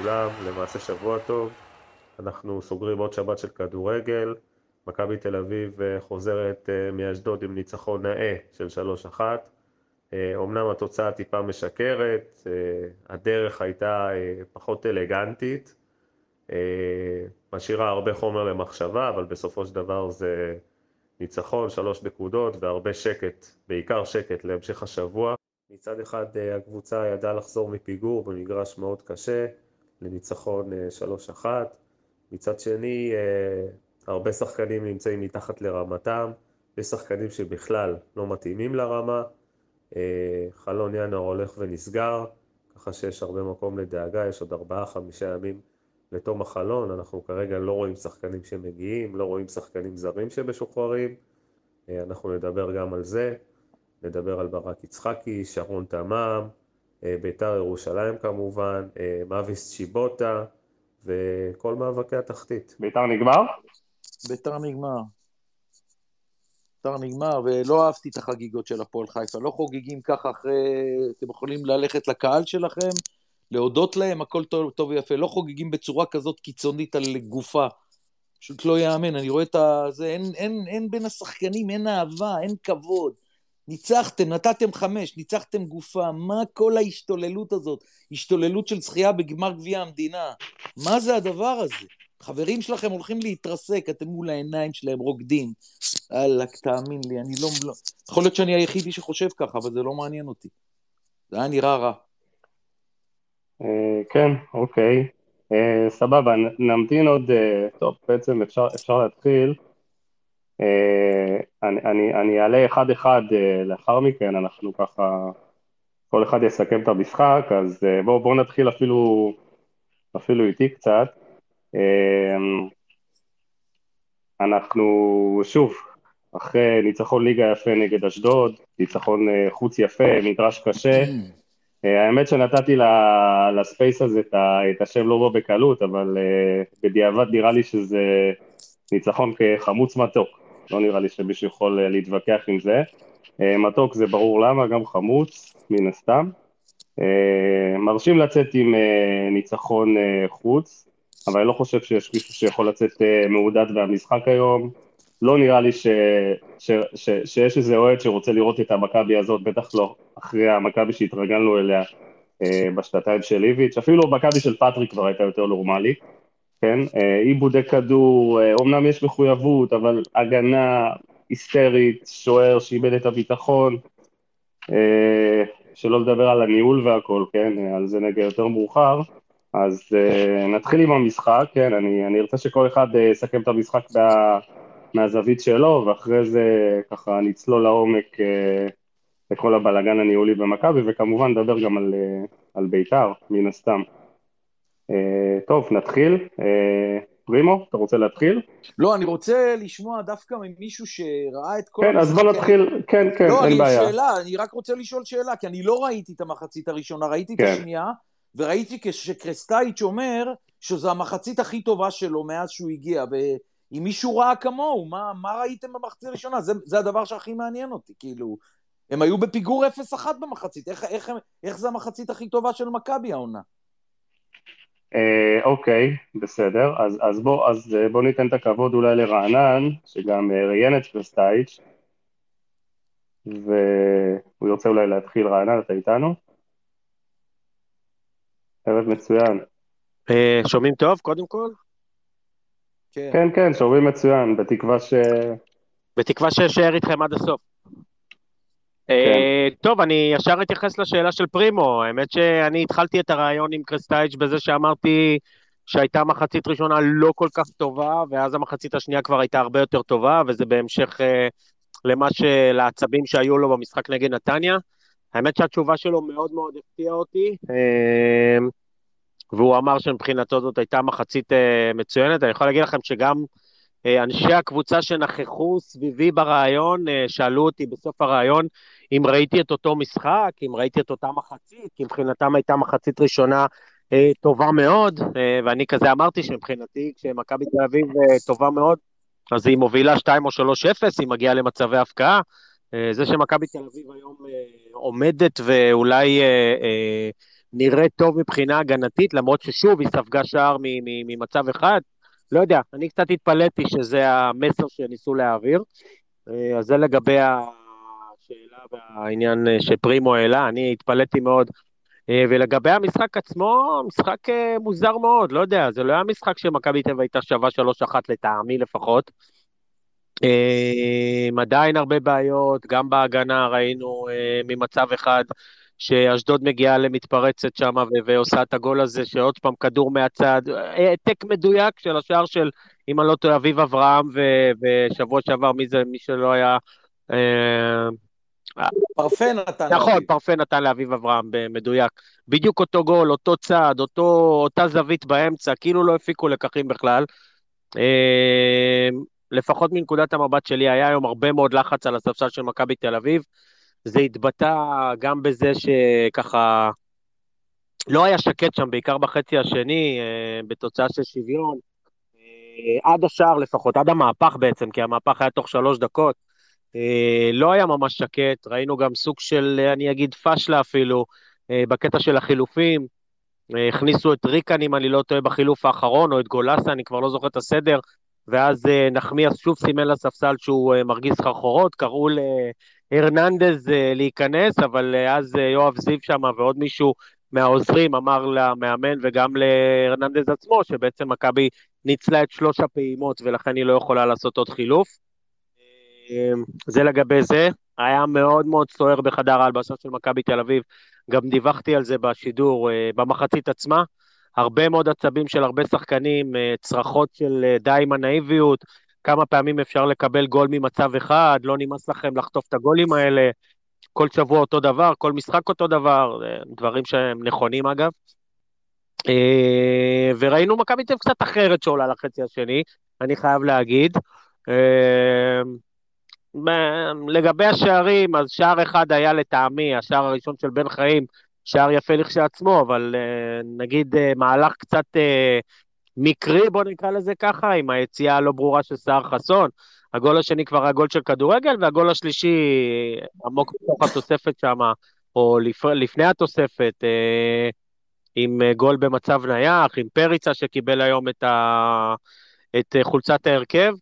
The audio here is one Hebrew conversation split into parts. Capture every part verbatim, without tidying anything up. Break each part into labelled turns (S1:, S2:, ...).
S1: לכולם, למעשה שבוע טוב. אנחנו סוגרים עוד שבת של כדורגל. מכבי תל אביב חוזרת מאשדוד עם ניצחון נאה של שלוש אחת. אומנם התוצאה טיפה משקרת, הדרך הייתה פחות אלגנטית, משאירה הרבה חומר למחשבה, אבל בסופו של דבר זה ניצחון, שלוש נקודות והרבה שקט, בעיקר שקט להמשך השבוע. מצד אחד הקבוצה ידעה לחזור מפיגור במגרש מאוד קשה לניצחון שלוש אחת. מצד שני הרבה שחקנים נמצאים מתחת לרמתם, יש שחקנים שבכלל לא מתאימים לרמה. חלון ינואר הולך ונסגר, ככה שיש הרבה מקום לדאגה, יש עוד ארבעה חמישה ימים לתום החלון. אנחנו כרגע לא רואים שחקנים שמגיעים, לא רואים שחקנים זרים שבשוחררים. אנחנו נדבר גם על זה, נדבר על ברק יצחקי, שרון תמם, ביתר ירושלים כמובן, מאביס צ'יבוטה וכל מאבקי התחתית.
S2: ביתר נגמר?
S3: ביתר נגמר. ביתר נגמר, ולא אהבתי את החגיגות של הפועל חיפה. לא חוגגים ככה אחרי, אתם יכולים ללכת לקהל שלכם, להודות להם, הכל טוב, טוב ויפה. לא חוגגים בצורה כזאת קיצונית על גופה. פשוט לא יאמן, אני רואה את זה, אין, אין, אין בין השחקנים, אין אהבה, אין כבוד. ניצחתם, נתתם חמש, ניצחתם גופה, מה כל ההשתוללות הזאת? השתוללות של זכייה בגמר גביע המדינה. מה זה הדבר הזה? חברים שלכם הולכים להתרסק, אתם מול העיניים שלהם רוקדים. אלק, תאמין לי, אני לא, לא... יכול להיות שאני היחידי שחושב ככה, אבל זה לא מעניין אותי. זה היה נראה רע.
S2: כן, אוקיי. סבבה, נמתין עוד, טוב, בעצם אפשר, אפשר להתחיל. אני, אני, אני אעלה אחד אחד לאחר מכן, אנחנו ככה, כל אחד יסכם את המשחק, אז בואו בוא נתחיל אפילו, אפילו איתי קצת. אנחנו, שוב, אחרי ניצחון ליגה יפה נגד אשדוד, ניצחון חוץ יפה, מדרש קשה, האמת שנתתי לספייס הזה את השם לא בו בקלות, אבל בדיעבד נראה לי שזה ניצחון כחמוץ מתוק, לא נראה לי שמישהו יכול להתווכח עם זה. מתוק זה ברור למה, גם חמוץ, מן הסתם. מרשים לצאת עם ניצחון חוץ, אבל אני לא חושב שיש מישהו שיכול לצאת מעודד מהמשחק היום. לא נראה לי ש, ש, ש, שיש איזה אוהד שרוצה לראות את המכבי הזאת, בטח לא אחרי המכבי שהתרגלנו אליה בשנתיים של איביץ', אפילו מכבי של פטריק כבר הייתה יותר נורמלית, כן? עיבודי כדור, אומנם יש מחויבות, אבל הגנה היסטרית, שוער שאיבד את הביטחון, שלא לדבר על הניהול והכל, כן? על זה נגע יותר מאוחר. אז נתחיל עם המשחק, כן? אני, אני ארצה שכל אחד יסכם את המשחק בה, מהזווית שלו, ואחרי זה ככה נצלול לעומק לכל הבלגן הניהולי במכבי, וכמובן נדבר גם על, על ביתר, מן הסתם. טוב, נתחיל. פרימו, אתה רוצה להתחיל?
S3: לא, אני רוצה לשמוע דווקא ממישהו שראה את כל...
S2: כן, אז בוא נתחיל, כן, כן,
S3: לא,
S2: אין בעיה.
S3: לא, שאלה, אני רק רוצה לשאול שאלה, כי אני לא ראיתי את המחצית הראשונה, ראיתי
S2: כן.
S3: את השנייה, וראיתי שקרסטייץ' אומר שזו המחצית הכי טובה שלו מאז שהוא הגיע, ואם מישהו ראה כמוהו, מה, מה ראיתם במחצית הראשונה? זה, זה הדבר שהכי מעניין אותי, כאילו, הם היו בפיגור אפס אחת במחצית, איך, איך, איך זה המחצית הכי טובה של מכבי העונה?
S2: אוקיי, בסדר, אז, אז, בוא, אז בוא ניתן את הכבוד אולי לרענן, שגם ראיין את קרסטייץ', והוא ירצה אולי להתחיל. רענן, אתה איתנו? ערב מצוין.
S4: שומעים טוב קודם כל?
S2: כן, כן, כן, שומעים מצוין, בתקווה ש...
S4: בתקווה שישאר איתכם עד הסוף. טוב, אני ישר אתייחס לשאלה של פרימו. האמת שאני התחלתי את הרעיון עם קרסטייץ' בזה שאמרתי שהייתה מחצית ראשונה לא כל כך טובה, ואז המחצית השנייה כבר הייתה הרבה יותר טובה, וזה בהמשך למה שלעצבים שהיו לו במשחק נגד נתניה. האמת שהתשובה שלו מאוד מאוד הפתיעה אותי, והוא אמר שמבחינתו זאת הייתה מחצית מצוינת. אני יכול להגיד לכם שגם אנשי הקבוצה שנכחו סביבי ברעיון, שאלו אותי בסוף הרעיון אם ראיתי את אותו משחק, אם ראיתי את אותה מחצית, כי מבחינתם הייתה מחצית ראשונה טובה מאוד, ואני כזה אמרתי שמבחינתי כשמכבי תל אביב טובה מאוד, אז היא מובילה שתיים או שלוש אפס, היא מגיעה למצבי הפקעה. זה שמכבי תל אביב היום עומדת ואולי נראה טוב מבחינה הגנתית, למרות ששוב היא ספגה שער ממצב אחד, לא יודע, אני קצת התפלאתי שזה המסר שניסו להעביר, אז זה לגבי השאלה והעניין שפרימו העלה, אני התפלאתי מאוד, ולגבי המשחק עצמו, משחק מוזר מאוד, לא יודע, זה לא היה משחק שמכבי תל אביב הייתה שווה שלוש אחת לטעמי לפחות, עדיין הרבה בעיות, גם בהגנה ראינו ממצב אחד, שאשדוד מגיעה למתפרצת שם ועושה את הגול הזה, שעוד פעם כדור מהצד, העתק מדויק של השער של, אם אני לא טועה, אביב אברהם, ושבוע שעבר מי זה, מי שלא היה...
S3: פרפה נתן
S4: לאביב. נכון,
S3: לאביב.
S4: פרפה נתן לאביב אברהם במדויק. בדיוק אותו גול, אותו צעד, אותו, אותה זווית באמצע, כאילו לא הפיקו לקחים בכלל. לפחות מנקודת המבט שלי, היה היום הרבה מאוד לחץ על הספסל של מכבי תל אביב, זה התבטא גם בזה שככה לא היה שקט שם, בעיקר בחצי השני, בתוצאה של שוויון, עד השער לפחות, עד המהפך בעצם, כי המהפך היה תוך שלוש דקות, לא היה ממש שקט, ראינו גם סוג של, אני אגיד פשלה אפילו, בקטע של החילופים, הכניסו את ריקן, אם אני לא טועה, בחילוף האחרון, או את גולסה, אני כבר לא זוכר את הסדר, ואז נחמיאס שוב סימן לספסל שהוא מרגיש סחרחורות, קראו להרננדז להיכנס, אבל אז יואב זיו שם ועוד מישהו מהעוזרים אמר למאמן וגם להרננדז עצמו, שבעצם מכבי ניצלה את שלוש הפעימות ולכן היא לא יכולה לעשות עוד חילוף. זה לגבי זה, היה מאוד מאוד סוער בחדר ההלבשה של מכבי תל אביב, גם דיווחתי על זה בשידור במחצית עצמה, הרבה מאוד עצבים של הרבה שחקנים, צרחות של די עם הנאיביות, כמה פעמים אפשר לקבל גול ממצב אחד, לא נמאס לכם לחטוף את הגולים האלה, כל שבוע אותו דבר, כל משחק אותו דבר, דברים שהם נכונים אגב. וראינו מכבי תל אביב קצת אחרת שעולה לחצי השני, אני חייב להגיד. לגבי השערים, אז שער אחד היה לטעמי, השער הראשון של בן חיים, שער יפה לכשעצמו, אבל נגיד מהלך קצת מקרי, בוא נקרא לזה ככה, עם היציאה הלא ברורה של סער חסון, הגול השני כבר הגול של כדורגל, והגול השלישי עמוק בתוך התוספת שם, או לפני התוספת, עם גול במצב נייח, עם פריצה שקיבל היום את, ה... את חולצת ההרכב.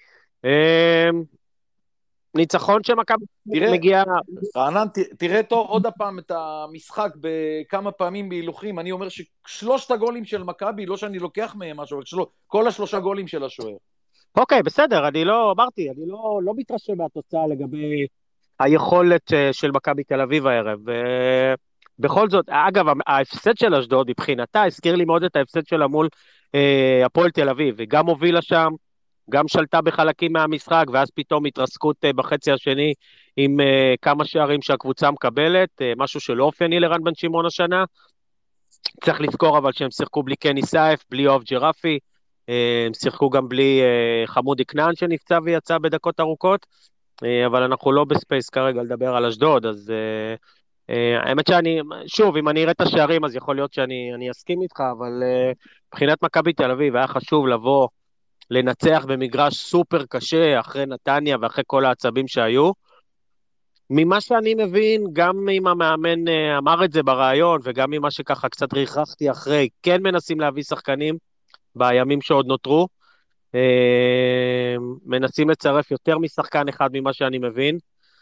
S4: ניצחון שמכבי מגיע...
S3: רענן, תראה טוב עוד הפעם את המשחק בכמה פעמים בהילוכים, אני אומר ששלושת הגולים של מכבי, לא שאני לוקח מהם משהו, כל השלושה גולים של השוער.
S4: אוקיי, בסדר, אני לא אמרתי, אני לא, לא מתרשם מהתוצאה לגבי היכולת של מכבי תל אביב הערב. בכל זאת, אגב, ההפסד של אשדוד מבחינתה, הזכיר לי מאוד את ההפסד שלה מול אה, הפועל תל אביב, היא גם הובילה שם, גם שלטה בחלקים מהמשחק, ואז פתאום התרסקות אה, בחצי השני, עם אה, כמה שערים שהקבוצה מקבלת, אה, משהו שלא אופייני לרן בן שמעון השנה, צריך לזכור אבל שהם שיחקו בלי קני סייף, בלי יואב ג'רפי, אה, הם שיחקו גם בלי אה, חמודי כנען שנפצע ויצא בדקות ארוכות, אה, אבל אנחנו לא בספייס כרגע לדבר על אשדוד, אז... אה, Uh, האמת שאני, שוב, אם אני אראה את השערים, אז יכול להיות שאני אני אסכים איתך, אבל uh, מבחינת מכבי תל אביב, היה חשוב לבוא, לנצח במגרש סופר קשה, אחרי נתניה ואחרי כל העצבים שהיו. ממה שאני מבין, גם אם המאמן uh, אמר את זה ברעיון, וגם ממה שככה קצת ריחחתי אחרי, כן מנסים להביא שחקנים, בימים שעוד נותרו, uh, מנסים לצרף יותר משחקן אחד ממה שאני מבין,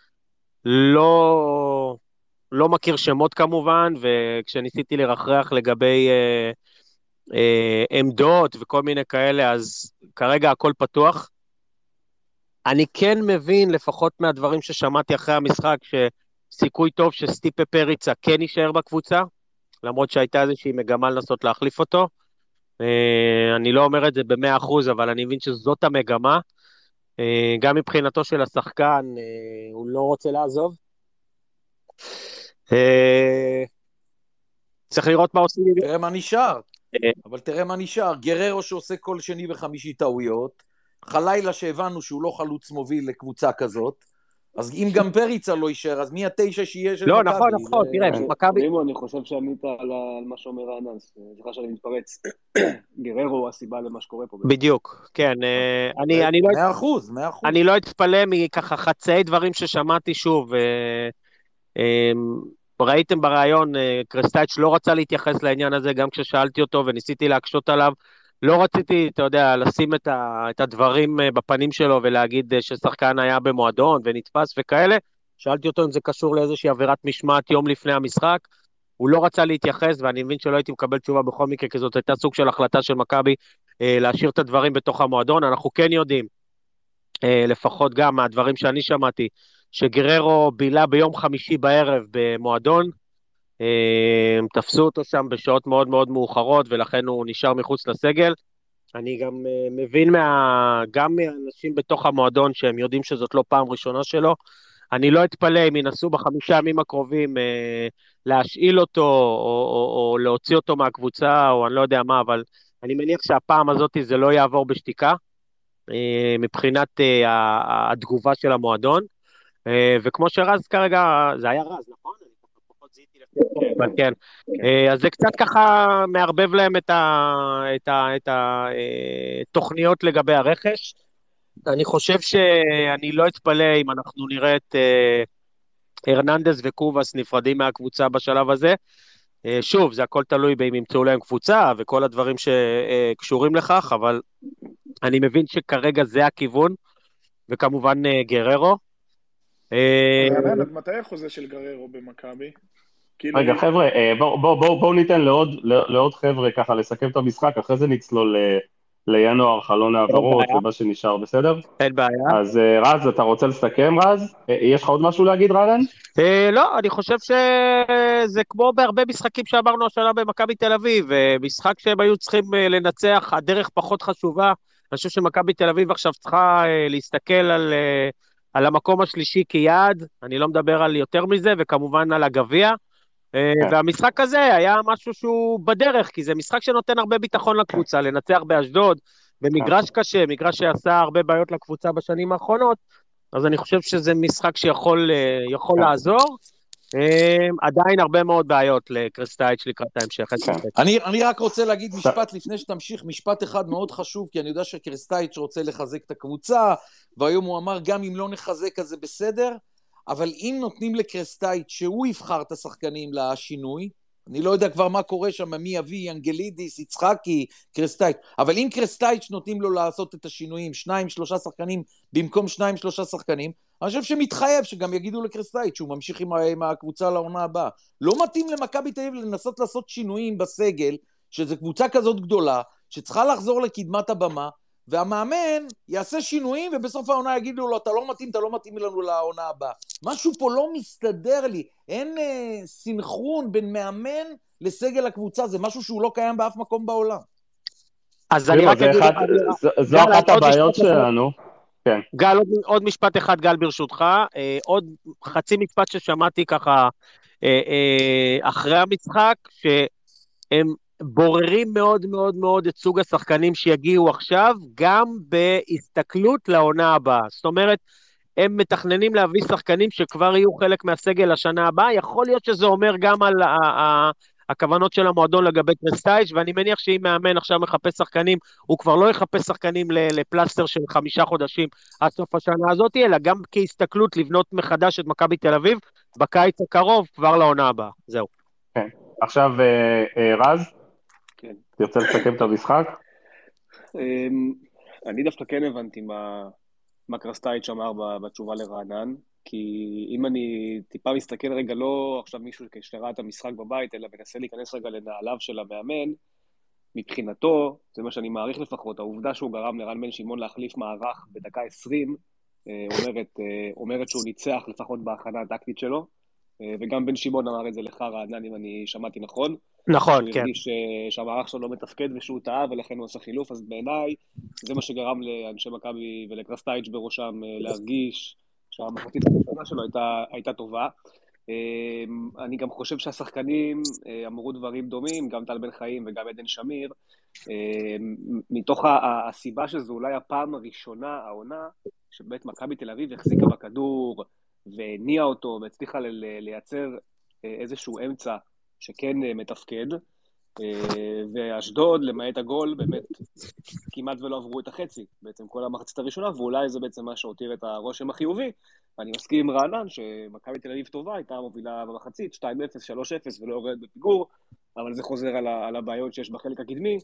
S4: לא... לא מכיר שמות כמובן, וכשניסיתי לרחרח לגבי אה, אה, עמדות וכל מיני כאלה, אז כרגע הכל פתוח. אני כן מבין, לפחות מהדברים ששמעתי אחרי המשחק, שסיכוי טוב שסטיפה פריצה כן יישאר בקבוצה, למרות שהייתה איזושהי מגמה לנסות להחליף אותו. אה, אני לא אומר את זה במאה אחוז, אבל אני מבין שזאת המגמה. אה, גם מבחינתו של השחקן, אה, הוא לא רוצה לעזוב. צריך לראות מה עושים.
S3: תראה מה נשאר, אבל תראה מה נשאר, גררו שעושה כל שני וחמישי טעויות, חלילה שהבנו שהוא לא חלוץ מוביל לקבוצה כזאת, אז אם גם פריצה לא יישאר, אז מי התשע שיהיה של מכבי?
S4: לא, נכון, נכון, תראה, מכבי...
S5: רימו, אני חושב שענית על מה שאומר רענן, סליחה שאני מתפרץ, גררו הוא הסיבה למה שקורה פה.
S4: בדיוק, כן,
S3: מאה אחוז, מאה אחוז.
S4: אני לא אתפלא מככה חצאי דברים ששמעתי שוב, ראיתם ברעיון, קרסטייץ' לא רצה להתייחס לעניין הזה, גם כששאלתי אותו וניסיתי להקשות עליו, לא רציתי, אתה יודע, לשים את, ה, את הדברים בפנים שלו ולהגיד ששחקן היה במועדון ונתפס וכאלה, שאלתי אותו אם זה קשור לאיזושהי עבירת משמעת יום לפני המשחק, הוא לא רצה להתייחס, ואני מבין שלא הייתי מקבל תשובה בכל מקרה, כי זאת הייתה סוג של החלטה של מכבי להשאיר את הדברים בתוך המועדון. אנחנו כן יודעים, לפחות גם מהדברים שאני שמעתי, שגררו בילה ביום חמישי בערב במועדון, תפסו אותו שם בשעות מאוד מאוד מאוחרות, ולכן הוא נשאר מחוץ לסגל. אני גם מבין מה, גם מאנשים בתוך המועדון, שהם יודעים שזאת לא פעם ראשונה שלו, אני לא אתפלא אם ינסו בחמישה ימים הקרובים אה, להשאיל אותו, או, או, או להוציא אותו מהקבוצה, או אני לא יודע מה, אבל אני מניח שהפעם הזאת זה לא יעבור בשתיקה, אה, מבחינת אה, התגובה של המועדון, אה, וכמו שרז כרגע, זה היה רז, נכון? אני פחות זיהיתי לפני פה, אבל כן. אה, אז זה קצת ככה מערבב להם את התוכניות לגבי הרכש, אני חושב שאני לא אתפלא אם אנחנו נראה את אה, הרננדס וקובס נפרדים מהקבוצה בשלב הזה. אה, שוב, זה הכל תלוי באם ימצאו להם קבוצה וכל הדברים שקשורים לכך, אבל אני מבין שכרגע זה הכיוון, וכמובן אה, גררו.
S6: אה, רענן, עד מתי החוזה של גררו במכבי?
S2: רגע, חבר'ה, בואו בוא, בוא, בוא ניתן לעוד, לעוד חבר'ה ככה לסכם את המשחק, אחרי זה נצלול ל... לינואר, חלון העברות ומה שנשאר, בסדר?
S4: אין בעיה.
S2: אז רז, אתה רוצה לסכם, רז? יש לך עוד משהו להגיד, רענן?
S4: לא, אני חושב שזה כמו בהרבה משחקים שאמרנו השנה במכבי תל אביב, משחק שהם היו צריכים לנצח, הדרך פחות חשובה, אני חושב שמכבי תל אביב עכשיו צריכה להסתכל על, על המקום השלישי כיעד, אני לא מדבר על יותר מזה, וכמובן על הגביע, והמשחק הזה היה משהו שהוא בדרך, כי זה משחק שנותן הרבה ביטחון לקבוצה, לנצח באשדוד, במגרש קשה, מגרש שעשה הרבה בעיות לקבוצה בשנים האחרונות, אז אני חושב שזה משחק שיכול יכול לעזור, עדיין הרבה מאוד בעיות לקרסטייץ' לקראת ההמשך.
S3: אני, אני רק רוצה להגיד משפט לפני שתמשיך, משפט אחד מאוד חשוב, כי אני יודע שקרסטייץ' רוצה לחזק את הקבוצה, והיום הוא אמר גם אם לא נחזק אז זה בסדר, אבל אם נותנים לקרסטייץ' שהוא יבחר את השחקנים לשינוי, אני לא יודע כבר מה קורה שם, מי יביא, אנגלידיס, יצחקי, קרסטייץ', אבל אם קרסטייץ' נותנים לו לעשות את השינויים, שניים, שלושה שחקנים, במקום שניים, שלושה שחקנים, אני חושב שמתחייב שגם יגידו לקרסטייץ' שהוא ממשיך עם, עם הקבוצה לעונה הבאה. לא מתאים למכבי תל אביב לנסות לעשות שינויים בסגל, שזו קבוצה כזאת גדולה, שצריכה לחזור לקדמת הבמה, והמאמן יעשה שינויים, ובסוף העונה יגידו לו, אתה לא מתאים, אתה לא מתאים לנו לעונה הבאה. משהו פה לא מסתדר לי, אין אה, סינכרון בין מאמן לסגל הקבוצה, זה משהו שהוא לא קיים באף מקום בעולם.
S4: אז אני רק אגיד...
S2: זו אחת הבעיות שלנו. כן.
S4: גל, עוד, עוד משפט אחד, גל, ברשותך, אה, עוד חצי משפט ששמעתי ככה אה, אה, אחרי המשחק, שהם בוררים מאוד מאוד מאוד את סוג השחקנים שיגיעו עכשיו, גם בהסתכלות לעונה הבאה. זאת אומרת, הם מתכננים להביא שחקנים שכבר יהיו חלק מהסגל לשנה הבאה, יכול להיות שזה אומר גם על ה- ה- הכוונות של המועדון לגבי קרסטייץ', ואני מניח שאם מאמן עכשיו מחפש שחקנים, הוא כבר לא יחפש שחקנים לפלסטר של חמישה חודשים עד סוף השנה הזאת, אלא גם כהסתכלות לבנות מחדש את מכבי תל אביב, בקיץ הקרוב כבר לעונה הבאה. זהו.
S2: כן. עכשיו, רז?
S5: כן.
S2: תרצה לסכם את המשחק?
S5: אני דווקא כן הבנתי מה, מה קרסטייץ' אמר בתשובה לרענן, כי אם אני טיפה מסתכל רגע, לא עכשיו מישהו שראה את המשחק בבית, אלא מנסה להיכנס רגע לנעליו של המאמן, מבחינתו, זה מה שאני מעריך לפחות, העובדה שהוא גרם לרן בן שמעון להחליף מערך בדקה עשרים, אומרת, אומרת שהוא ניצח לפחות בהכנה הטקטית שלו, וגם בן שמעון אמר את זה לך רענן, אם אני שמעתי נכון.
S4: נכון, כן.
S5: הוא הרגיש שהמערך שלו לא מתפקד ושהוא טעה, ולכן הוא עושה חילוף, אז בעיניי זה מה שגרם לאנשי מכבי ולקרסטייץ' בראשם להרגיש שהמחצית הראשונה שלו הייתה, הייתה טובה. אני גם חושב שהשחקנים אמרו דברים דומים, גם טל בן חיים וגם עדן שמיר, מתוך הסיבה שזו אולי הפעם הראשונה, העונה, שבאמת מכבי תל אביב החזיקה בכדור והניעה אותו והצליחה לייצר איזשהו אמצע שכן מתפקד, ואשדוד, למעט הגול, באמת כמעט ולא עברו את החצי, בעצם כל המחצית הראשונה, ואולי זה בעצם מה שהותיר את הרושם החיובי. אני מסכים עם רענן שמכבי תל אביב טובה, הייתה מובילה במחצית, שתיים אפס, שלוש אפס ולא יורד בפיגור, אבל זה חוזר על, ה- על הבעיות שיש בחלק הקדמי,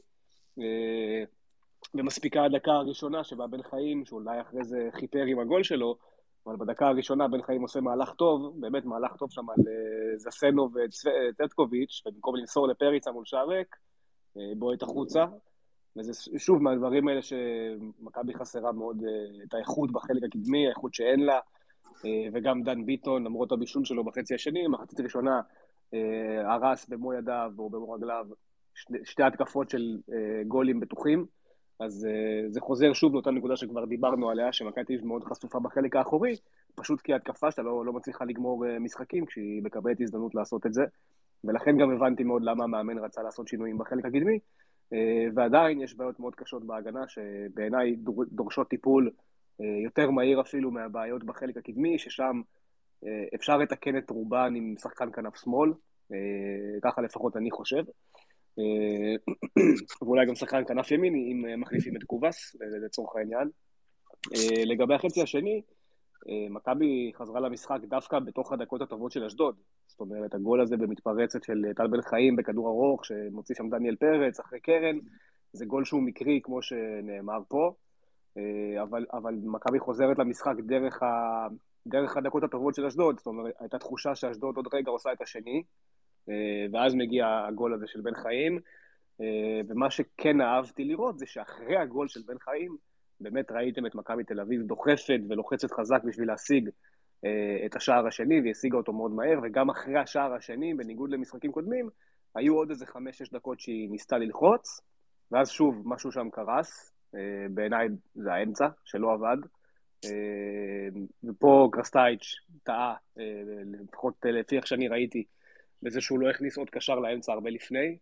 S5: ומספיקה הדקה הראשונה שבה בן חיים, שאולי אחרי זה חיפר עם הגול שלו, אבל בדקה הראשונה בן חיים עושה מהלך טוב, באמת מהלך טוב שם על זסנו וטטקוביץ', ובמקום למסור לפריצה מול שער ריק, בועט החוצה, וזה שוב מהדברים האלה שמכבי חסרה מאוד את האיכות בחלק הקדמי, האיכות שאין לה, וגם דן ביטון, למרות הבישול שלו בחצי השני, מחצית ראשונה הרס במו ידיו או במו רגליו, שתי, שתי התקפות של גולים בטוחים, אז זה חוזר שוב לאותה נקודה שכבר דיברנו עליה, שמכבי תל אביב מאוד חשופה בחלק האחורי, פשוט כי התקפה שלה לא, לא מצליחה לגמור משחקים כשהיא מקבלת הזדמנות לעשות את זה, ולכן גם הבנתי מאוד למה המאמן רצה לעשות שינויים בחלק הקדמי, ועדיין יש בעיות מאוד קשות בהגנה, שבעיניי דורשות טיפול יותר מהיר אפילו מהבעיות בחלק הקדמי, ששם אפשר לתקן את רובן עם שחקן כנף שמאל, ככה לפחות אני חושב, ואולי גם שחקן כנף ימין, אם מחליפים את קובס, לצורך העניין. לגבי החצי השני, מכבי חזרה למשחק דווקא בתוך הדקות הטובות של אשדוד, זאת אומרת, הגול הזה במתפרצת של טל בן חיים בכדור ארוך, שמוציא שם דניאל פרץ אחרי קרן, זה גול שהוא מקרי כמו שנאמר פה, אבל, אבל מכבי חוזרת למשחק דרך, ה, דרך הדקות הטובות של אשדוד, זאת אומרת, הייתה תחושה שאשדוד עוד רגע עושה את השני, ואז מגיע הגול הזה של בן חיים, ומה שכן אהבתי לראות זה שאחרי הגול של בן חיים, באמת ראיתם את מכבי תל אביב דוחפת ולוחצת חזק בשביל להשיג את השער השני, והשיגה אותו מאוד מהר, וגם אחרי השער השני, בניגוד למשחקים קודמים, היו עוד איזה חמש-שש דקות שהיא ניסתה ללחוץ, ואז שוב משהו שם קרס, בעיניי זה האמצע שלא עבד, ופה קרסטייץ' טעה, לפחות לפי איך שאני ראיתי, בזה שהוא לא הכניס עוד קשר לאמצע הרבה לפני,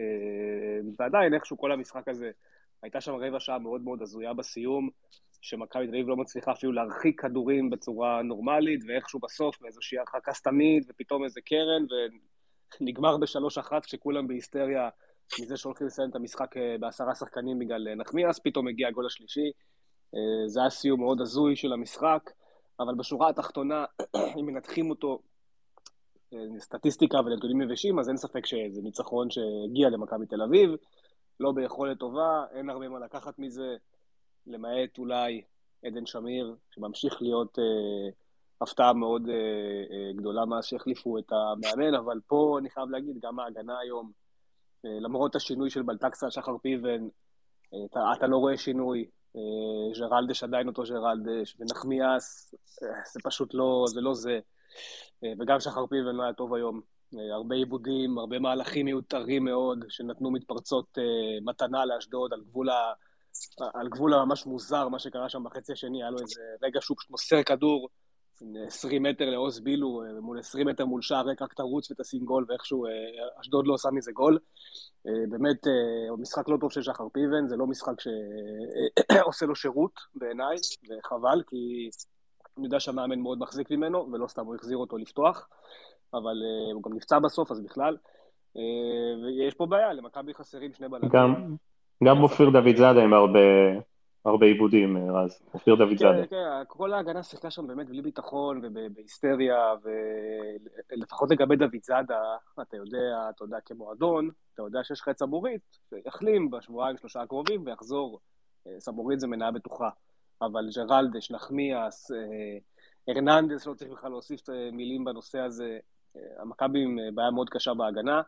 S5: ועדיין איכשהו כל המשחק הזה, הייתה שם רבע שעה מאוד מאוד הזויה בסיום, שמכבי תל אביב לא מצליחה אפילו להרחיק כדורים בצורה נורמלית, ואיכשהו בסוף מאיזושהי הרחקה סתמית, ופתאום איזה קרן, ונגמר בשלוש אחת, כשכולם בהיסטריה, מזה שהולכים לסיים את המשחק בעשרה שחקנים בגלל נחמיאס, פתאום הגיע הגול השלישי, זה היה סיום מאוד הזוי של המשחק, אבל בשורה התחתונה, אם מנתחים אותו, סטטיסטיקה ולנתונים יבשים, אז אין ספק שזה ניצחון שהגיע למכבי תל אביב, לא ביכולת טובה, אין הרבה מה לקחת מזה, למעט אולי עדן שמיר, שממשיך להיות אה, הפתעה מאוד אה, אה, גדולה מאז שהחליפו את המאמן, אבל פה אני חייב להגיד, גם ההגנה היום, אה, למרות השינוי של בלטקסה, שחר פיבן, אה, אתה, אתה לא רואה שינוי, אה, ג'רלדש עדיין אותו ג'רלדש, ונחמיאס, אה, זה פשוט לא זה, לא זה. אה, וגם שחר פיבן לא היה טוב היום. הרבה עיבודים, הרבה מהלכים מיותרים מאוד, שנתנו מתפרצות uh, מתנה לאשדוד, על גבול, ה... על גבול הממש מוזר, מה שקרה שם בחצי השני, היה לו איזה רגע שהוא פשוט מוסר כדור, עשרים מטר לעוז בילו, מול עשרים מטר מול שער, רק תרוץ ותשים גול, ואיכשהו אשדוד לא עושה מזה גול. באמת, משחק לא טוב של שחר פיבן, זה לא משחק שעושה לו שירות בעיניי, וחבל, כי אני יודע שהמאמן מאוד מחזיק ממנו, ולא סתם הוא החזיר אותו לפתוח, אבל uh, הוא גם נפצע בסוף, אז בכלל. Uh, ויש פה בעיה, למכבי חסרים שני בלמים.
S2: גם, גם אופיר דוד זאדה עם הרבה, הרבה עיבודים, אז אופיר דוד זאדה.
S5: כן, כן, כל ההגנה שיחקה שם באמת בלי ביטחון ובהיסטריה, ולפחות לגבי דוד זאדה, אתה יודע, אתה יודע כמועדון, אתה יודע שיש לך את סבורית, שיחלים בשבועיים שלושה הקרובים, ויחזור, סבורית זה מנעה בטוחה, אבל ג'רלדש, נחמיאס, הרננדס, לא צריך בכלל להוסיף מילים בנושא הזה, המכבי עם בעיה מאוד קשה בהגנה,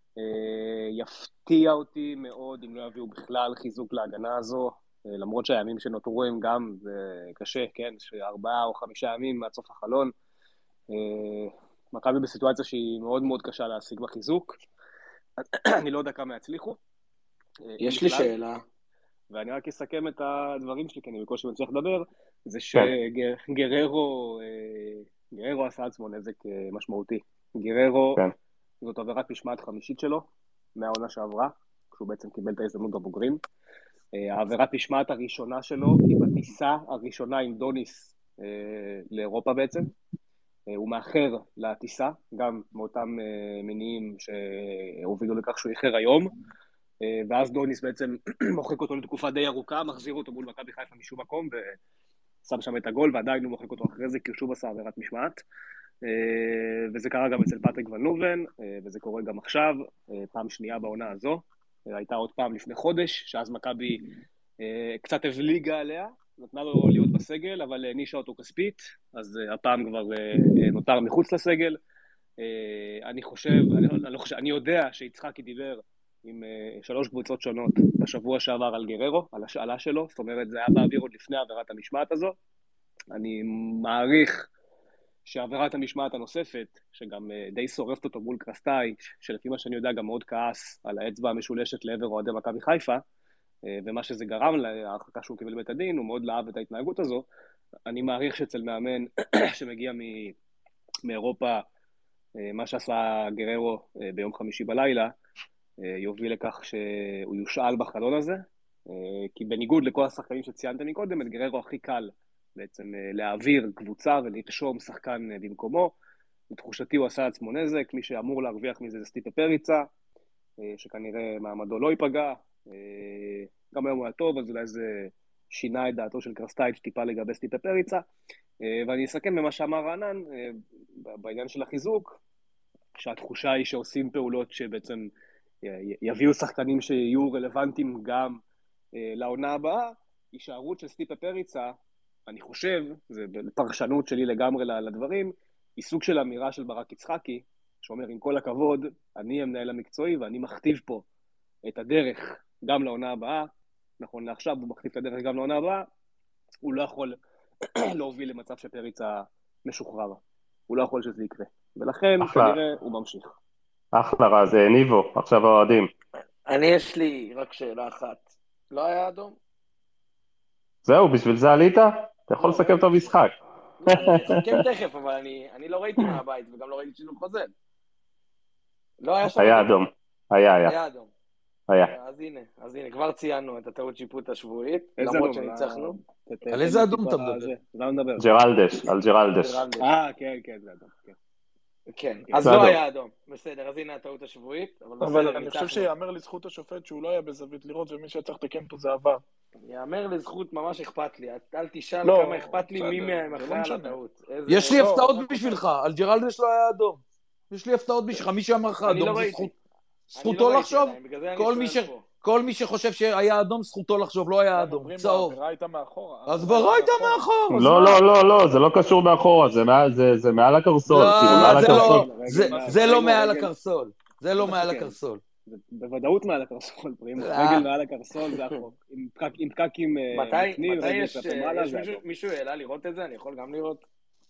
S5: יפתיע אותי מאוד אם לא יביאו בכלל חיזוק להגנה הזו, למרות שהימים שנותרו הם גם, זה קשה, כן, שארבעה או חמישה ימים מעד סוף החלון, מכבי בסיטואציה שהיא מאוד מאוד קשה להשיג בחיזוק, אני לא יודע כמה יצליחו.
S7: יש לי שאלה.
S5: ואני רק אסכם את הדברים שלי, כי אני בקושי מצליח לדבר, זה שגררו, גררו עשה עצמו נזק משמעותי. גררו, זאת עבירת משמעת חמישית שלו, מהעונה שעברה, כשהוא בעצם קיבל את ההזדמנות בבוגרים. העבירת משמעת הראשונה שלו היא בטיסה הראשונה עם דוניס לאירופה בעצם, הוא מאחר לטיסה, גם מאותם מניעים שהובילו לכך שהוא איחר היום, ואז דוניס בעצם מוחק אותו לתקופה די ארוכה, מחזיר אותו מול מכבי חיפה משום מקום, ושם שם את הגול, ועדיין הוא מוחק אותו אחרי זה, כי הוא שוב עשה עבירת משמעת, וזה קרה גם אצל פטריק ון לובן, וזה קורה גם עכשיו, פעם שנייה בעונה הזו, הייתה עוד פעם לפני חודש, שאז מכבי קצת הבליגה עליה, נתנה לו להיות בסגל, אבל הענישה אותו כספית, אז הפעם כבר נותר מחוץ לסגל. אני חושב, אני, לא חושב, אני יודע שיצחקי דיבר עם שלוש קבוצות שונות בשבוע שעבר על גררו, על השאלה שלו, זאת אומרת, זה היה באוויר עוד לפני עבירת המשמעת הזו. אני מעריך שעבירת המשמעת הנוספת, שגם די שורפת אותו מול קרסטייץ', שלפי מה שאני יודע גם מאוד כעס על האצבע המשולשת לעבר אוהדי מכבי חיפה, ומה שזה גרם להרחקה שהוא קיבל בית הדין, הוא מאוד לאהב את ההתנהגות הזו. אני מעריך שאצל מאמן שמגיע מאירופה, מה שעשה גררו ביום חמישי בלילה, יוביל לכך שהוא יושאל בחלון הזה, כי בניגוד לכל השחקנים שציינתם מקודם, את גררו הכי קל בעצם להעביר קבוצה ולרשום שחקן במקומו. בתחושתי הוא עשה עצמו נזק, מי שאמור להרוויח מזה זה סטיפה פריצה, שכנראה מעמדו לא ייפגע, גם היום הוא היה טוב, אז אולי זה שינה את דעתו של קרסטייץ' טיפה לגבי סטיפה פריצה, ואני אסכם במה שאמר רענן, בעניין של החיזוק, שהתחושה היא שעושים פעולות שבעצם יביאו שחקנים שיהיו רלוונטיים גם לעונה הבאה, הישארות של סטיפה פריצה, אני חושב, זה פרשנות שלי לגמרי לדברים, היא סוג של אמירה של ברק יצחקי, שאומר עם כל הכבוד, אני המנהל המקצועי ואני מכתיב פה את הדרך גם לעונה הבאה, נכון לעכשיו הוא מכתיב את הדרך גם לעונה הבאה, הוא לא יכול להוביל למצב שפריצה משוחרר, הוא לא יכול שזה יקרה, ולכן
S2: אחלה.
S5: כנראה הוא ממשיך.
S2: אחלה רז, ניבו, עכשיו האוהדים.
S7: אני יש לי רק שאלה אחת, לא היה אדום?
S2: זהו, בשביל זה עלית? אתה יכול לסכם את המשחק.
S7: אני אסכם תכף, אבל אני, אני לא ראיתי מהבית, וגם לא ראיתי שינוי חוזר. לא היה שם
S2: היה אדום. היה, היה.
S7: היה אדום.
S2: היה.
S7: אז הנה, אז הנה, כבר ציינו את הטעות שיפוט השבועית,
S5: איזה
S7: למרות
S5: אדום?
S7: שניצחנו.
S3: על איזה אדום אתה מדבר?
S5: לא מדבר.
S2: ג'רלדש, על ג'רלדש.
S5: אה, כן, כן, זה אדום. כן.
S7: כן, אז
S2: זה
S7: לא
S2: אדום.
S7: היה אדום. בסדר, אז הנה הטעות השבועית.
S6: אבל
S7: בסדר,
S6: אני
S7: ניצחנו.
S6: חושב שיאמר לזכות השופט שהוא לא היה בזווית לראות, ומי שצריך לתקן פה זה עבר.
S7: יאמר לזכות, ממש אכפת לי. אל תשאל
S6: לא,
S7: כמה אכפת לי
S6: בסדר,
S7: מי מהם
S6: זה לא
S7: אחראי על
S6: משנה.
S7: הטעות. איזה-
S3: יש לי
S6: לא,
S3: הפתעות
S6: רק
S3: בשבילך, על ג'רלדש לא היה אדום. יש לי הפתעות בשבילך, מי שאמר לך
S7: אני לא
S3: אדום זה
S7: ראיתי.
S3: זכות.
S7: אני
S3: זכותו
S7: לא ראיתי
S3: לחשוב,
S7: עדיין, בגלל זה אני
S3: כל מי
S7: שואל
S3: ש-
S7: פה.
S3: כל מי שחושב שהיה אדום, זכותו לחשוב, לא היה
S6: הם
S3: אדום,
S6: אומרים לו,
S3: צהוב.
S6: העבירה הייתה מאחורה.
S3: אז ברא הייתה מאחור. אז
S2: לא,
S3: מה?
S2: לא, לא, לא, זה לא קשור מאחורה, זה מעל- זה- זה מעל הקרסול.
S3: לא,
S2: כאילו, מעל
S3: זה לא,
S2: הקרסול.
S3: זה-
S5: רגל,
S3: זה לא
S5: רגל,
S3: מעל
S5: רגל.
S3: הקרסול. זה לא
S5: בטח
S3: מעל
S5: שכן.
S3: הקרסול.
S5: זה בוודאות מעל הקרסול, אם
S3: לא.
S5: רגל מעל הקרסול זה החוק. עם פקק- עם פקקים אה,
S7: מתי
S5: בפנים,
S7: מתי
S5: רגל
S7: יש
S5: כלפי מעלה
S7: יש
S5: זה
S7: מישהו-
S5: אדום.
S7: מישהו העלה לראות את זה? אני יכול גם לראות?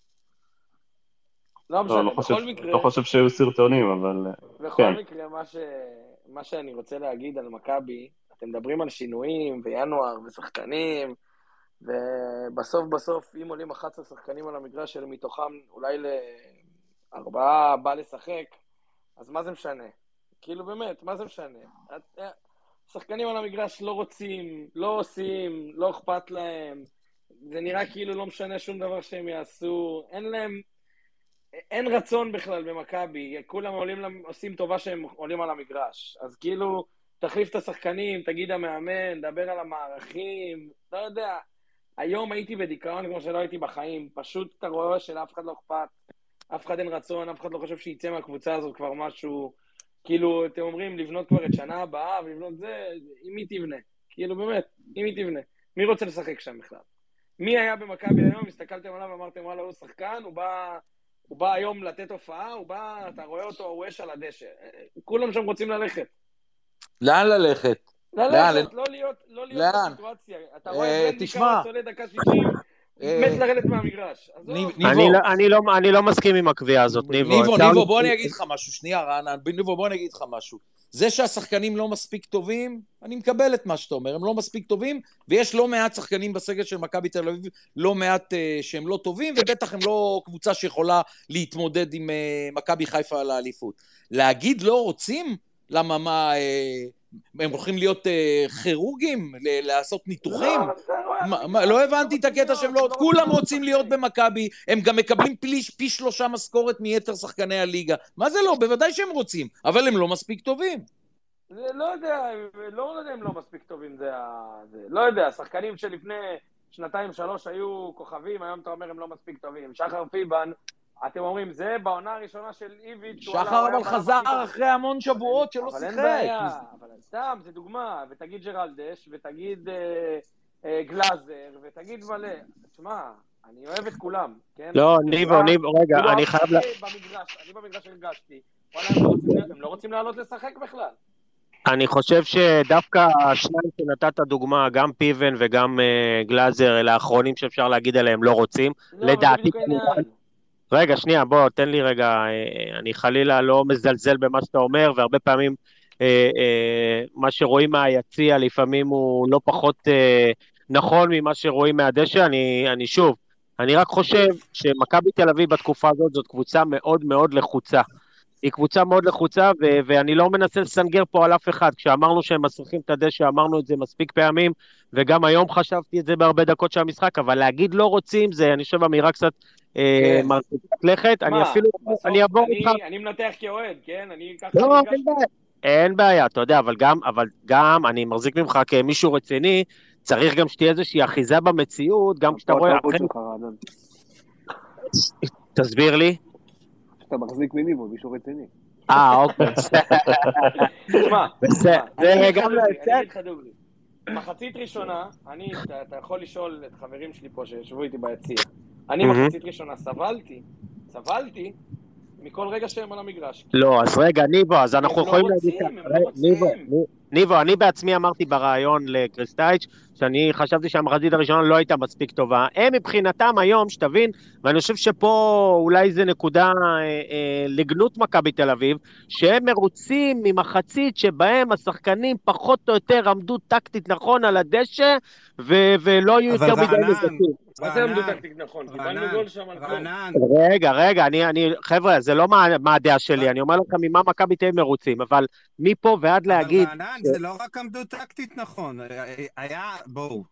S7: לא
S2: לא,
S7: משנה,
S2: לא חושב-
S7: בכל מקרה...
S2: לא חושב שהיו סרטונים, אבל...
S7: בכל
S2: כן.
S7: מקרה, מה, ש... מה שאני רוצה להגיד על מכבי, אתם מדברים על שינויים וינואר ושחקנים, ובסוף בסוף, אם עולים אחת עשרה שחקנים על המגרש של מתוכם אולי לארבעה בא לשחק, אז מה זה משנה? כאילו באמת, מה זה משנה? את... שחקנים על המגרש לא רוצים, לא עושים, לא אכפת להם, זה נראה כאילו לא משנה שום דבר שהם יעשו, אין להם... אין רצון בכלל במכבי, כולם עולים, עושים טובה שהם עולים על המגרש, אז כאילו, תחליף את השחקנים, תגיד המאמן, דבר על המערכים, לא יודע, היום הייתי בדיכאון כמו שלא הייתי בחיים, פשוט אתה רואה שלאף אחד לא אכפת, אף אחד אין רצון, אף אחד לא חושב שיצא מהקבוצה הזו כבר משהו, כאילו, אתם אומרים לבנות כבר את שנה הבאה, ולבנות זה, אם היא תבנה, כאילו באמת, אם היא תבנה, מי רוצה לשחק שם בכלל? מי היה במכבי היום, הסתכלתם עליו ואמרתם, וואלה, הוא שחקן, הוא בא... הוא בא היום לתת הופעה, הוא בא, אתה רואה אותו, הוא אש על הדשא. כולם שם רוצים ללכת.
S3: לאן ללכת?
S7: ללכת, לא להיות, לא להיות
S3: לאן?
S7: בסיטואציה. אתה
S3: אה,
S7: רואה בן
S3: תשמע.
S7: דיקאוס עולה דקה שישים,
S3: אה,
S7: מת לרדת מהמגרש. עזוב.
S3: ניב-
S4: אני
S3: ניבו,
S4: לא- אני לא- אני לא מסכים עם הקביעה הזאת, ניבו.
S3: ניבו,
S4: אפשר-
S3: ניבו, בוא אני אגיד לך משהו, שנייה רענן, ניבו, בוא אני אגיד לך משהו. זה שהשחקנים לא מספיק טובים, אני מקבל את מה שאתה אומר, הם לא מספיק טובים, ויש לא מעט שחקנים בסגל של מכבי תל אביב, לא מעט uh, שהם לא טובים, ובטח הם לא קבוצה שיכולה להתמודד עם uh, מכבי חיפה על האליפות. להגיד לא רוצים? למה מה, uh, הם הולכים להיות כירורגים, לעשות ניתוחים? לא הבנתי את הקטע שהם לא, כולם רוצים להיות במכבי, הם גם מקבלים פי שלושה משכורת מיתר שחקני הליגה. מה זה לא? בוודאי שהם רוצים, אבל הם לא מספיק טובים.
S7: לא יודע, לא יודע אם לא מספיק טובים, זה לא יודע, שחקנים שלפני שנתיים שלוש היו כוכבים, היום אתה אומר הם לא מספיק טובים. שחר פיבן, אתם אומרים, זה בעונה הראשונה של איביץ'
S3: שחר אבל חזר אחרי המון שבועות שלא שיחק.
S7: אבל אין בעיה, אבל סתם, זה דוגמה, ותגיד ג'רלדש, ותגיד גלאזר, ותגיד מלא. תשמע, אני אוהב את כולם, כן?
S4: לא, ניבו, ניבו, רגע, אני חייב לה...
S7: אני במגרש הרגשתי, וואלה, הם לא רוצים לעלות לשחק בכלל.
S4: אני חושב שדווקא השניים שנתת דוגמה, גם פיבן וגם גלאזר, אלה האחרונים שאפשר להגיד עליהם לא רוצים. לדעתי... רגע, שנייה, בוא, תן לי רגע, אני חלילה לא מזלזל במה שאתה אומר, והרבה פעמים מה שרואים מהיציע לפעמים הוא לא פחות נכון ממה שרואים מהדשא. אני, אני שוב, אני רק חושב שמכבי תל אביב בתקופה הזאת זאת קבוצה מאוד מאוד לחוצה. היא קבוצה מאוד לחוצה, ו- ואני לא מנסה לסנגר פה על אף אחד. כשאמרנו שהם מסריחים את הדשא, אמרנו את זה מספיק פעמים, וגם היום חשבתי את זה בהרבה דקות של המשחק, אבל להגיד לא רוצים, זה אני חושב אמירה קצת אה, מרחיקת לכת. אני אפילו, אני אעבור איתך.
S7: אני מנתח כאוהד, כן? אני ככה...
S4: לא, אין בעיה. אין בעיה, אתה יודע, אבל גם, אבל גם, אני מחזיק ממך כמישהו רציני, צריך גם שתהיה איזושהי אחיזה במציאות, גם כשאתה רואה... תסביר לי.
S5: אתה מחזיק מניבו, מישהו רציני.
S4: אה, אוקיי.
S7: תשמע,
S4: זה גם
S7: להצט. מחצית ראשונה, אני, אתה יכול לשאול את חברים שלי פה שישבו איתי ביציע. אני מחצית ראשונה סבלתי, סבלתי מכל רגע שהם על המגרש.
S4: לא, אז רגע, ניבו, אז אנחנו יכולים להגיד...
S7: הם לא רוצים.
S4: ניבו, אני בעצמי אמרתי ברעיון לקריסטייץ' שאני חשבתי שהמחצית הראשונה לא הייתה מספיק טובה. הם מבחינתם היום, שתבין, ואני חושב שפה אולי זה נקודה אה, אה, לגנות מכבי תל אביב, שהם מרוצים ממחצית שבהם השחקנים פחות או יותר עמדו טקטית נכון על הדשא, ו- ולא היו יותר מדי נזקים.
S7: מה זה עמדו טקטית נכון? קיבלנו גול שם על כלום.
S4: רגע, רגע, אני, אני, חבר'ה, זה לא מה, מה הדעה שלי, אני אומר לכם ממה מכבי תל אביב מרוצים, אבל מפה ועד להגיד...
S8: אבל רענן, זה לא רק עמדו טקטית נכון, היה, בואו,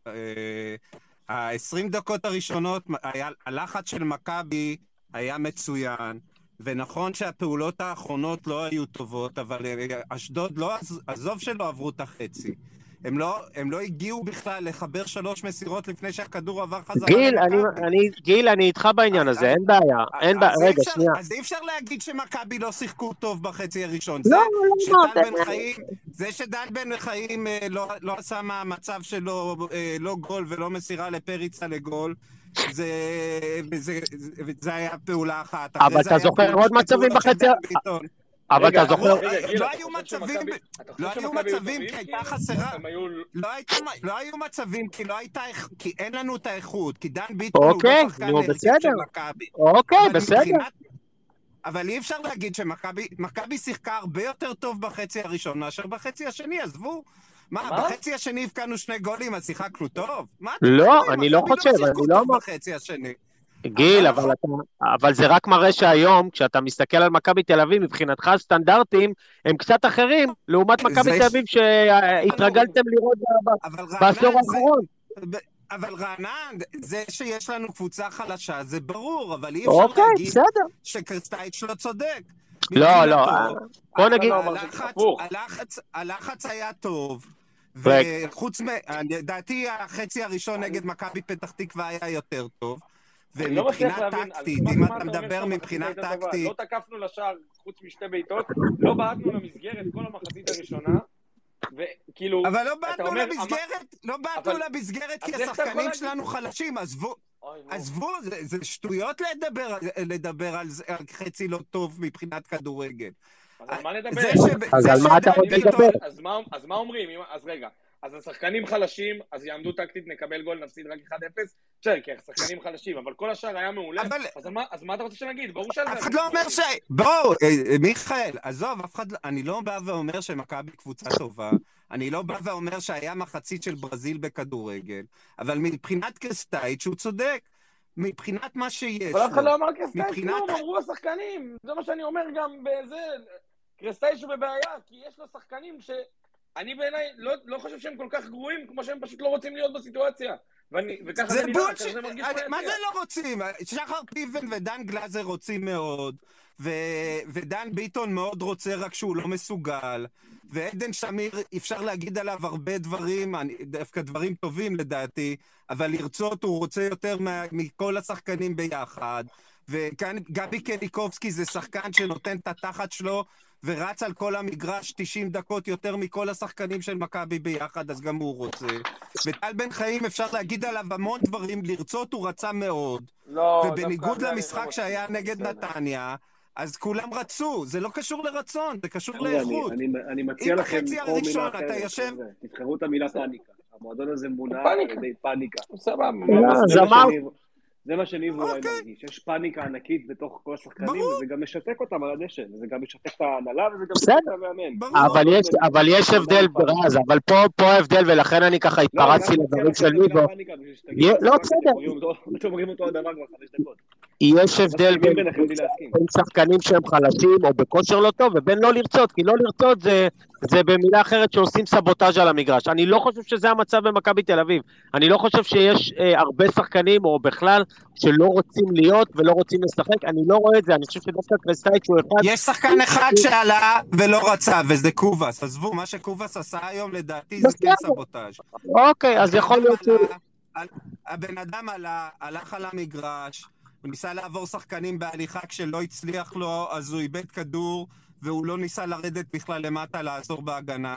S8: ה-עשרים דקות הראשונות, הלחץ של מכבי היה מצוין, ונכון שהפעולות האחרונות לא היו טובות, אבל אשדוד לא, עזוב שלא עברו את החצי. הם לא, הם לא הגיעו בכלל לחבר שלוש מסירות לפני שהכדור עבר חזרה.
S4: גיל, אני, אני, גיל, אני איתך בעניין הזה, אין בעיה, אין בעיה, רגע, שנייה.
S8: אז אי אפשר להגיד שמכבי לא שיחקו טוב בחצי הראשון.
S4: לא,
S8: זה שדל בן חיים, זה שדל בן חיים לא, לא עשה מהמצב שלו, לא גול ולא מסירה לפריצה לגול. זה, זה, זה היה פעולה אחת.
S4: אבל אתה זוכר עוד מצבים בחצי... אבל אתה זוכר...
S8: לא היו מצבים, לא היו מצבים כי הייתה חסרה, לא היו מצבים כי לא הייתה, כי אין לנו את האיכות, כי דן ביטון הוא לא שחקן להרכב של מכבי.
S4: אוקיי, בסדר.
S8: אבל אי אפשר להגיד שמכבי שיחקה הרבה יותר טוב בחצי הראשון מאשר בחצי השני, עזבו. מה, בחצי השני הבקענו שני גולים, אז שיחקנו טוב?
S4: לא, אני לא חושב, אני לא אמר...
S8: בחצי השני.
S4: גיל, אבל, אתה, אבל זה רק מראה שהיום, כשאתה מסתכל על מכבי תל אביב, מבחינתך הסטנדרטים הם קצת אחרים, לעומת מכבי תל אביב שהתרגלתם לראות בעשור האחרון.
S8: אבל רענן, זה שיש לנו קבוצה חלשה, זה ברור, אבל אי אפשר להגיד שקריסטייץ' לא צודק.
S4: לא, לא, בוא נגיד...
S8: הלחץ היה טוב. וחוץ מ... דעתי החצי הראשון נגד מכבי פתח תקווה היה יותר טוב. ומבחינה טקטית, אם אתה מדבר מבחינה טקטית...
S7: לא תקפנו לשער חוץ משתי בעיטות, לא בעטנו למסגרת כל המחצית הראשונה, וכאילו...
S8: אבל לא בעטנו למסגרת, לא בעטנו למסגרת כי השחקנים שלנו חלשים, עזבו, עזבו, זה שטויות לדבר על חצי לא טוב מבחינת כדורגל.
S7: אז על מה נדבר?
S4: אז על מה אתה רוצה לדבר?
S7: אז מה אומרים? אז רגע. אז השחקנים חלשים, אז יעמדו טקטית, נקבל גול, נפסיד רק אחד אפס, בסדר, כי השחקנים חלשים, אבל כל השאר היה מעולה, אז מה אתה רוצה שנגיד? ברור שזה...
S8: אף אחד לא אומר ש... בואו, מיכאל, עזוב, אף אחד... אני לא בא ואומר שמכבי קבוצה טובה, אני לא בא ואומר שהיה מחצית של ברזיל בכדורגל, אבל מבחינת קריסטייץ' הוא צודק, מבחינת מה שיש...
S7: אבל אף אחד לא אמר קריסטייץ', כלום, אמרו השחקנים, זה מה שאני אומר גם בזה, קריסטייץ' הוא בבעיה, כי יש לו שחקנים ש... אני בעיניי לא, לא חושב שהם כל כך גרועים, כמו שהם פשוט לא רוצים להיות בסיטואציה. ואני, וככה
S8: זה
S7: זה נראה,
S8: בולשיט,
S7: ככה זה מרגיש
S8: אני- מה
S7: ביציע.
S8: זה לא רוצים? שחר פיבן ודן גלאזר רוצים מאוד, ו- ודן ביטון מאוד רוצה, רק שהוא לא מסוגל, ועדן שמיר אפשר להגיד עליו הרבה דברים, אני- דווקא דברים טובים לדעתי, אבל לרצות הוא רוצה יותר מה- מכל השחקנים ביחד, וכאן גבי קניקובסקי זה שחקן שנותן את התחת שלו, ורץ על כל המגרש תשעים דקות יותר מכל השחקנים של מכבי ביחד, אז גם הוא רוצה. וטל בן חיים אפשר להגיד עליו המון דברים, לרצות הוא רצה מאוד.
S7: לא,
S8: ובניגוד
S7: דווקא אני
S8: למשחק
S7: לא
S8: שהיה
S7: מסכים,
S8: נגד
S7: בסדר.
S8: נתניה, אז כולם רצו, זה לא קשור לרצון, זה קשור
S5: חבר'ה,
S8: לאיכות.
S5: אני, אני, אני מציע
S8: אם
S5: לכם
S8: בחצי
S5: לבחור מילה
S8: הראשון
S5: אחרת,
S8: אתה יושב...
S5: חבר'ה, תבחרו את המילה פאניקה. המועדון הזה מונע על
S7: פאניקה.
S5: ידי פאניקה.
S7: סבבה.
S4: אז
S5: זה מה
S4: אמר-
S5: שניב- זה מה שניב אולי
S8: אוקיי.
S5: מרגיש, יש פאניקה ענקית בתוך כל השחקנים,
S8: ברור.
S5: וזה גם משתק אותם על הדשא, וזה גם משתק את ההנהלה, וזה גם
S4: בסדר.
S5: משתק את המאמן.
S8: ברור.
S4: אבל יש, אבל יש הבדל, רז, אבל פה, פה ההבדל, ולכן אני ככה
S5: לא, אני רק
S4: התפרצתי
S5: מציע
S4: לדברים
S5: לכם
S4: של
S5: את המילה
S4: ניבו.
S5: פאניקה, בשביל
S4: יה-
S5: שתגידו,
S4: לא,
S5: מה, כי
S4: בסדר.
S5: אתם אומרים אותו- אתם אומרים אותו הדבר כבר חמש דקות.
S4: יש הבדל
S5: מסכימים
S4: בין
S5: ביניכם בלי להסכים.
S4: בין שחקנים שהם חלשים או בכושר לא טוב, ובין לא לרצות, כי לא לרצות זה, זה במילה אחרת שעושים סבוטאז' על המגרש. אני לא חושב שזה המצב במכבי תל אביב. אני לא חושב שיש אה, הרבה שחקנים, או בכלל, שלא רוצים להיות ולא רוצים לשחק. אני לא רואה את זה, אני חושב שדווקא קרסטייץ' הוא אחד...
S8: יש שחקן אחד שעלה ולא רצה, וזה קובס. עזבו, מה שקובס עשה היום לדעתי זה
S4: בסדר.
S8: כן סבוטאז'.
S4: אוקיי, אז
S8: הבן
S4: יכול
S8: אדם
S4: להיות שהוא...
S8: עלה- על- הבן אדם עלה, הלך על המגרש, הוא ניסה לעבור שחקנים בהליכה כשלא הצליח לו, אז הוא איבד כדור, והוא לא ניסה לרדת בכלל למטה לעזור בהגנה.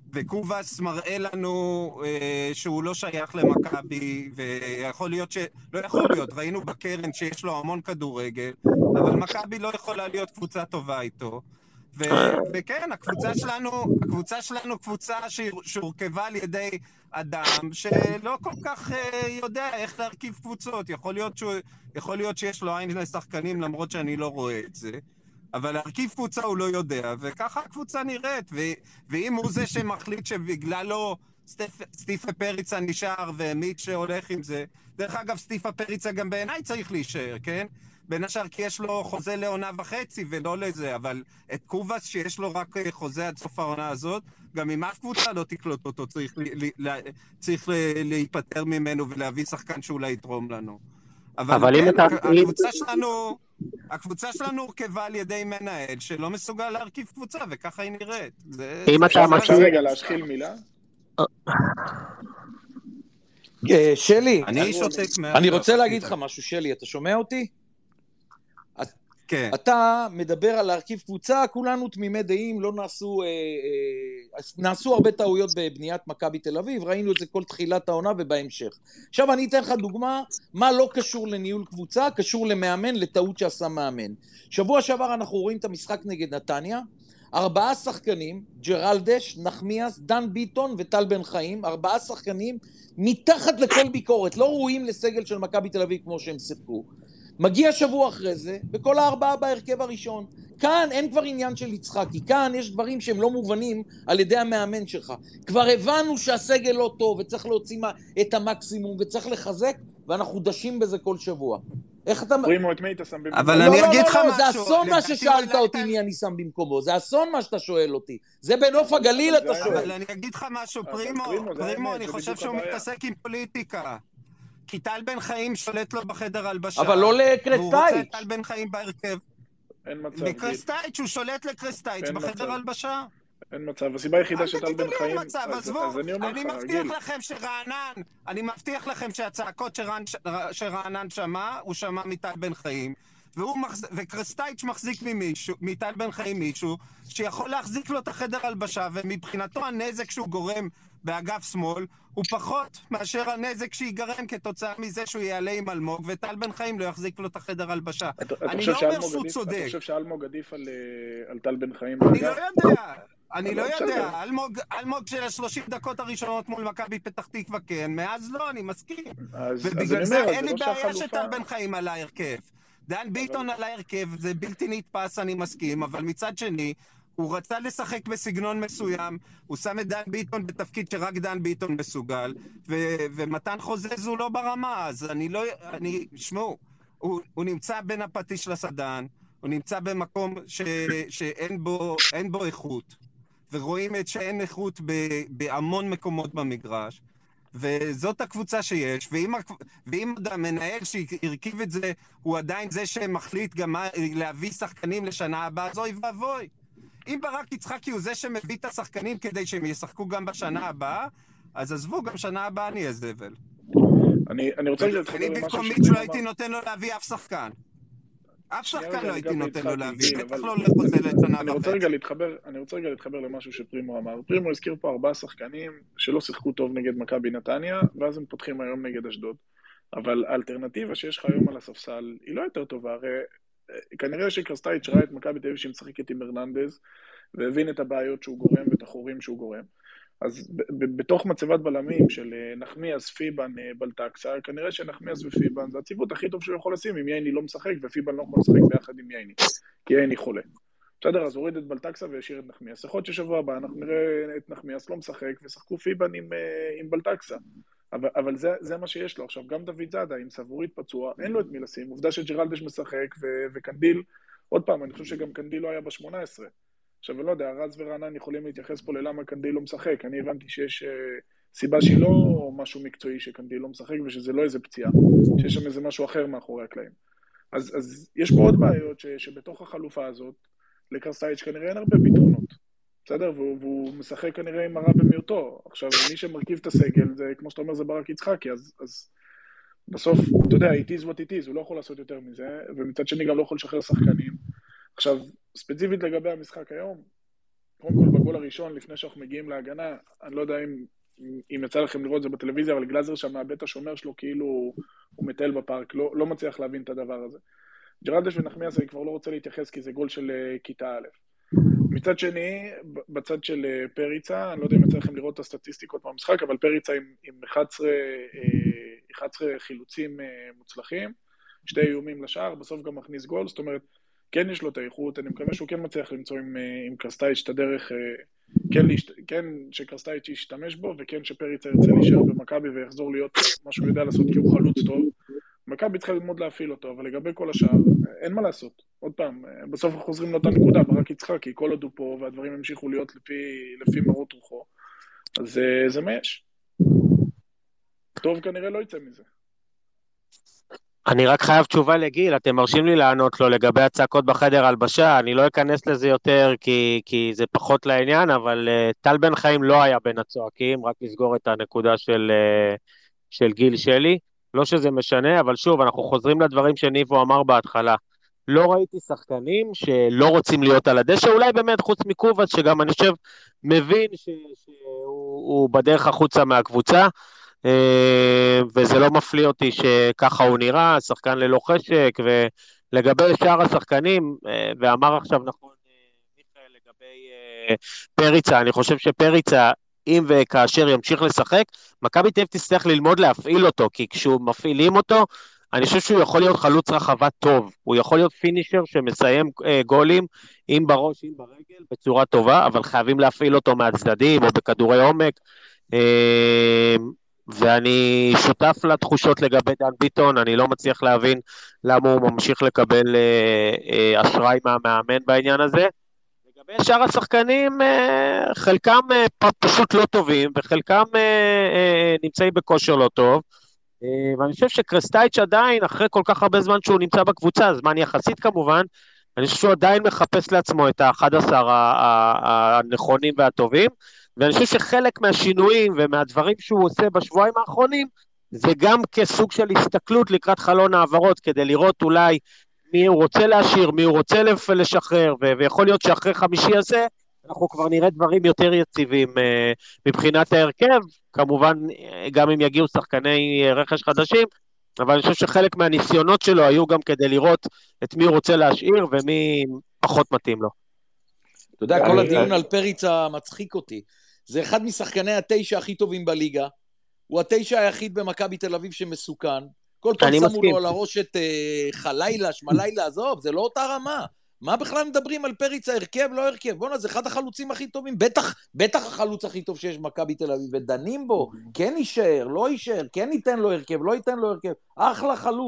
S8: וקובס מראה לנו אה, שהוא לא שייך למכבי, ויכול להיות ש... לא יכול להיות, ראינו בקרן שיש לו המון כדורגל, אבל מכבי לא יכולה להיות קבוצה טובה איתו. ו- וכן, הקבוצה שלנו, הקבוצה שלנו קבוצה שהור- שהורכבה על ידי אדם שלא כל כך אה, יודע איך להרכיב קבוצות. יכול להיות, שהוא, יכול להיות שיש לו עין לשחקנים למרות שאני לא רואה את זה. אבל להרכיב קבוצה הוא לא יודע, וככה הקבוצה נראית. ו- ואם הוא זה שמחליט שבגללו סטיפ- סטיפה פריצה נשאר ומיץ' שהולך עם זה, דרך אגב, סטיפה פריצה גם בעיניי צריך להישאר, כן? בין השאר כי יש לו חוזה לעונה וחצי ולא לזה, אבל את קובס שיש לו רק חוזה עד סוף העונה הזאת, גם אם אף קבוצה לא תקלוט אותו, צריך, ל- ל- צריך ל- להיפטר ממנו ולהביא שחקן שאולי יתרום לנו. אבל,
S4: אבל
S8: כן,
S4: אם אתה-
S8: הקבוצה שלנו, הקבוצה שלנו הורכבה על ידי מנהל שלא מסוגל להרכיב קבוצה, וככה היא נראית. זה,
S4: אם
S8: זה
S4: אתה
S8: זה-
S6: אפשר
S4: מכיר-
S6: רגע להשחיל מילה?
S3: אה, שלי,
S8: אני שותק מעכשיו.
S3: אני רוצה להגיד לך משהו, שלי, אתה שומע אותי?
S8: כן.
S3: אתה מדבר על להרכיב קבוצה, כולנו תמימי דעים, לא נעשו, אה, אה, נעשו הרבה טעויות בבניית מכבי תל אביב, ראינו את זה כל תחילת העונה ובהמשך. עכשיו אני אתן לך דוגמה, מה לא קשור לניהול קבוצה, קשור למאמן, לטעות שעשה מאמן. שבוע שעבר אנחנו רואים את המשחק נגד נתניה, ארבעה שחקנים, ג'רלדש, נחמיאס, דן ביטון וטל בן חיים, ארבעה שחקנים מתחת לכל ביקורת, לא ראויים לסגל של מכבי תל אביב כמו שהם שיחקו. מגיע שבוע אחרי זה, וכל הארבעה בהרכב הראשון. כאן אין כבר עניין של יצחקי, כאן יש דברים שהם לא מובנים על ידי המאמן שלך. כבר הבנו שהסגל לא טוב, וצריך להוציא את המקסימום, וצריך לחזק, ואנחנו דשים בזה כל שבוע. איך אתה...
S6: פרימו, את מי אתה שם במקום?
S8: אבל
S3: לא,
S8: אני
S3: לא,
S8: אגיד
S3: לא,
S8: לך
S3: לא,
S8: משהו.
S3: זה אסון מה
S8: לדעתי
S3: ששאלת
S8: אולי
S3: אותי
S8: אתה-
S3: מי אני שם במקומו, זה אסון מה שאתה שואל אותי. זה בנוף הגליל
S6: אבל
S3: אתה
S6: זה
S3: שואל.
S8: אבל אני אגיד לך משהו,
S6: אבל
S8: פרימו,
S6: פרימו, זה
S8: פרימו,
S6: האמת,
S8: אני
S6: זה
S8: חושב
S6: בדיוק
S8: שהוא
S6: הבעיה.
S8: מתעסק עם פוליטיקה. כי טל בן חיים שולט לו בחדר הלבשה.
S3: אבל לא
S8: והוא רוצה
S3: לקרסטייץ'.
S8: את טל בן חיים בהרכב.
S6: אין מצב, גיל.
S8: לקרסטייץ', הוא שולט לקרסטייץ'
S6: אין
S8: בחדר
S6: מצב.
S8: הלבשה.
S6: אין מצב. הסיבה היחידה
S8: אל
S6: שטל
S8: תגידו
S6: בן
S8: לי
S6: חיים...
S8: אין מצב,
S6: אז-
S8: עזבו.
S6: אז אני אומר
S8: אני
S6: לך,
S8: מבטיח
S6: גיל.
S8: לכם שרענן, אני מבטיח לכם שהצעקות שרענן- שרענן שמע, הוא שמע מטל בן חיים. והוא מחז... וקרסטייץ' מחזיק ממישהו, מטל בן חיים מישהו, שיכול להחזיק לו את החדר הלבשה, ומבחינתו הנזק שהוא גורם באגף שמאל, הוא פחות מאשר הנזק שיגרם כתוצאה מזה שהוא יעלה עם אלמוג, וטל בן חיים לא יחזיק לו את החדר הלבשה.
S6: אתה- אתה
S8: אני
S6: חושב
S8: לא אומר
S6: שאלמוג
S8: שהוא
S6: עדיף-
S8: צודק.
S6: אתה חושב שאלמוג עדיף על, אה, על טל בן חיים?
S8: אני
S6: באגף?
S8: לא יודע, אני
S6: אבל
S8: לא
S6: בסדר.
S8: יודע. אלמוג, אלמוג של השלושים דקות הראשונות מול מכבי פתח תקווה כן, מאז לא, אני מסכים.
S6: אז- אז
S8: ובגלל
S6: אני
S8: זה
S6: אומר,
S8: אין
S6: זה
S8: לי
S6: לא
S8: בעיה
S6: שהחלופה-
S8: שטל בן חיים על ההרכב. דן ביטון על ההרכב, זה בלתי נתפס, אני מסכים, אבל מצד שני, הוא רצה לשחק בסגנון מסוים, הוא שם את דן ביטון בתפקיד שרק דן ביטון מסוגל, ו- ומתן חוזז הוא לא ברמה, אז אני לא, אני, שמעו, הוא, הוא נמצא בין הפטיש לסדן, הוא נמצא במקום ש, שאין בו, אין בו איכות, ורואים את שאין איכות בהמון מקומות במגרש, וזאת הקבוצה שיש, ואם, ואם המנהל שהרכיב את זה, הוא עדיין זה שמחליט גם להביא שחקנים לשנה הבאה, אז אוי ואבוי. אם ברק יצחקי הוא זה שמביא את השחקנים כדי שהם ישחקו גם בשנה הבאה, אז עזבו, גם שנה הבאה נהיה זבל.
S6: אני, אני רוצה להתחבר
S8: אני
S6: למשהו
S8: במקום
S6: שפרימו
S8: מיץ' לא
S6: אמר.
S8: הייתי נותן לו להביא אף שחקן. אף
S6: שנייה
S8: שחקן
S6: רגע,
S8: לא
S6: אני
S8: הייתי
S6: גם
S8: נותן לו
S6: התחלתי,
S8: להביא,
S6: גיל,
S8: בטח
S6: אבל-
S8: לא לחוזה לשנה
S6: אני רוצה רגע
S8: וחצי.
S6: להתחבר, אני רוצה רגע להתחבר למשהו שפרימו אמר. פרימו הזכיר פה ארבעה שחקנים שלא שיחקו טוב נגד מכבי נתניה, ואז הם פותחים היום נגד אשדוד. אבל האלטרנטיבה שיש לך היום על הספסל היא לא יותר טובה. הרי אה, כנראה שקרסטייץ' ראה את מכבי תל אביב שהיא משחקת עם הרננדז, והבין את הבעיות שהוא גורם ואת החורים שהוא גורם. אז ב- ב- בתוך מצבת בלמים של אה, נחמיאס, פיבן, אה, בלטקסה, כנראה שנחמיאס ופיבן זה הציוות הכי טוב שהוא יכול לשים אם ייני לא משחק ופיבן לא יכול לשחק ביחד עם ייני, כי ייני חולה. בסדר, אז הוריד את בלטקסה והשאיר את נחמיאס. יכול להיות ששבוע הבא אנחנו נראה את נחמיאס לא משחק ושחקו פיבן עם, אה, עם בלטקסה. אבל, אבל זה, זה מה שיש לו. עכשיו, גם דוד זאדה עם סבורית פצוע, אין לו את מי לשים. עובדה שג'רלדש משחק ו- וקנדיל, עוד פעם, אני חושב שגם קנדיל לא היה ב-שמונה עשרה. עכשיו, אני לא יודע, רז ורענן יכולים להתייחס פה ללמה קנדיל לא משחק. אני הבנתי שיש uh, סיבה שהיא לא משהו מקצועי שקנדיל לא משחק, ושזה לא איזה פציעה, שיש שם איזה משהו אחר מאחורי הקלעים. אז, אז יש פה עוד בעיות ש, שבתוך החלופה הזאת, לקרסטייץ' כנראה אין הרבה פתרונות. בסדר? והוא, והוא משחק כנראה עם הרע במיעוטו. עכשיו, מי שמרכיב את הסגל, זה, כמו שאתה אומר, זה ברק יצחקי, אז, אז בסוף, אתה יודע, it is what it is, הוא לא יכול לעשות יותר מזה, ומצד שני גם לא יכול לשחרר שחקנים. עכשיו, ספציפית לגבי המשחק היום, קודם כל בגול הראשון, לפני שאנחנו מגיעים להגנה, אני לא יודע אם, אם יצא לכם לראות את זה בטלוויזיה, אבל גלאזר שם מאבד את השומר שלו כאילו הוא מטייל בפארק, לא, לא מצליח להבין את הדבר הזה. ג'רלדש ונחמיאס, אני כבר לא רוצה להתייחס, כי זה גול של uh, כיתה א'. מצד שני, בצד של uh, פריצה, אני לא יודע אם יצא לכם לראות את הסטטיסטיקות במשחק, אבל פריצה עם, עם אחת עשרה, uh, אחת עשרה חילוצים uh, מוצלחים, שתי איומים לשער, בסוף גם מכניס גול, זאת אומרת, כן יש לו את האיכות, אני מקווה שהוא כן מצליח למצוא עם, עם קרסטייץ' את הדרך, כן, להשת... כן שקרסטייץ' ישתמש בו, וכן שפריצה ירצה להישאר במכבי ויחזור להיות מה שהוא יודע לעשות, כי הוא חלוץ טוב. מכבי צריכה ללמוד להפעיל אותו, אבל לגבי כל השאר, אין מה לעשות. עוד פעם, בסוף אנחנו חוזרים לאותה נקודה, ברק יצחקי, כל עוד הוא פה, והדברים המשיכו להיות לפי, לפי מרות רוחו. אז זה, זה מה יש. טוב כנראה לא יצא מזה.
S4: אני רק חייב תשובה לגיל, אתם מרשים לי לענות לו לגבי הצעקות בחדר הלבשה, אני לא אכנס לזה יותר כי, כי זה פחות לעניין, אבל uh, טל בן חיים לא היה בין הצועקים, רק לסגור את הנקודה של, uh, של גיל שלי, לא שזה משנה, אבל שוב, אנחנו חוזרים לדברים שניבו אמר בהתחלה, לא ראיתי שחקנים שלא רוצים להיות על הדשא, אולי באמת חוץ מקובץ, שגם אני חושב מבין ש, שהוא בדרך החוצה מהקבוצה, וזה לא מפליא אותי שככה הוא נראה, שחקן ללא חשק, ולגבי שאר השחקנים, ואמר עכשיו נכון מיכאל לגבי פריצה, אני חושב שפריצה, אם וכאשר ימשיך לשחק, מכבי תל אביב תצטרך ללמוד להפעיל אותו, כי כשהוא מפעילים אותו, אני חושב שהוא יכול להיות חלוץ רחבה טוב, הוא יכול להיות פינישר שמסיים גולים, אם בראש, אם ברגל, בצורה טובה, אבל חייבים להפעיל אותו מהצדדים, או בכדורי עומק, ואני שותף לתחושות לגבי דן ביטון, אני לא מצליח להבין למה הוא ממשיך לקבל אשראי מהמאמן בעניין הזה. לגבי שאר השחקנים, חלקם פשוט לא טובים, וחלקם נמצאים בכושר לא טוב, ואני חושב שקרסטייץ' עדיין, אחרי כל כך הרבה זמן שהוא נמצא בקבוצה, זמן יחסית כמובן, אני חושב שהוא עדיין מחפש לעצמו את ה-אחד עשר הנכונים והטובים, ואני חושב שחלק מהשינויים ומהדברים שהוא עושה בשבועיים האחרונים, זה גם כסוג של הסתכלות לקראת חלון העברות, כדי לראות אולי מי הוא רוצה להשאיר, מי הוא רוצה לשחרר, ויכול להיות שאחרי חמישי הזה, אנחנו כבר נראה דברים יותר יציבים מבחינת ההרכב, כמובן גם אם יגיעו שחקני רכש חדשים, אבל אני חושב שחלק מהניסיונות שלו היו גם כדי לראות את מי הוא רוצה להשאיר ומי פחות מתאים לו.
S3: אתה יודע, כל הדיון על פריצה מצחיק אותי. זה אחד משחקני התשע הכי טובים בליגה, הוא התשע היחיד במכבי תל אביב שמסוכן, כל פעם שמו לו על הראש את חלילה, שמלילה, עזוב, זה לא אותה רמה. מה בכלל מדברים על פריצה, הרכב, לא הרכב? בוא נה, זה אחד החלוצים הכי טובים, בטח, בטח החלוץ הכי טוב שיש במכבי תל אביב, ודנים בו, כן יישאר, לא יישאר, כן ייתן לו הרכב, לא ייתן לו הרכב, אחלה חלוץ.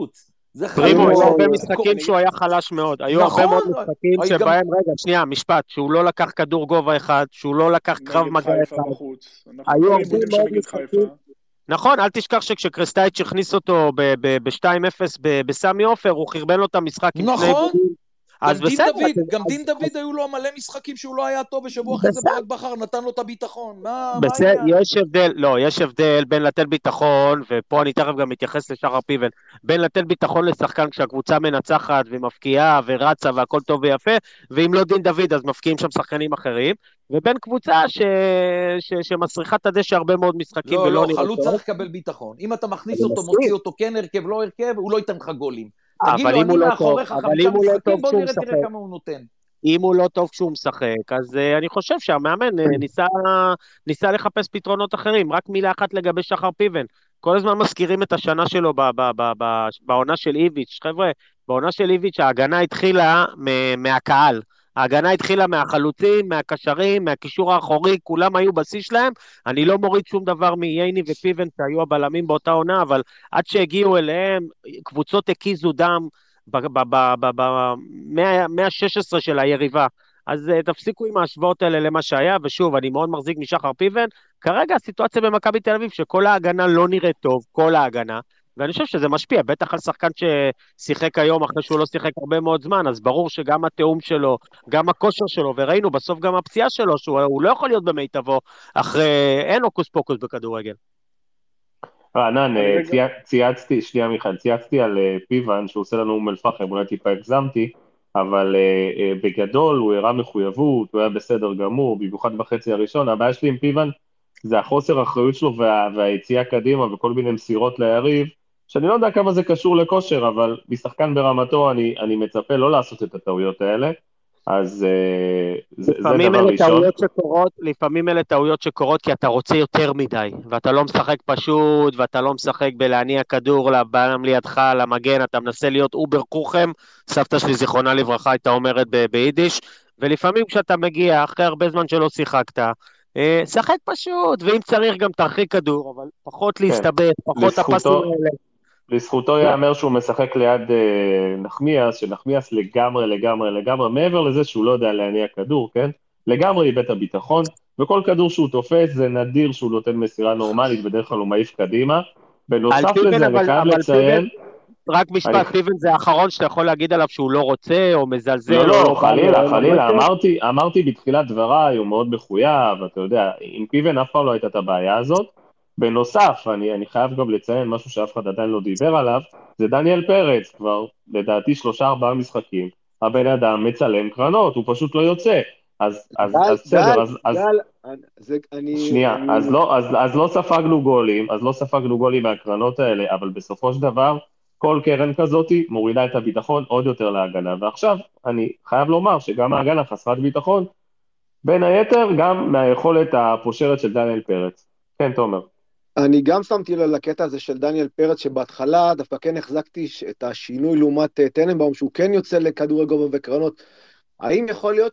S3: זה
S4: פרימו, היו
S3: חלום.
S4: הרבה
S5: אני
S4: משחקים
S5: אגיד-
S4: שהוא היה חלש מאוד. היו הרבה
S3: נכון,
S4: מאוד משחקים
S3: היית גם-
S4: שבהם, רגע, שנייה, משפט, שהוא לא לקח כדור גובה אחד, שהוא לא לקח קרב
S6: נגד
S4: מגע
S6: חיפה
S4: אחד.
S6: בחוץ. אנחנו
S4: היו
S6: כל
S4: הרבה
S6: העיבודים
S4: מאוד
S6: שנגד
S4: משחקים.
S6: חיפה.
S4: נכון, אל תשכח שכשקרסטייץ' הכניס אותו ב-שתיים אפס בסמי עופר, הוא חרבן לו את המשחק עם שני
S3: נכון.
S4: עיבודים.
S3: גם
S4: אז
S3: דין
S4: בסדר.
S3: דוד,
S4: אז-
S3: גם
S4: אז-
S3: דין דוד היו לו מלא משחקים שהוא לא היה טוב, ושבוע אחרי זה
S4: בסדר.
S3: ברק בכר נתן לו את הביטחון. מה מה
S4: בסדר,
S3: העניין?
S4: יש הבדל, לא, יש הבדל בין לתת ביטחון, ופה אני תכף גם מתייחס לשחר פיבן, בין לתת ביטחון לשחקן כשהקבוצה מנצחת ומפקיעה ורצה והכל טוב ויפה, ואם לא דין דוד אז מפקיעים שם שחקנים אחרים, ובין קבוצה ש... ש... שמסריחה את הדשא הרבה מאוד משחקים
S3: לא,
S4: ולא
S3: לא,
S4: נראית
S3: חלוץ
S4: טוב.
S3: צריך לקבל ביטחון. אם אתה מכניס
S4: אני
S3: אותו,
S4: מסכים.
S3: מוציא אותו, כן הרכב, לא הרכב, הוא לא ייתן לך גולים. תגיד
S4: אבל
S3: לו,
S4: אם
S3: אני
S4: הוא לא
S3: מאחוריך
S4: טוב, אבל
S3: חמישה
S4: אם הוא לא
S3: משחקים,
S4: טוב
S3: בוא
S4: כשהוא
S3: נראה, תראה
S4: משחק.
S3: כמה הוא נותן.
S4: אם הוא לא טוב כשהוא משחק, אז uh, אני חושב שהמאמן uh, ניסה, ניסה לחפש פתרונות אחרים. רק מילה אחת לגבי שחר פיבן. כל הזמן מזכירים את השנה שלו ב- ב- ב- ב- בעונה של איביץ'. חבר'ה, בעונה של איביץ' ההגנה התחילה מ- מהקהל. ההגנה התחילה מהחלוצים, מהקשרים, מהקישור האחורי, כולם היו בשיא שלהם. אני לא מוריד שום דבר מייני ופיבן שהיו הבלמים באותה עונה, אבל עד שהגיעו אליהם, קבוצות הקיזו דם, במאה ה-שש עשרה של היריבה. אז uh, תפסיקו עם ההשוואות האלה למה שהיה, ושוב, אני מאוד מחזיק משחר פיבן. כרגע הסיטואציה במכבי תל אביב, שכל ההגנה לא נראית טוב, כל ההגנה, ואני חושב שזה משפיע, בטח על שחקן ששיחק היום אחרי שהוא לא שיחק הרבה מאוד זמן, אז ברור שגם התאום שלו, גם הכושר שלו, וראינו בסוף גם הפציעה שלו, שהוא לא יכול להיות במיטבו, אחרי, אין הוקוס פוקוס בכדורגל.
S2: רענן,
S6: אני רגע-
S2: צי- צייצתי, שנייה מיכאל, צייצתי על אה, פיבן שהוא עושה לנו אום אל-פחם, אולי טיפה הגזמתי, אבל אה, אה, בגדול הוא הראה מחויבות, הוא היה בסדר גמור, במיוחד בחצי הראשון. הבעיה שלי עם פיבן זה החוסר האחריות שלו וה, והיציאה קדימה וכל מיני מסירות ליריב, שאני לא יודע כמה זה קשור לכושר, אבל משחקן ברמתו אני, אני מצפה לא לעשות את הטעויות האלה, אז אה, זה, זה
S4: לפעמים
S2: דבר
S4: אלה
S2: ראשון.
S4: טעויות שקורות, לפעמים אלה טעויות שקורות כי אתה רוצה יותר מדי, ואתה לא משחק פשוט, ואתה לא משחק בלהניע כדור לבעלם לידך, למגן, אתה מנסה להיות אובר קוחם, סבתא שלי זיכרונה לברכה הייתה אומרת ב- ביידיש, ולפעמים כשאתה מגיע אחרי הרבה זמן שלא שיחקת, אה, שחק פשוט, ואם צריך גם תרחיק כדור, אבל פחות להסתבך, פחות
S2: לזכותו-
S4: הפסים האלה.
S2: לזכותו ייאמר שהוא משחק ליד אה, נחמיאס, שנחמיאס לגמרי, לגמרי, לגמרי, מעבר לזה שהוא לא יודע להניע כדור, כן? לגמרי איבד את הביטחון, וכל כדור שהוא תופס זה נדיר שהוא נותן מסירה נורמלית, בדרך כלל הוא מעיף קדימה. בנוסף
S4: פיבן,
S2: לזה, אני
S4: אבל-
S2: חייב
S4: אבל
S2: לציין,
S4: רק משפט,
S2: אני-
S4: פיבן זה האחרון שאתה יכול להגיד עליו שהוא לא רוצה, או מזלזל,
S2: לא,
S4: או
S2: לא,
S4: לא בא לו,
S2: חלילה,
S4: או לא
S2: חלילה,
S4: רוצה.
S2: אמרתי, אמרתי בתחילת דבריי, הוא מאוד מחויב, אתה יודע, עם פיבן אף פעם לא הייתה את הבעיה הזאת. בנוסף, אני, אני חייב גם לציין משהו שאף אחד עדיין לא דיבר עליו, זה דניאל פרץ, כבר לדעתי שלושה ארבעה משחקים, הבן אדם מצלם קרנות, הוא פשוט לא יוצא. אז, אז,
S9: גל,
S2: אז בסדר,
S9: גל,
S2: אז, אז,
S9: גל, אני- זה, אני...
S2: שנייה,
S9: אני...
S2: אז לא, אז, אז לא ספגנו גולים, אז לא ספגנו גולים מהקרנות האלה, אבל בסופו של דבר, כל קרן כזאת מורידה את הביטחון עוד יותר להגנה, ועכשיו אני חייב לומר שגם ההגנה חסרת ביטחון, בין היתר גם מהיכולת הפושרת של דניאל פרץ. כן, תומר.
S9: אני גם שמתי לב לקטע הזה של דניאל פרץ, שבהתחלה דווקא כן החזקתי את השינוי לעומת טננבאום, שהוא כן יוצא לכדורי גובה וקרנות. האם יכול להיות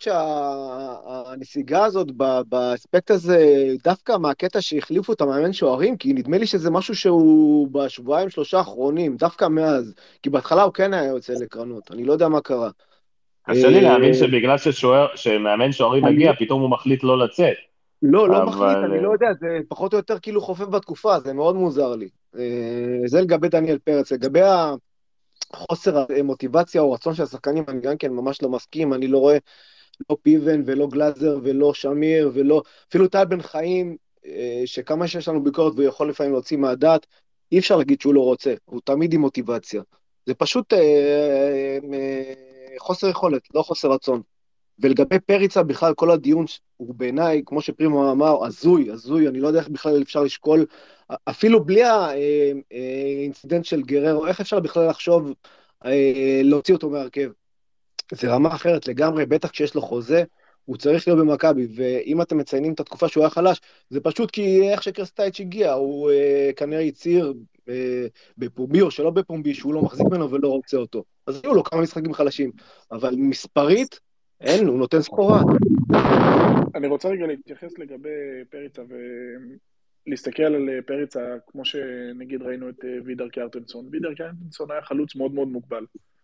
S9: שהנסיגה הזאת באספקט הזה, דווקא מהקטע שהחליפו את המאמן שוערים, כי נדמה לי שזה משהו שהוא בשבועיים שלושה האחרונים, דווקא מאז, כי בהתחלה הוא כן היה יוצא לקרנות, אני לא יודע מה קרה.
S2: קשה לי להאמין שבגלל ששוער, שמאמן שוערים מגיע, פתאום הוא מחליט לא לצאת.
S9: לא, לא
S2: אבל-
S9: מחליט, אני לא יודע, זה פחות או יותר כאילו חופף בתקופה, זה מאוד מוזר לי. אה, זה לגבי דניאל פרץ, לגבי החוסר המוטיבציה או רצון של השחקנים, אני גם כן ממש לא מסכים, אני לא רואה לא פיבן ולא גלאזר ולא שמיר ולא, אפילו טל בן חיים, אה, שכמה שיש לנו ביקורת והוא יכול לפעמים להוציא מהדעת, אי אפשר להגיד שהוא לא רוצה, הוא תמיד עם מוטיבציה. זה פשוט אה, אה, אה, חוסר יכולת, לא חוסר רצון. ולגבי פריצה, בכלל כל הדיון הוא בעיניי, כמו שפרימו אמר, הזוי, הזוי, אני לא יודע איך בכלל אפשר לשקול, אפילו בלי האינצידנט של גררו, איך אפשר בכלל לחשוב להוציא אותו מהרכב? זה רמה אחרת לגמרי, בטח כשיש לו חוזה, הוא צריך להיות במכבי, ואם אתם מציינים את התקופה שהוא היה חלש, זה פשוט כי איך שקרסטייץ' הגיע, הוא כנראה יציר בפומבי או שלא בפומבי, שהוא לא מחזיק ממנו ולא רוצה אותו. אז היו לו כמה משחקים חלשים, אבל מספרית, אין, הוא נותן סחורה.
S6: אני רוצה רגע להתייחס לגבי פריצה, להסתכל על פריצה, כמו שנגיד ראינו את וידר קיארטנסון. וידר קיארטנסון היה חלוץ מאוד מאוד מוגבל,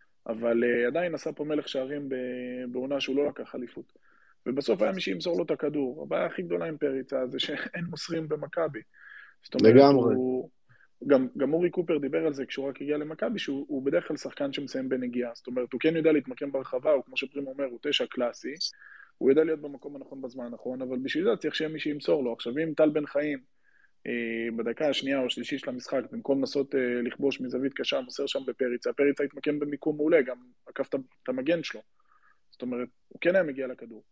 S6: אבל עדיין עשה פה מלך שערים בעונה שהוא לא לקח אליפות. ובסוף היה מי שימסור לו את הכדור. הבעיה הכי גדולה עם פריצה זה שאין מוסרים במכבי. זאת אומרת,
S9: לגמרי.
S6: הוא... גם, גם אורי קופר דיבר על זה כשהוא רק הגיע למכבי, שהוא בדרך כלל שחקן שמסיים בנגיעה. זאת אומרת, הוא כן יודע להתמקם ברחבה, הוא כמו שפרים אומר, הוא תשע קלאסי, הוא יודע להיות במקום הנכון בזמן הנכון, אבל בשביל זה צריך שיהיה מי שימסור לו. עכשיו, אם טל בן חיים, אה, בדקה השנייה או השלישית של המשחק, במקום לנסות אה, לכבוש מזווית קשה, מוסר שם בפריצה, הפריצה התמקם במיקום מעולה, גם עקף את המגן שלו. זאת אומרת, הוא כן היה מגיע לכדור.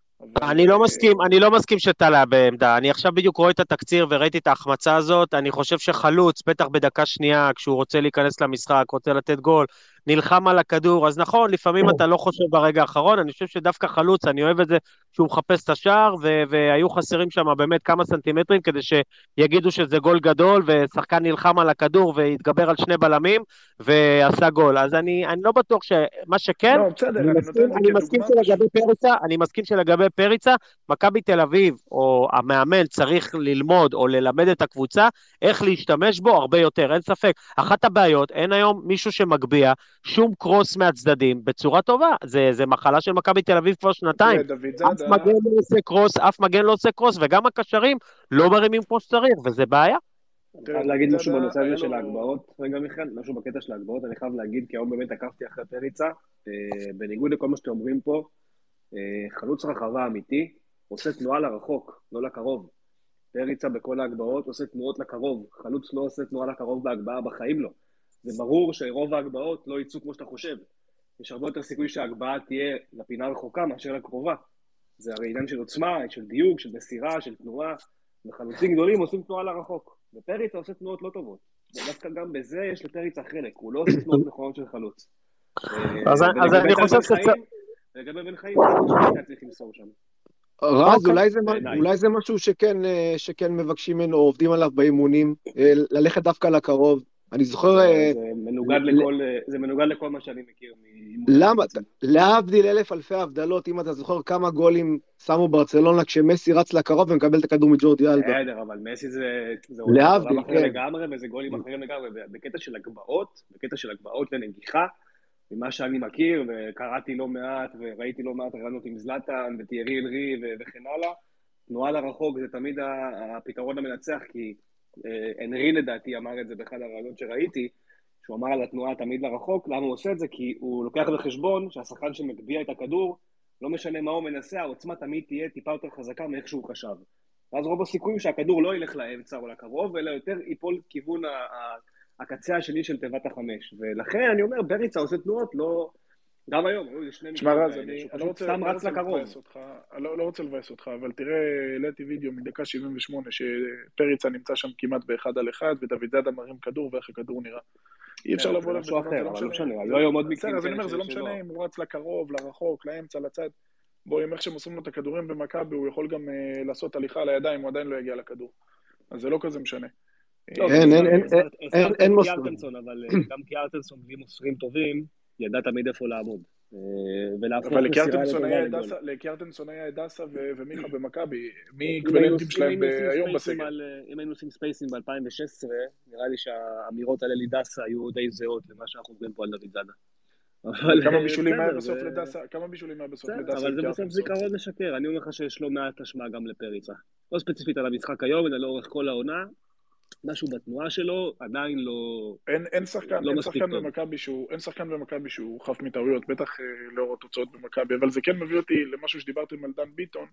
S4: אני לא מסכים, אני לא מסכים שטלה בעמדה. אני עכשיו בדיוק רואה את התקציר וראיתי את ההחמצה הזאת. אני חושב שחלוץ, בטח בדקה שנייה, כשהוא רוצה להיכנס למשחק, רוצה לתת גול, נלחם על הכדור. אז נכון, לפעמים אתה לא חושב ברגע האחרון. אני חושב שדווקא חלוץ, אני אוהב את זה שהוא מחפש את השער, ו- והיו חסרים שם באמת כמה סנטימטרים כדי שיגידו שזה גול גדול, ושחקן נלחם על הכדור והתגבר על שני בלמים ועשה גול. אז אני, אני לא בטוח שמה שכן,
S6: לא, בסדר,
S4: אני
S6: אני
S4: מסכים,
S6: נותן את זה
S4: אני מסכים
S6: כדוגמה.
S4: שלגבי פריצה, אני מסכים שלגבי פריצה, מכבי תל אביב או המאמן צריך ללמוד או ללמד את הקבוצה איך להשתמש בו הרבה יותר, אין ספק. אחת הבעיות, אין היום מישהו שמגביע שום קרוס מהצדדים בצורה טובה. זה, זה מחלה של מכבי תל אביב כבר שנתיים.
S6: דוד
S4: אף
S6: זאדה,
S4: מגן לא עושה קרוס, אף מגן לא עושה קרוס, וגם הקשרים לא מרימים כמו שצריך, וזה בעיה.
S5: אני חייב להגיד משהו
S6: זאדה,
S5: בנושא
S6: היה
S5: הזה
S6: לו-
S5: של ההגבהות, רגע מיכאל, משהו בקטע של ההגבהות, אני חייב להגיד, כי היום באמת עקבתי אחרי פריצה, אה, בניגוד לכל מה שאתם אומרים פה, אה, חלוץ רחבה אמיתי, עושה תנועה לרחוק, לא לקרוב. פריצה בכל ההגבהות עושה תנועות לקרוב, חלוץ לא עושה תנועה לקרוב בהגבהה, בחיים לא. זה ברור שרוב ההגבהות לא יצאו כמו שאתה חושב. יש הרבה יותר סיכוי שההגבהה תהיה לפינה רחוקה מאשר לקרובה. זה הרי עניין של עוצמה, של דיוק, של מסירה, של תנועה, וחלוצים גדולים עושים תנועה לרחוק. ופריצה עושה תנועות לא טובות. ודווקא גם בזה יש לפריצה חלק, הוא לא עושה תנועות נכונות של חלוץ.
S4: אז אז
S5: ולגבי
S4: אני
S5: טל
S4: חושב
S5: בן
S4: שצריך...
S5: חיים, לגבי בן חיים, אני חושב שהיה צריך למסור שם.
S9: רז,
S4: אוקיי.
S9: אולי זה,
S5: בעיניי.
S9: אולי זה משהו שכן, אה, שכן מבקשים ממנו, עובדים עליו באימונים, אה, ללכת דווקא לקרוב. אני זוכר, אה,
S5: זה מנוגד
S9: ל-
S5: לכל, זה מנוגד לכל מה שאני מכיר. מ-
S9: למה? להבדיל אלף אלפי הבדלות, אם אתה זוכר כמה גולים שמו ברצלונה כשמסי רץ לקרוב ומקבל את הכדור מג'ורדי אלבה.
S5: בסדר, אבל מסי זה זה
S9: להבדיל,
S5: עולם אחר
S9: כן.
S5: לגמרי, וזה גולים אחרים לגמרי. בקטע של הגבהות, בקטע של הגבהות לנגיחה, ממה שאני מכיר, וקראתי לא מעט, וראיתי לא מעט רעיונות עם זלאטן, וטיירי אלרי ו- וכן הלאה, תנועה לרחוק זה תמיד ה- הפתרון המנצח, כי אה, אנרי לדעתי אמר את זה באחד הרעיונות שראיתי, שהוא אמר על התנועה תמיד לרחוק. למה הוא עושה את זה? כי הוא לוקח בחשבון שהשחקן שמגביה את הכדור, לא משנה מה הוא מנסה, העוצמה תמיד תהיה טיפה יותר חזקה מאיך שהוא חשב. ואז רוב הסיכויים שהכדור לא ילך לאמצע או לקרוב, אלא יותר ייפול כיוון ה- ה- הקצה השני של תיבת החמש. ולכן אני אומר, פריצה עושה תנועות, לא... גם היום, היו שני
S6: תשמע
S5: מקרים
S6: רז,
S5: כאלה,
S6: אני
S5: שהוא
S6: אני לא
S5: פשוט
S6: רוצה
S5: סתם
S6: לא
S5: רץ
S6: רוצה
S5: לקרוב.
S6: לבאס אותך, אני לא לא רוצה לבאס אותך, אבל תראה, העליתי וידאו מדקה שבעים ושמונה, שפריצה נמצא שם כמעט באחד על אחד, ודוד זאדה מרים כדור ואיך הכדור נראה. אי אפשר
S5: כן,
S6: לבוא
S5: זה
S6: אליו
S5: משהו
S6: בטענות, זה
S5: אחר,
S6: לא
S5: אבל לא
S6: משנה.
S5: משנה.
S6: זה-
S5: היו היום עוד
S6: בסדר,
S5: מקרים
S6: אז אני אומר,
S5: כאלה
S6: זה לא
S5: שלא.
S6: משנה אם הוא רץ לקרוב, לרחוק, לאמצע, לצד. בוא, עם איך שמוסרים לו את הכדורים במכבי, הוא יכול גם אה, לעשות הליכה על הידיים, הוא עדיין לא יגיע לכדור. אז זה לא כזה משנה.
S5: לא,
S6: אה,
S9: אין, אין,
S5: הזכרת-
S9: אין,
S5: הזכרת-
S9: אין,
S5: הזכרת
S9: אין
S5: את
S9: מוסרים.
S5: קיארטנסון, אבל אה, גם קיארטנסון בלי מוסרים טובים, ידע תמיד איפה לעמוד. אה, ולהפוך
S6: אבל
S5: מסירה
S6: לקיארטנסון
S5: לטובה
S6: היה
S5: לגול.
S6: דסה, לקיארטנסון היה דסה ו- ומיכה במכבי. מי
S5: אם היינו
S6: אקווילנטים
S5: אם
S6: שלהם
S5: היינו
S6: ב-
S5: עושים
S6: היום
S5: ספייסים
S6: בסגל?
S5: על- אם היינו עושים ספייסים ב-אלפיים ושש עשרה, נראה לי שהאמירות על אלי דסה היו די זהות למה שאנחנו אומרים פה על דוד זאדה. אבל
S6: כמה
S5: אה,
S6: בישולים היה
S5: בסדר,
S6: בסוף
S5: זה-
S6: לדסה? כמה בישולים היה בסוף
S5: בסדר,
S6: לדסה
S5: אבל
S6: עם
S5: זה בסוף
S6: קיארטנסון?
S5: זיכרון משקר. אני אומר לך שיש לא מעט אשמה גם לפריצה. לא ספציפית על המשחק היום, אלא לאורך כל העונה. משהו בתנועה שלו עדיין לא...
S6: אין, אין שחקן,
S5: לא
S6: אין
S5: מספיק
S6: שחקן
S5: טוב.
S6: במכבי שהוא, אין שחקן במכבי שהוא חף מטעויות, בטח אה, לאור התוצאות במכבי, אבל זה כן מביא אותי למשהו שדיברתם על דן ביטון,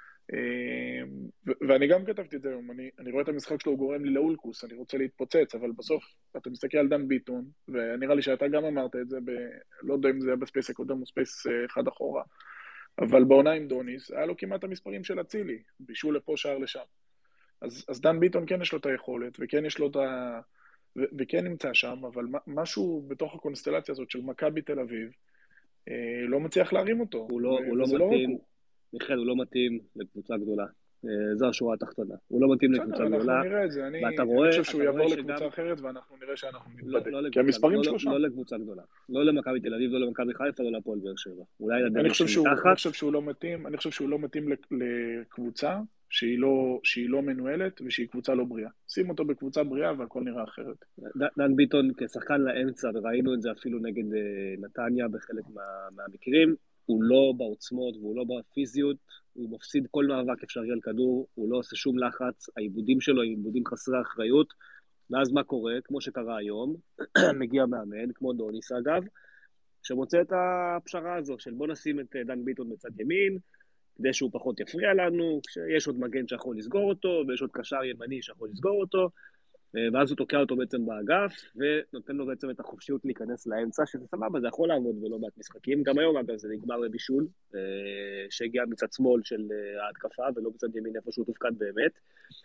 S6: אה, ו- ואני גם כתבתי את זה היום, אני, אני רואה את המשחק שלו, הוא גורם לי לאולקוס, אני רוצה להתפוצץ, אבל בסוף אתה מסתכל על דן ביטון, ונראה לי שאתה גם אמרת את זה, ב, לא יודע אם זה היה בספייס הקודם או ספייס אה, אחד אחורה, אבל בעונה עם דוניס, היה לו כמעט המספרים של אצילי, בישול לפה, שער לשם. אז, אז דן ביטון כן יש לו את היכולת, וכן יש לו את ה... ו- וכן נמצא שם, אבל משהו בתוך הקונסטלציה הזאת של מכבי תל אביב, אה, לא מצליח להרים אותו.
S5: הוא לא,
S6: ו-
S5: הוא לא
S6: וזה לא רק
S5: מתאים,
S6: הוא.
S5: מיכאל, הוא לא מתאים לקבוצה גדולה. זו השורה התחתונה. הוא לא מתאים לקבוצה
S6: בסדר, אנחנו
S5: גדולה,
S6: נראה את זה. אני
S5: ואתה
S6: אני
S5: רואה,
S6: חושב
S5: אתה
S6: שהוא
S5: רואה
S6: יעבור
S5: שגם...
S6: לקבוצה אחרת, ואנחנו נראה שאנחנו
S5: לא,
S6: נתבדק.
S5: לא
S6: כי
S5: לקבוצה,
S6: המספרים
S5: לא,
S6: שלו
S5: לא,
S6: שם.
S5: לא לקבוצה גדולה. לא למכבי תל אביב, לא למכבי חיפה, לא להפועל באר שבע. אולי
S6: אני
S5: לדרג
S6: חושב שהוא, אני
S5: שמתחת.
S6: חושב שהוא לא מתאים, אני חושב שהוא לא מתאים לק- לקבוצה שהיא לא, שהיא לא מנוהלת ושהיא קבוצה לא בריאה. שים אותו בקבוצה בריאה והכל נראה אחרת.
S5: ד- דן ביטון כשחקן לאמצע, וראינו את זה אפילו נגד אה, נתניה בחלק מה, מהמקרים, הוא לא בעוצמות והוא לא בפיזיות, הוא מפסיד כל מאבק אפשרי על כדור, הוא לא עושה שום לחץ, העיבודים שלו הם עיבודים חסרי אחריות, ואז מה קורה? כמו שקרה היום, מגיע מאמן, כמו דוניס אגב, שמוצא את הפשרה הזו של בוא נשים את אה, דן ביטון בצד ימין, כדי שהוא פחות יפריע לנו, כשיש עוד מגן שיכול לסגור אותו, ויש עוד קשר ימני שיכול לסגור אותו, ואז הוא תוקע אותו בעצם באגף, ונותן לו בעצם את החופשיות להיכנס לאמצע, שזה סבבה, זה יכול לעבוד ולא מעט משחקים. גם היום, אגב, זה נגמר בבישול, שהגיע מצד שמאל של ההתקפה, ולא מצד ימין איפה שהוא תופקד באמת.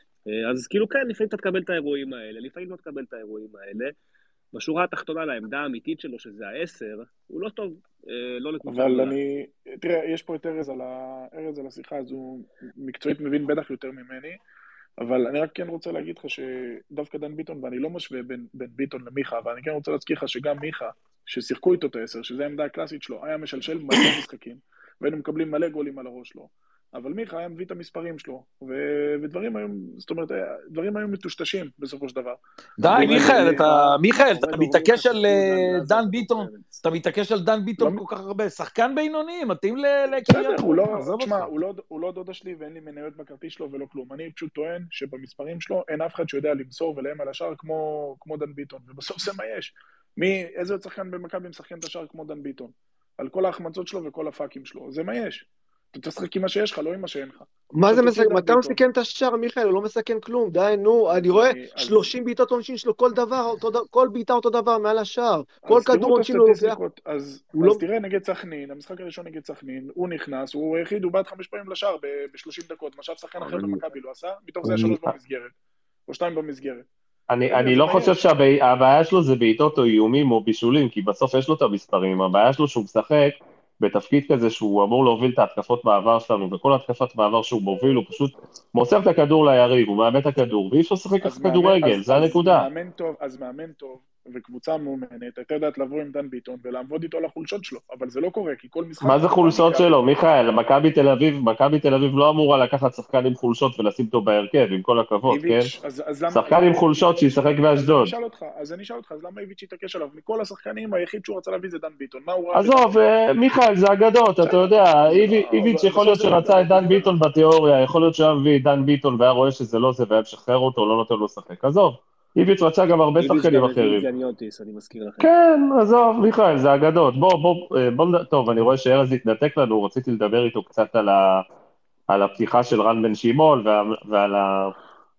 S5: אז כאילו כן, לפעמים אתה תקבל את האירועים האלה, לפעמים לא תקבל את האירועים האלה. בשורה התחתונה, לעמדה האמיתית שלו, שזה העשר, הוא לא טוב, לא לקבוצה
S6: אבל
S5: גדולה.
S6: אני, תראה, יש פה את ארז על ה- ארז על השיחה, אז הוא מקצועית מבין בטח יותר ממני, אבל אני רק כן רוצה להגיד לך שדווקא דן ביטון, ואני לא משווה בין, בין ביטון למיכה, אבל אני כן רוצה להזכיר לך שגם מיכה, ששיחקו איתו את העשר, שזו העמדה הקלאסית שלו, היה משלשל מלא משחקים, והיינו מקבלים מלא גולים על הראש שלו. אבל מיכה היה מביא את המספרים שלו, ו- ודברים היו, זאת אומרת, דברים היו מטושטשים בסופו של דבר.
S3: די,
S6: אבל
S3: מיכאל,
S6: אני-
S3: אתה, מיכאל,
S5: עומד
S3: אתה
S5: אורן
S3: מתעקש על
S5: חשפו,
S3: אה,
S5: דן גלאזר,
S3: דן ביטון,
S5: פרץ.
S3: אתה מתעקש על דן ביטון
S6: לא-
S3: כל כך הרבה, שחקן בינוני, מתאים ל- לקריית
S6: בסדר, הוא
S3: שמונה,
S6: לא,
S3: עזוב
S6: תשמע,
S3: אותך.
S6: הוא לא, הוא לא דודה שלי ואין לי מניות בכרטיס שלו ולא כלום. אני פשוט טוען שבמספרים שלו אין אף אחד שיודע למסור ולהם על השער כמו, כמו דן ביטון, ובסוף זה מה יש. מי, איזה עוד שחקן במכבי משחקן את השער כמו דן ביטון? על כל ההחמצות שלו וכל הפאקים שלו, זה מה יש. אתה צריך לשחק עם מה שיש לך, לא עם מה שאין לך.
S9: מה זה
S6: עכשיו
S9: מסכן?
S6: תוציא את
S9: מתי
S6: דן
S9: הוא
S6: ביטון.
S9: מסכן את השער, מיכאל? הוא לא מסכן כלום, די, נו, אני רואה
S6: אני- אז-
S9: שלושים בעיטות עונשין שלו, כל דבר, אותו ד- כל בעיטה אותו דבר מעל השער, כל
S6: אז תראו
S9: כדור
S6: את
S9: עונשין הוא לוקח,
S6: הסטטיסטיקות, אז,
S9: הוא
S6: אז
S9: לא...
S6: תראה נגד סכנין, המשחק הראשון נגד סכנין, הוא נכנס, הוא היחיד, הוא בעט חמש פעמים לשער ב-שלושים דקות, מה שאף שחקן אחר
S2: אני-
S6: במכבי לא עשה, מתוך זה שלוש במסגרת, או שתיים במסגרת.
S2: אני,
S6: זה-
S2: אני
S6: זה
S2: לא
S6: מה
S2: חושב
S6: יש.
S2: שהבעיה שלו זה בעיטות או איומים או בישולים, כי בסוף יש לו את המספרים, הבעיה שלו שהוא משחק בתפקיד כזה שהוא אמור להוביל את ההתקפות מעבר שלנו, וכל התקפת מעבר שהוא מוביל הוא פשוט מוסר את הכדור ליריב, הוא מאבד את הכדור, ואי אפשר לשחק
S6: אז
S2: ככה
S6: מאמן-
S2: כדורגל,
S6: אז-
S2: זה
S6: אז
S2: הנקודה.
S6: מאמן טוב, אז מאמן טוב, וקבוצה מאומנת, הייתה יודעת לבוא עם דן ביטון ולעבוד איתו על החולשות שלו, אבל זה לא קורה, כי כל משחק...
S2: מה זה
S6: כמו
S2: חולשות
S6: מכבי-
S2: שלו, מיכאל? מכבי תל אביב, מכבי תל אביב לא אמורה לקחת שחקן עם חולשות ולשים אותו בהרכב, עם כל הכבוד, כן?
S6: איביץ', אז, אז למה...
S2: שחקן עם חולשות שישחק
S6: אז
S2: באשדוד.
S6: אני אשאל אותך, אז אני אשאל אותך, אז למה איביץ' התעקש עליו? מכל השחקנים, היחיד שהוא רצה להביא זה דן ביטון, מה הוא ראה?
S2: עזוב, אה, מיכאל, זה אגדות, אתה יודע, איבי-
S6: לא,
S2: איביץ'
S6: אבל
S2: יכול להיות
S6: בסוף זה-
S2: שרצה את דן ביטון בתיאוריה, יכול להיות שהיה מביא את דן ביטון והיה רואה שזה לא זה והיה משחרר אותו, לא נותן לו לשחק, עזוב, איביץ' רצה גם הרבה
S5: איביץ'
S2: שחקנים
S5: גם הביא
S2: אחרים.
S5: את יניוטיס, אני מזכיר לכם.
S2: כן, עזוב, מיכאל, זה אגדות, בוא, בוא, אה, בוא, נד- טוב, אני רואה שארז התנתק לנו, רציתי לדבר איתו קצת על ה... על הפתיחה של רן בן שמעון ועל, ועל, ה,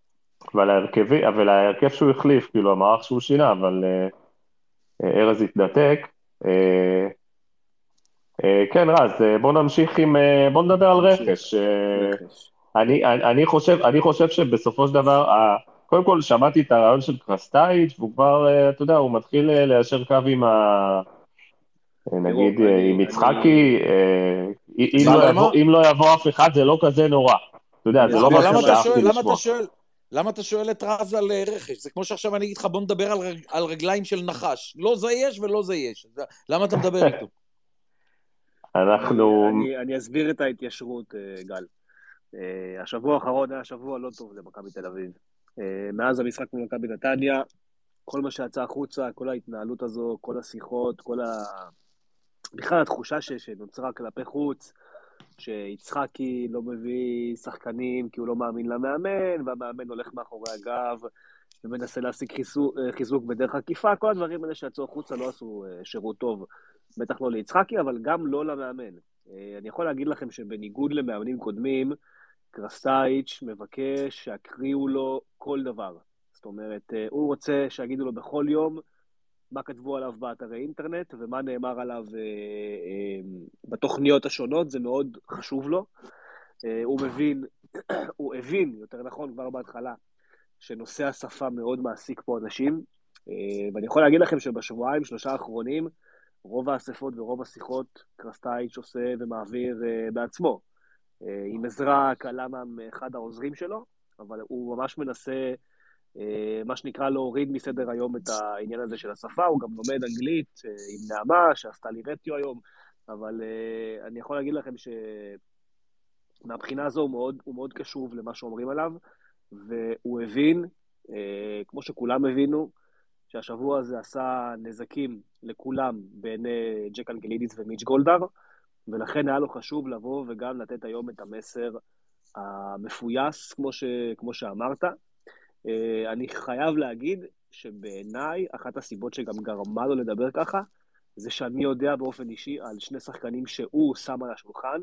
S2: ועל ההרכבי, ועל ההרכב שהוא החליף, כאילו המערך שהוא שינה, אבל אה, אה, ארז התנתק. אה, אה, כן, רז, אה, בוא נמשיך עם, אה, בוא נדבר על
S5: נמשיך.
S2: רכש. אה,
S5: רכש.
S2: אני, אני, אני חושב, אני חושב שבסופו של דבר, ה, קודם כל שמעתי את הרעיון של קרסטייץ', והוא כבר, אה, אתה יודע, הוא מתחיל אה, ליישר קו עם ה... נגיד
S5: תראו,
S2: אה,
S5: אני-
S2: עם
S5: אני-
S2: יצחקי, אה, אם
S3: למה-
S2: לא
S3: למה?
S2: יבוא- אם לא יבוא אף אחד זה לא כזה נורא. אתה יודע,
S5: אני
S2: זה לא
S5: אסביר
S3: אבל
S2: משהו
S3: למה אתה
S2: שאהבתי
S3: שואל, למה
S2: לשמוע.
S3: אתה שואל, למה אתה שואל את רז על אה, רכש? זה כמו שעכשיו אני אגיד לך, בוא נדבר על, רג, על רגליים של נחש. לא זה יש ולא זה יש. זה- למה אתה מדבר איתו?
S2: אנחנו...
S5: אני, אני אסביר את ההתיישרות, אה, גל. אה, השבוע האחרון היה שבוע לא טוב למכבי תל אביב. אה, מאז המשחק מול מכבי נתניה, כל מה שיצא החוצה, כל ההתנהלות הזו, כל השיחות, כל ה... בכלל התחושה ש, שנוצרה כלפי חוץ, שיצחקי לא מביא שחקנים כי הוא לא מאמין למאמן, והמאמן הולך מאחורי הגב ומנסה להשיג חיזוק, חיזוק בדרך עקיפה, כל הדברים האלה שיצאו החוצה לא עשו שירות טוב, בטח לא ליצחקי, אבל גם לא למאמן. אני יכול להגיד לכם שבניגוד למאמנים קודמים, קרסטייץ' מבקש שיקריאו לו כל דבר. זאת אומרת, הוא רוצה שיגידו לו בכל יום מה כתבו עליו באתרי אינטרנט ומה נאמר עליו אה, אה, בתוכניות השונות, זה מאוד חשוב לו. אה, הוא מבין, הוא הבין, יותר נכון כבר בהתחלה, שנושא השפה מאוד מעסיק פה אנשים, אה, ואני יכול להגיד לכם שבשבועיים, שלושה האחרונים, רוב האספות ורוב השיחות קרסטייץ' עושה ומעביר אה, בעצמו. עם עזרה קלה מאחד העוזרים שלו, אבל הוא ממש מנסה, מה שנקרא, להוריד מסדר היום את העניין הזה של השפה, הוא גם לומד אנגלית עם נעמה, שעשתה לי רטיו היום, אבל אני יכול להגיד לכם שמהבחינה הזו הוא מאוד, הוא מאוד קשוב למה שאומרים עליו, והוא הבין, כמו שכולם הבינו, שהשבוע הזה עשה נזקים לכולם בעיני ג'ק אנגלידיס ומיץ' גולדהר, ולכן היה לו חשוב לבוא וגם לתת היום את המסר המפויס, כמו, ש, כמו שאמרת. אני חייב להגיד שבעיניי, אחת הסיבות שגם גרמה לו לדבר ככה, זה שאני יודע באופן אישי על שני שחקנים שהוא שם על השולחן,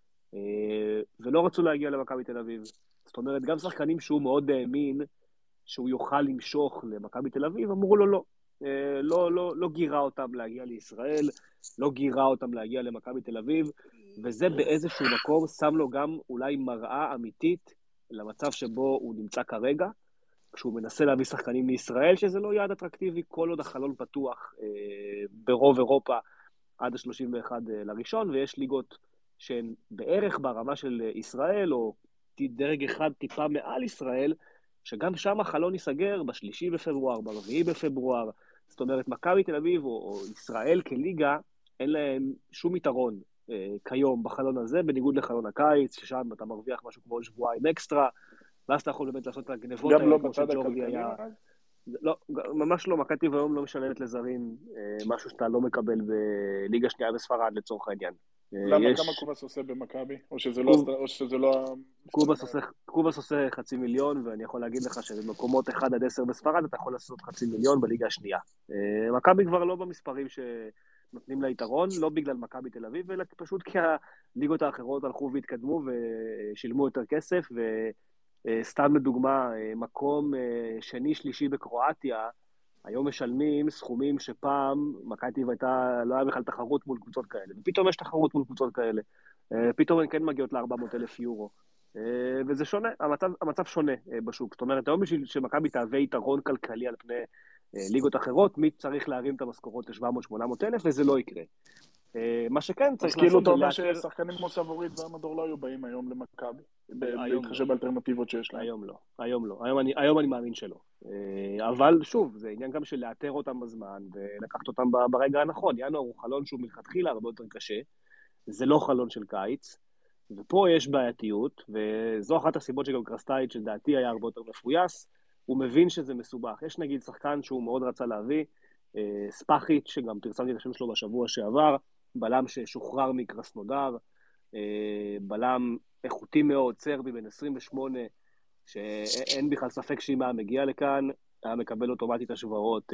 S5: ולא רצו להגיע למכבי תל אביב. זאת אומרת, גם שחקנים שהוא מאוד האמין, שהוא יוכל למשוך למכבי תל אביב, אמרו לו לא. לא, לא, לא גירה אותם להגיע לישראל, לא גירה אותם להגיע למכבי תל אביב, וזה באיזשהו מקום שם לו גם אולי מראה אמיתית למצב שבו הוא נמצא כרגע, כשהוא מנסה להביא שחקנים לישראל, שזה לא יעד אטרקטיבי, כל עוד החלון פתוח אה, ברוב אירופה עד ה-שלושים ואחד לראשון, ויש ליגות שהן בערך ברמה של ישראל, או דרג אחד טיפה מעל ישראל, שגם שם החלון ייסגר בשלישי בפברואר, ברביעי בפברואר. זאת אומרת, מכבי תל אביב או, או ישראל כליגה, אין להם שום יתרון אה, כיום בחלון הזה, בניגוד לחלון הקיץ, ששם אתה מרוויח משהו כמו שבועיים אקסטרה, ואז אתה יכול באמת לעשות את הגנבות.
S6: גם לא בצד הכלכלי.
S5: היה... לא, ממש לא, מכבי היום לא משלמת לזרים אה, משהו שאתה לא מקבל בליגה שנייה בספרד לצורך העניין.
S6: למה, יש... כמה קובס עושה במכבי? או שזה לא... או שזה לא...
S5: קובס עושה, קובס עושה חצי מיליון, ואני יכול להגיד לך שבמקומות אחד עד עשר בספרד, אתה יכול לעשות חצי מיליון בליגה השנייה. מכבי כבר לא במספרים שנותנים לה יתרון, לא בגלל מכבי תל אביב, אלא פשוט כי הליגות האחרות הלכו והתקדמו ושילמו יותר כסף, וסתם לדוגמה, מקום שני שלישי בקרואטיה, היום משלמים סכומים שפעם מכבי תל אביב הייתה, לא היה בכלל תחרות מול קבוצות כאלה, ופתאום יש תחרות מול קבוצות כאלה, פתאום הן כן מגיעות ל-ארבע מאות אלף יורו, וזה שונה, המצב, המצב שונה בשוק, זאת אומרת, היום בשביל שמכבי תהווה יתרון כלכלי על פני ליגות אחרות, מי צריך להרים את המשכורות ל-שבע מאות שמונה מאות אלף, וזה לא יקרה. מה שכן צריך לעשות...
S6: אז כאילו אתה אומר ששחקנים כמו סבורית והמדור לא היו באים היום למכבי, בהתחשב באלטרנטיבות שיש להם.
S5: היום לא, היום לא, היום אני, היום אני מאמין שלא. אבל שוב, זה עניין גם של לאתר אותם בזמן, ולקחת אותם ברגע הנכון. ינואר הוא חלון שהוא מלכתחילה הרבה יותר קשה, זה לא חלון של קיץ, ופה יש בעייתיות, וזו אחת הסיבות שגם קרסטייץ' שלדעתי היה הרבה יותר מפויס, הוא מבין שזה מסובך. יש נגיד שחקן שהוא מאוד רצה להביא, ספאחית, שגם פרסמתי את השם שלו בשבוע שעבר, בלם ששוחרר מקרסנודר, בלם איכותי מאוד, צרבי בן עשרים ושמונה, שאין בכלל ספק שאם היה מגיע לכאן, היה מקבל אוטומטית השוואות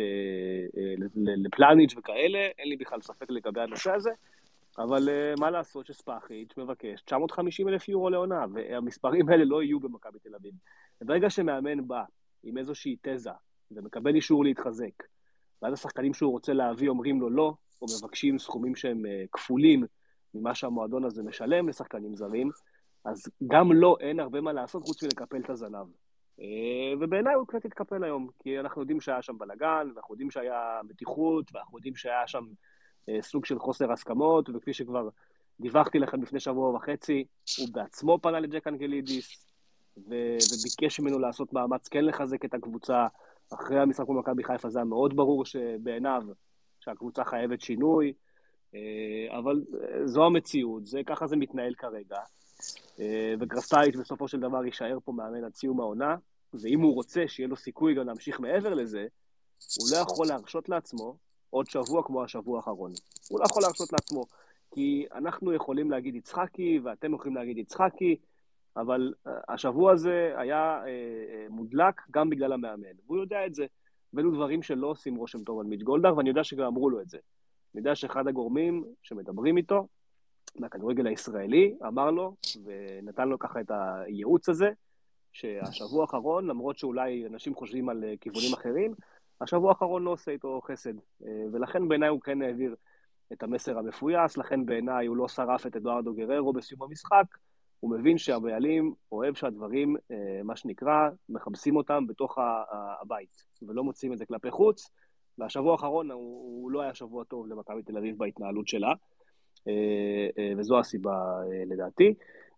S5: לפלניץ' וכאלה, אין לי בכלל ספק לגבי הנושא הזה, אבל מה לעשות שספאחית מבקש תשע מאות וחמישים אלף יורו לעונה, והמספרים האלה לא יהיו במכבי תל אביב. ברגע שמאמן בא עם איזושהי תזה, ומקבל אישור להתחזק, ואז השחקנים שהוא רוצה להביא אומרים לו לא, או מבקשים סכומים שהם כפולים ממה שהמועדון הזה משלם לשחקנים זרים, אז גם לא אין הרבה מה לעשות חוץ מלקפל את הזנב. ובעיניי הוא קצת התקפל היום, כי אנחנו יודעים שהיה שם בלגן, ואנחנו יודעים שהיה מתיחות, ואנחנו יודעים שהיה שם סוג של חוסר הסכמות, וכפי שכבר דיווחתי לכם לפני שבוע וחצי, הוא בעצמו פנה לג'ק אנגלידיס, וביקש ממנו לעשות מאמץ כן לחזק את הקבוצה. אחרי המשחק מול מכבי חיפה זה היה מאוד ברור שבעיניו שהקבוצה חייבת שינוי, אבל זו המציאות, זה ככה זה מתנהל כרגע, וקרסטייץ' בסופו של דבר יישאר פה מאמן עד סיום העונה, ואם הוא רוצה שיהיה לו סיכוי גם להמשיך מעבר לזה, הוא לא יכול להרשות לעצמו עוד שבוע כמו השבוע האחרון. הוא לא יכול להרשות לעצמו, כי אנחנו יכולים להגיד יצחקי, ואתם יכולים להגיד יצחקי, אבל השבוע הזה היה מודלק גם בגלל המאמן, והוא יודע את זה, ואלו דברים שלא עושים רושם טוב על מיץ' גולדהר, ואני יודע שגם אמרו לו את זה. אני יודע שאחד הגורמים שמדברים איתו, מהכדורגל הישראלי, אמר לו, ונתן לו ככה את הייעוץ הזה, שהשבוע האחרון, למרות שאולי אנשים חושבים על כיוונים אחרים, השבוע האחרון לא עושה איתו חסד, ולכן בעיניי הוא כן העביר את המסר המפויס, לכן בעיניי הוא לא שרף את אדוארדו גררו בסיום המשחק, הוא מבין שהבעלים אוהב שהדברים, מה שנקרא, מחבסים אותם בתוך הבית, ולא מוצאים את זה כלפי חוץ, והשבוע האחרון הוא, הוא לא היה שבוע טוב למכבי תל אביב בהתנהלות שלה, וזו הסיבה לדעתי.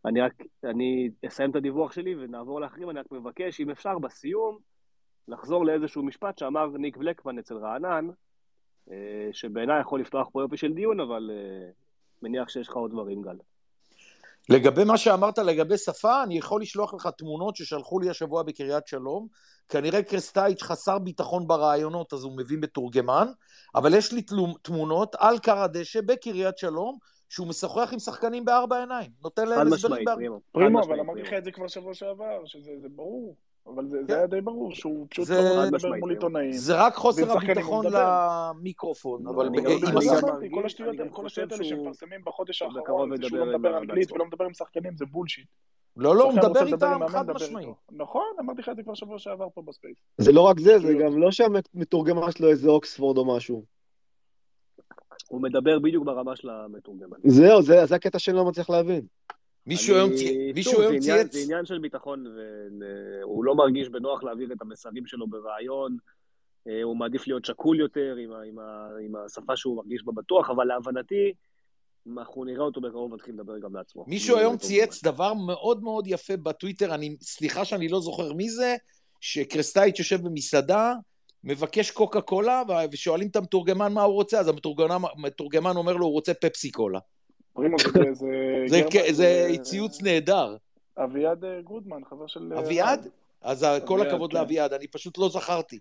S5: אני רק, אני אסיים את הדיווח שלי ונעבור לאחרים, אני רק מבקש, אם אפשר, בסיום, לחזור לאיזשהו משפט שאמר ניק בלקמן אצל רענן, שבעיניי יכול לפתוח פה יופי של דיון, אבל מניח שיש לך עוד דברים, גל.
S3: לגבי מה שאמרת לגבי שפה, אני יכול לשלוח לך תמונות ששלחו לי השבוע בקריית שלום, כנראה קרסטייץ' חסר ביטחון ברעיונות, אז הוא מביא מתורגמן, אבל יש לי תמונות על קר הדשא בקריית שלום, שהוא משוחח עם שחקנים בארבע עיניים, נותן להם הסברים בארבע.
S6: פרימו, אבל אמרתי לך את זה כבר שבוע שעבר, שזה ברור, אבל זה היה די ברור, שהוא פשוט לא רוצה לדבר מול עיתונאים.
S3: זה רק חוסר הביטחון למיקרופון, אבל
S6: כל השטויות האלה שמפרסמים בחודש האחרון, זה שהוא לא מדבר אנגלית ולא מדבר עם שחקנים, זה בולשיט.
S3: לא, לא, הוא מדבר איתם חד משמעי.
S6: נכון, אמרתי לך את זה כבר שבוע שעבר פה בספייס.
S9: זה לא רק זה, זה גם לא שהמתורגמן שלו איזה אוקספורד או משהו.
S5: הוא מדבר בדיוק ברמה של המתורגמן.
S9: זהו, זה הקטע שאני לא מצליח להבין.
S3: מישהו היום צייץ.
S5: זה עניין של ביטחון, והוא לא מרגיש בנוח להעביר את המסרים שלו ברעיון, הוא מעדיף להיות שקול יותר עם השפה שהוא מרגיש בה בטוח, אבל להבנתי, אנחנו נראה אותו בקרוב מתחיל לדבר גם לעצמו.
S3: מישהו היום צייץ דבר מאוד מאוד יפה בטוויטר, סליחה שאני לא זוכר מי זה, שקרסטייץ' יושב במסעדה, מבקש קוקה קולה, ושואלים את המתורגמן מה הוא רוצה, אז המתורגמן אומר לו, הוא רוצה פפסי קולה. זה ציוץ נהדר.
S6: אביעד גודמן, חבר של...
S3: אביעד? אז כל הכבוד לאביעד, אני פשוט לא זכרתי.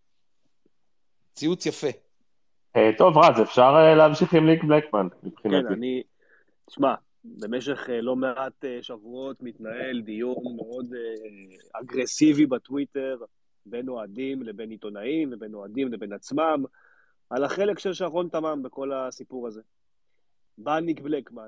S3: ציוץ יפה.
S2: טוב, רז, אפשר להמשיך עם ניק בלקמן.
S5: כן, אני... תשמע, במשך לא מעט שבועות מתנהל דיון מאוד אגרסיבי בטוויטר, בין אוהדים לבין עיתונאים, ובין אוהדים לבין עצמם, על החלק של שרון תמם בכל הסיפור הזה. בא ניק בלקמן,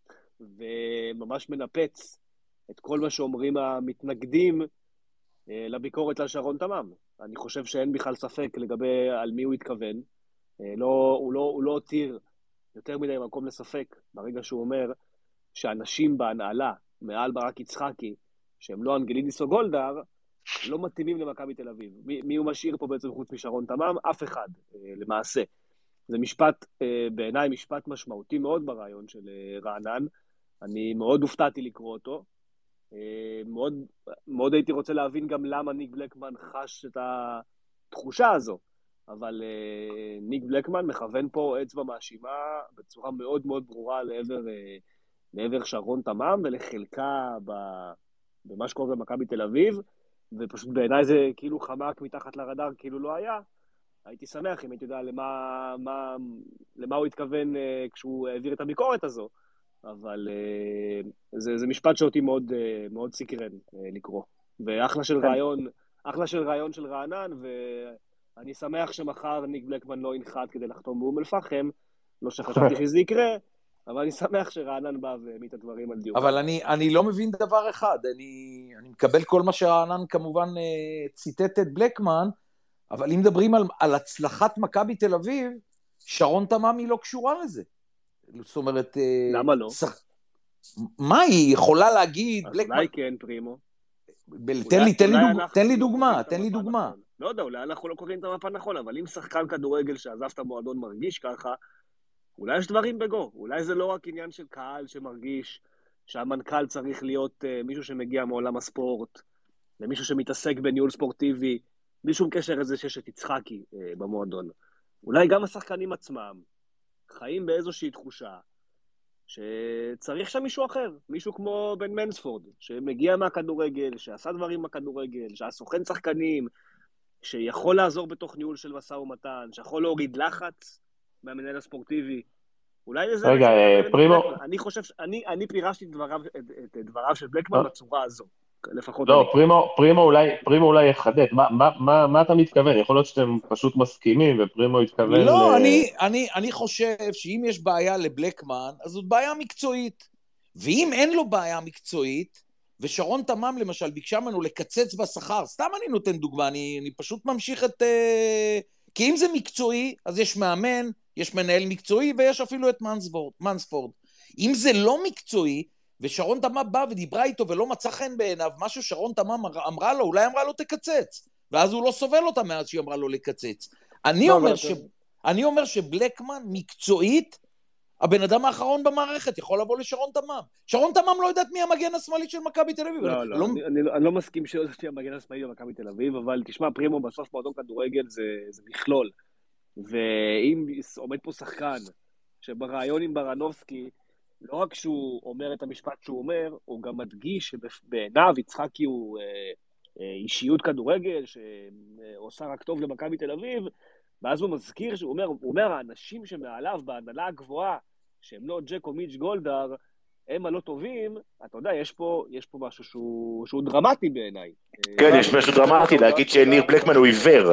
S5: וממש מנפץ את כל מה שאומרים המתנגדים לביקורת על שרון תמם. אני חושב שאין בכלל ספק לגבי על מי הוא התכוון. לא, הוא לא, הוא לא הותיר יותר מדי מקום לספק, ברגע שהוא אומר שאנשים בהנהלה, מעל ברק יצחקי, שהם לא אנגלידיס או גולדהר, לא מתאימים למכבי תל אביב. מי, מי הוא משאיר פה בעצם חוץ משרון תמם? אף אחד, למעשה. זה משפט, בעיניי משפט משמעותי מאוד ברעיון של רענן. אני מאוד הופתעתי לקרוא אותו. מאוד, מאוד הייתי רוצה להבין גם למה ניק בלקמן חש את התחושה הזו. אבל ניק בלקמן מכוון פה אצבע מאשימה בצורה מאוד מאוד ברורה לעבר, לעבר שרון תמם ולחלקה במה שקורה במכבי תל אביב. ופשוט בעיניי זה כאילו חמק מתחת לרדאר, כאילו לא היה. הייתי שמח אם הייתי יודע למה, מה, למה הוא התכוון uh, כשהוא העביר את הביקורת הזו, אבל uh, זה, זה משפט שאותי מאוד, uh, מאוד סקרן uh, לקרוא. ואחלה של רעיון, אחלה של רעיון של רענן, ואני שמח שמחר ניק בלקמן לא ינחת כדי לחתום באום אל-פחם, לא שחשבתי שזה יקרה, אבל אני שמח שרענן בא והעמיד את הדברים על דיוק.
S3: אבל אני, אני לא מבין דבר אחד, אני, אני מקבל כל מה שרענן כמובן ציטט את בלקמן, אבל אם מדברים על, על הצלחת מכבי תל אביב, שרון תמם היא לא קשורה לזה. זאת אומרת...
S5: למה לא?
S3: שח... מה היא יכולה להגיד?
S5: אז
S3: בלקמן...
S5: אולי כן, פרימו.
S3: ב... תן לי, תן לי, דוג... תן לי דוגמה, תן לי דוגמה.
S5: נכון. לא יודע, אולי אנחנו לא קוראים את המפה נכון, אבל אם שחקן כדורגל שעזב את המועדון מרגיש ככה, אולי יש דברים בגו, אולי זה לא רק עניין של קהל שמרגיש שהמנכ"ל צריך להיות uh, מישהו שמגיע מעולם הספורט, למישהו שמתעסק בניהול ספורטיבי, בלי שום קשר לזה שיש את יצחקי uh, במועדון. אולי גם השחקנים עצמם חיים באיזושהי תחושה שצריך שם מישהו אחר, מישהו כמו בן מנספורד, שמגיע מהכדורגל, שעשה דברים מהכדורגל, שהסוכן שחקנים, שיכול לעזור בתוך ניהול של מסע ומתן, שיכול להוריד לחץ, מהמנהל הספורטיבי. אולי לזה...
S2: רגע, פרימו...
S5: אני חושב, אני, אני פירשתי את דבריו, את דבריו של בלקמן בצורה הזו. לפחות
S2: לא, פרימו, פרימו אולי, פרימו אולי יחדד. מה, מה, מה, מה אתה מתכוון? יכול להיות שאתם פשוט מסכימים, ופרימו יתכוון...
S3: לא,
S2: ל...
S3: אני, אני, אני חושב שאם יש בעיה לבלקמן, אז זאת בעיה מקצועית. ואם אין לו בעיה מקצועית, ושרון תמם למשל ביקשה ממנו לקצץ בשכר, סתם אני נותן דוגמה, אני, אני פשוט ממשיך את... כי אם זה מקצועי, אז יש מאמן, יש מנהל מקצועי, ויש אפילו את מנספורד. מנספורד. אם זה לא מקצועי, ושרון תמם בא ודיברה איתו ולא מצא חן בעיניו, משהו שרון תמם אמרה לו, אולי אמרה לו תקצץ, ואז הוא לא סובל אותה מאז שהיא אמרה לו לקצץ. אני, אומר, ש... אני אומר שבלקמן מקצועית, הבן אדם האחרון במערכת יכול לבוא לשרון תמם. שרון תמם לא יודעת מי המגן השמאלי של מכבי תל אביב.
S5: לא, לא, אני, אני, אני לא מסכים שיודעת מי המגן השמאלי במכבי תל אביב, אבל תשמע, פרימו בסוף מועדון כדורגל זה, זה מכלול. ואם עומד פה שחקן שברעיון עם ברנובסקי, לא רק שהוא אומר את המשפט שהוא אומר, הוא גם מדגיש שבעיניו יצחקי הוא אה, אה, אישיות כדורגל שעושה רק טוב למכבי תל אביב, ואז הוא מזכיר שהוא אומר, הוא אומר, האנשים שמעליו בהנהלה הגבוהה, שהם לא ג'ק או מיץ' גולדהר, הם הלא טובים, אתה יודע, יש פה, יש פה משהו שהוא, שהוא דרמטי בעיניי.
S10: כן, יש משהו דרמטי להגיד שניר בלקמן הוא עיוור.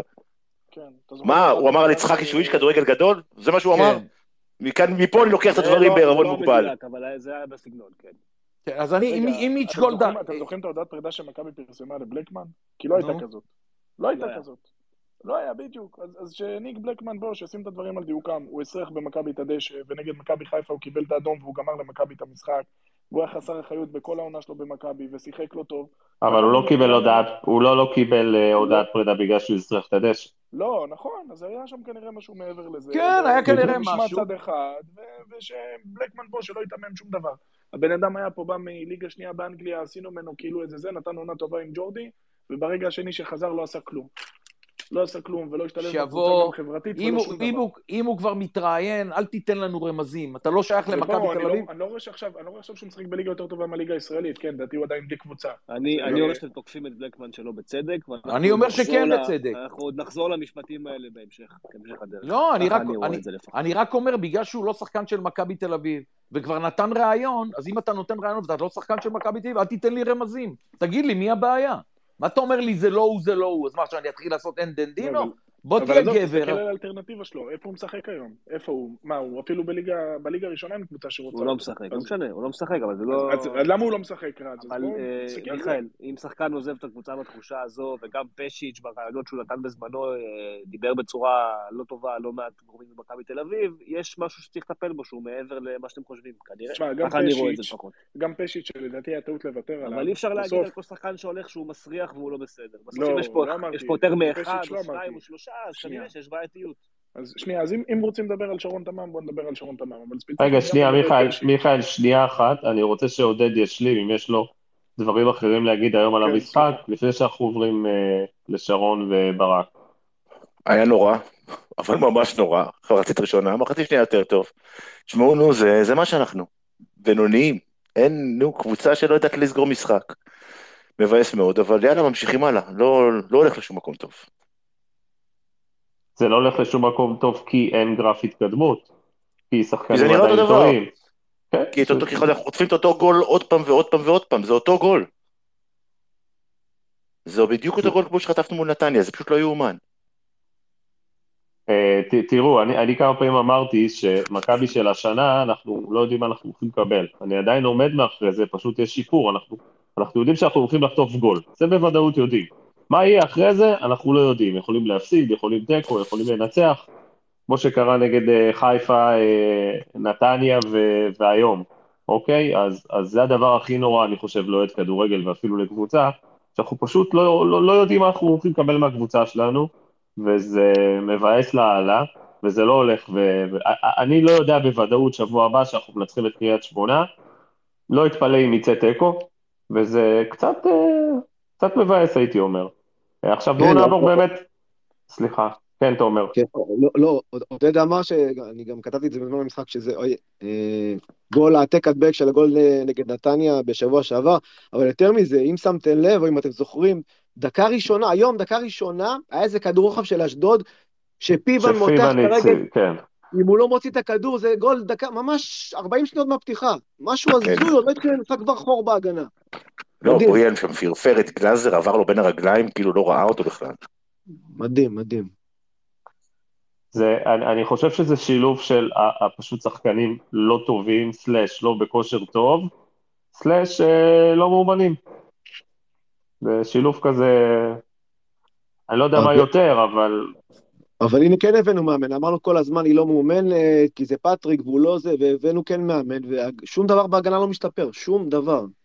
S10: מה, הוא אמר על יצחקי שהוא איש כדורגל גדול? זה מה שהוא אמר? מכאן, מפה אני לוקח את הדברים בערבון מוגבל.
S5: אבל זה היה בסגנון, כן.
S3: אז אני, אם מיץ' גולדהר...
S6: אתם זוכרים את ההודעת פרידה שמכבי פרסמה לבלקמן? כי לא הייתה כזאת. לא הייתה כזאת. לא היה, בדיוק. אז, אז שניק בלקמן בו, שישים את הדברים על דיוקם, הוא הסריח במכבי את הדשא, ונגד מכבי חיפה הוא קיבל את האדום, והוא גמר למכבי את המשחק. הוא היה חסר אחריות בכל העונה שלו במכבי, ושיחק לא טוב.
S2: אבל הוא לא קיבל הודעת, הוא לא לא קיבל הודעת פרידה בגלל שהוא הסריח את הדשא.
S6: לא, נכון, אז היה שם כנראה משהו מעבר לזה.
S3: כן, היה כנראה משהו.
S6: נשמע צד אחד, ושבלקמן פה שלא יתאמן שום דבר. הבן אדם היה פה בא מליגה שנייה באנגליה, עשינו ממנו כאילו איזה זה, נתן עונה טובה עם ג'ורדי, וברגע השני שחזר לא עשה כלום. לא עשה כלום ולא השתלב בקבוצה גם חברתית ולא שום דבר.
S3: אם הוא כבר מתראיין, אל תיתן לנו רמזים. אתה לא שייך למכבי תל אביב.
S6: אני לא רואה שעכשיו שהוא משחק בליגה יותר טובה מהליגה הישראלית, כן, דעתי הוא עדיין בלי קבוצה.
S5: אני אומר שאתם תוקפים את בלקמן שלא בצדק.
S3: אני אומר שכן בצדק.
S5: אנחנו עוד נחזור למשפטים האלה בהמשך הדרך.
S3: לא, אני רק אומר, בגלל שהוא לא שחקן של מכבי תל אביב, וכבר נתן רעיון, אז אם אתה נותן רעיון ואתה לא שחקן של מכבי תל אביב, אל תיתן לי רמזים. תגיד לי, מי הבעיה? מה אתה אומר לי, זה לא הוא, זה לא הוא, אז מה, שאני אתחיל לעשות אין דנדינו? בוא תהיה גבר.
S6: אבל תסתכל על האלטרנטיבה שלו, איפה הוא משחק היום? איפה הוא? מה, הוא אפילו בליגה הראשונה עם קבוצה שרוצה.
S5: הוא לא משחק, לא משנה, הוא לא משחק, אבל זה לא...
S6: אז למה הוא לא משחק רע?
S5: אבל מיכאל, אם שחקן עוזב את הקבוצה בתחושה הזו, וגם פשיץ' ברעיונות שהוא נתן בזמנו, דיבר בצורה לא טובה, לא מעט גורמים במכבי תל אביב, יש משהו שצריך לטפל בו, שהוא מעבר למה שאתם חושבים, כנראה. ככה אני רואה את זה לפחות.
S6: גם פשיץ' שלדעתי היה טעות לוותר עליו.
S5: אבל אי אפשר להגיד על כל שחקן שהולך שהוא מסריח והוא לא בסדר. בסוף אם יש פה יותר מאחד או שניים או שלושה, אז כנראה שיש בעייתיות.
S6: אז שנייה, אז אם רוצים לדבר על שרון תמם, בואו נדבר על שרון תמם.
S2: רגע, שנייה, מיכאל, שנייה אחת, אני רוצה שעודד ישלים, אם יש לו דברים אחרים להגיד היום על המשחק, לפני שאנחנו עוברים לשרון וברק.
S10: היה נורא, אבל ממש נורא. מחצית ראשונה, מחצית שנייה יותר טוב. תשמעו, נו, זה מה שאנחנו. בינוניים. אין, נו, קבוצה שלא יודעת לסגור משחק. מבאס מאוד, אבל יאללה, ממשיכים הלאה. לא הולך לשום מקום טוב.
S2: זה לא הולך לשום מקום טוב כי אין גרף התקדמות, כי שחקנים
S10: עדיין טועים. כי אנחנו חוטפים את אותו גול עוד פעם ועוד פעם ועוד פעם, זה אותו גול. זה בדיוק אותו גול כמו שחטפנו מול נתניה, זה פשוט לא יאומן.
S2: תראו, אני כמה פעמים אמרתי שמכבי של השנה, אנחנו לא יודעים מה אנחנו הולכים לקבל. אני עדיין עומד מאחרי זה, פשוט יש שיפור, אנחנו יודעים שאנחנו הולכים לחטוף גול, זה בוודאות יודעים. מה יהיה אחרי זה? אנחנו לא יודעים. יכולים להפסיד, יכולים תיקו, יכולים לנצח, כמו שקרה נגד חיפה, נתניה והיום. אוקיי? אז, אז זה הדבר הכי נורא, אני חושב, לא את כדורגל ואפילו לקבוצה, שאנחנו פשוט לא, לא, לא יודעים מה אנחנו הולכים לקבל מהקבוצה שלנו, וזה מבאס להעלה, וזה לא הולך, ואני לא יודע בוודאות שבוע הבא שאנחנו מנצחים את קריית שמונה, לא התפלא אם יצא תיקו, וזה קצת, קצת מבאס הייתי אומר. עכשיו בואו נעבור באמת, סליחה, כן תומר.
S9: לא, לא, עודד אמר שאני גם כתבתי את זה בזמן המשחק, שזה גול העתק הדבק של הגול נגד נתניה בשבוע שעבר, אבל יותר מזה, אם שמתם לב, או אם אתם זוכרים, דקה ראשונה, היום דקה ראשונה, היה איזה כדור רוחב של אשדוד, שפיבן מותח את הרגל, אם הוא לא מוציא את הכדור, זה גול דקה, ממש ארבעים שניות מהפתיחה, משהו הזוי, עוד לא התחיל למשחק כבר חור בהגנה.
S10: לא, בויאן שם פרפר את גלאזר, עבר לו בין הרגליים, כאילו לא ראה אותו בכלל.
S9: מדהים, מדהים.
S2: זה, אני, אני חושב שזה שילוב של פשוט שחקנים לא טובים, סלש לא בכושר טוב, סלש לא מאומנים. זה שילוב כזה, אני לא יודע מה יותר, אבל...
S9: אבל הנה כן הבאנו מאמן, אמרנו כל הזמן, היא לא מאומן, כי זה פטריק והוא לא זה, והבאנו כן מאמן, ושום דבר בהגנה לא משתפר, שום דבר.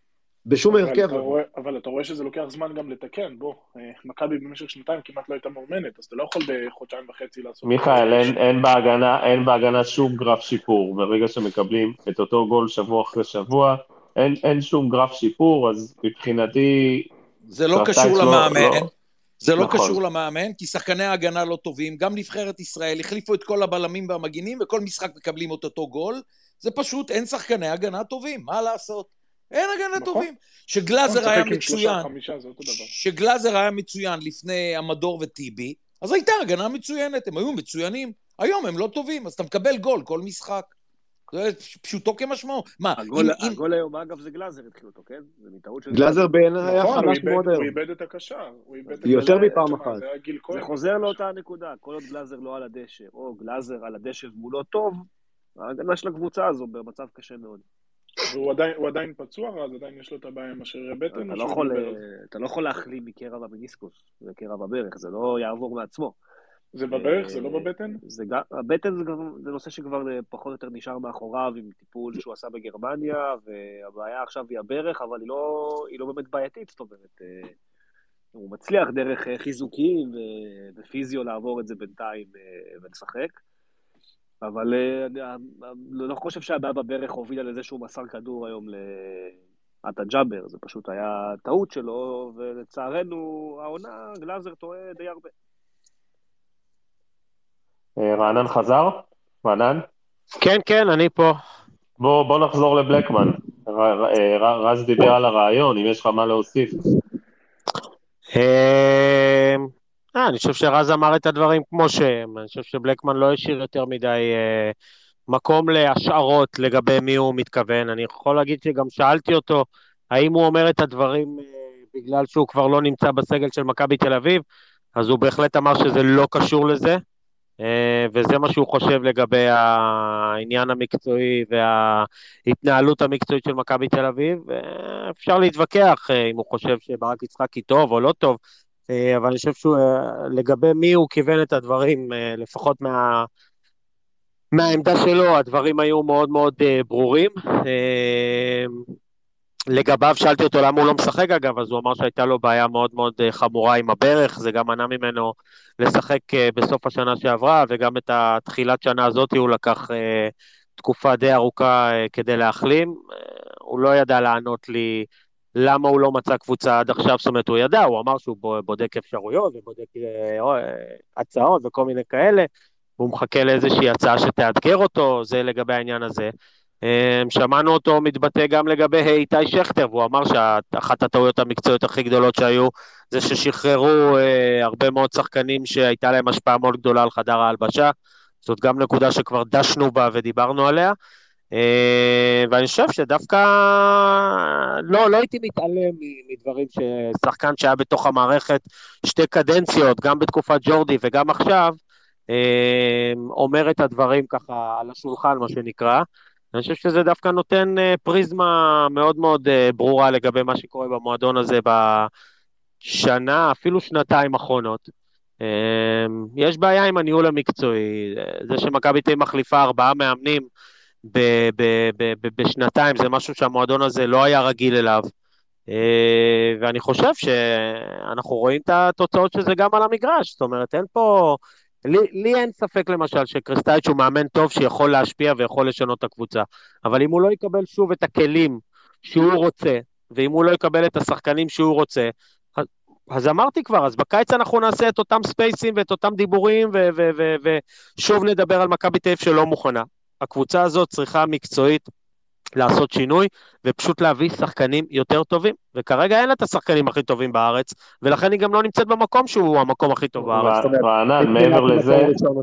S9: בשום
S6: אבל
S9: הרכב.
S6: אתה רואה, אבל אתה רואה שזה לוקח זמן גם לתקן, בוא, אה, מכבי במשך שנתיים כמעט לא הייתה מאומנת, אז אתה לא יכול בחודשיים וחצי לעשות...
S1: מיכאל,
S6: אה,
S1: אין,
S6: ש-
S1: אין בהגנה, אין בהגנה שום גרף שיפור, ברגע שמקבלים את אותו גול שבוע אחרי שבוע, אין, אין שום גרף שיפור, אז מבחינתי,
S3: זה לא
S1: קרסטייץ'
S3: קשור
S1: לא,
S3: למאמן,
S1: לא,
S3: זה לא
S1: נכון.
S3: קשור למאמן, כי שחקני ההגנה לא טובים, גם נבחרת ישראל החליפו את כל הבלמים והמגינים, וכל משחק מקבלים את אותו גול, זה פשוט אין שחקני הגנה טובים, מה לעשות? אין הגנה
S6: נכון.
S3: טובים.
S6: נכון,
S3: שגלאזר היה
S6: שחק עם שלושה,
S3: מצוין,
S6: חמישה, זה אותו דבר.
S3: שגלאזר היה מצוין לפני המדור וטיבי, אז הייתה הגנה מצוינת, הם היו מצוינים, היום הם לא טובים, אז אתה מקבל גול כל משחק. זה פשוטו כמשמעו. מה,
S5: הגול,
S3: אם, אם...
S5: הגול היום, אגב, זה גלאזר התחיל אותו, כן? זה מטעות של
S9: גלאזר בעיניי היה
S6: נכון, הוא
S9: חלש
S6: איבד,
S9: מאוד
S6: הוא
S9: היום.
S6: איבד את הקשר, הוא איבד את
S9: יותר
S6: הקשר,
S9: מפעם
S6: תשמע,
S9: אחת.
S6: זה היה גיל כהן.
S5: זה חוזר לאותה נקודה, כל עוד גלאזר לא על הדשא, או גלאזר על הדשא והוא לא טוב, ההגנה של הקבוצה הזו במצב קשה מאוד.
S6: והוא עדיין, הוא עדיין פצוע, אז עדיין יש לו את הבעיה עם השרירי בטן.
S5: אתה
S6: או
S5: לא
S6: שהוא
S5: יכול,
S6: דיבר על זה?
S5: אתה לא יכול להחלים מקרב המיניסקוס וקרב הברך, זה לא יעבור מעצמו.
S6: זה בברך, זה לא בבטן?
S5: זה גם, הבטן זה, גם, זה נושא שכבר פחות או יותר נשאר מאחוריו עם טיפול שהוא עשה בגרמניה, והבעיה עכשיו היא הברך, אבל היא לא, היא לא באמת בעייתית, זאת אומרת, הוא מצליח דרך חיזוקים ופיזיו לעבור את זה בינתיים ולשחק, אבל אני לא חושב שהבעיה בברך הובילה לזה שהוא מסר כדור היום לעטה ג'אבר, זה פשוט היה טעות שלו, ולצערנו העונה גלאזר טועה די הרבה.
S1: רענן חזר? רענן?
S4: כן, כן, אני פה.
S1: בוא, בוא נחזור לבלקמן. ר- ר- רז דיבר על הרעיון, אם יש לך מה להוסיף.
S4: אה, אה, אני חושב שרז אמר את הדברים כמו שהם, אני חושב שבלקמן לא השאיר יותר מדי אה, מקום להשערות לגבי מי הוא מתכוון, אני יכול להגיד שגם שאלתי אותו, האם הוא אומר את הדברים אה, בגלל שהוא כבר לא נמצא בסגל של מכבי תל אביב, אז הוא בהחלט אמר שזה לא קשור לזה, אה, וזה מה שהוא חושב לגבי העניין המקצועי וההתנהלות המקצועית של מכבי תל אביב. אה, אפשר להתווכח אה, אם הוא חושב שברק יצחקי טוב או לא טוב, אה, אבל אני חושב שלגבי מי הוא כיוון את הדברים, אה, לפחות מה, מהעמדה שלו, הדברים היו מאוד מאוד אה, ברורים. אה, לגביו שאלתי אותו למה הוא לא משחק אגב, אז הוא אמר שהייתה לו בעיה מאוד מאוד חמורה עם הברך, זה גם מנע ממנו לשחק בסוף השנה שעברה, וגם את התחילת שנה הזאת הוא לקח תקופה די ארוכה כדי להחלים, הוא לא ידע לענות לי למה הוא לא מצא קבוצה עד עכשיו, זאת אומרת הוא ידע, הוא אמר שהוא בודק אפשרויות, ובודק הצעות וכל מיני כאלה, והוא מחכה לאיזושהי הצעה שתאתגר אותו, זה לגבי העניין הזה. שמענו אותו מתבטא גם לגבי איתי שכטר, והוא אמר שאחת הטעויות המקצועיות הכי גדולות שהיו, זה ששחררו הרבה מאוד שחקנים שהייתה להם השפעה מאוד גדולה על חדר ההלבשה, זאת גם נקודה שכבר דשנו בה ודיברנו עליה, ואני חושב שדווקא לא, לא הייתי מתעלם מדברים ששחקן שהיה בתוך המערכת שתי קדנציות, גם בתקופת ג'ורדי וגם עכשיו, אומר את הדברים ככה על השולחן, מה שנקרא. אני חושב שזה דווקא נותן פריזמה מאוד מאוד ברורה לגבי מה שקורה במועדון הזה בשנה, אפילו שנתיים האחרונות. יש בעיה עם הניהול המקצועי, זה שמכבי תהיה מחליפה ארבעה מאמנים ב- ב- ב- ב- בשנתיים, זה משהו שהמועדון הזה לא היה רגיל אליו. ואני חושב שאנחנו רואים את התוצאות שזה גם על המגרש, זאת אומרת, אין פה... לי, לי אין ספק למשל שקריסטייץ' הוא מאמן טוב שיכול להשפיע ויכול לשנות את הקבוצה, אבל אם הוא לא יקבל שוב את הכלים שהוא רוצה, ואם הוא לא יקבל את השחקנים שהוא רוצה, אז, אז אמרתי כבר, אז בקיץ אנחנו נעשה את אותם ספייסים ואת אותם דיבורים, ו- ו- ו- ושוב נדבר על מכבי תל אביב שלא מוכנה. הקבוצה הזאת צריכה מקצועית לעשות שינוי, ופשוט להביא שחקנים יותר טובים, וכרגע אין לה את השחקנים הכי טובים בארץ, ולכן היא גם לא נמצאת במקום שהוא המקום הכי טוב בארץ.
S1: רענן, מעבר לזה,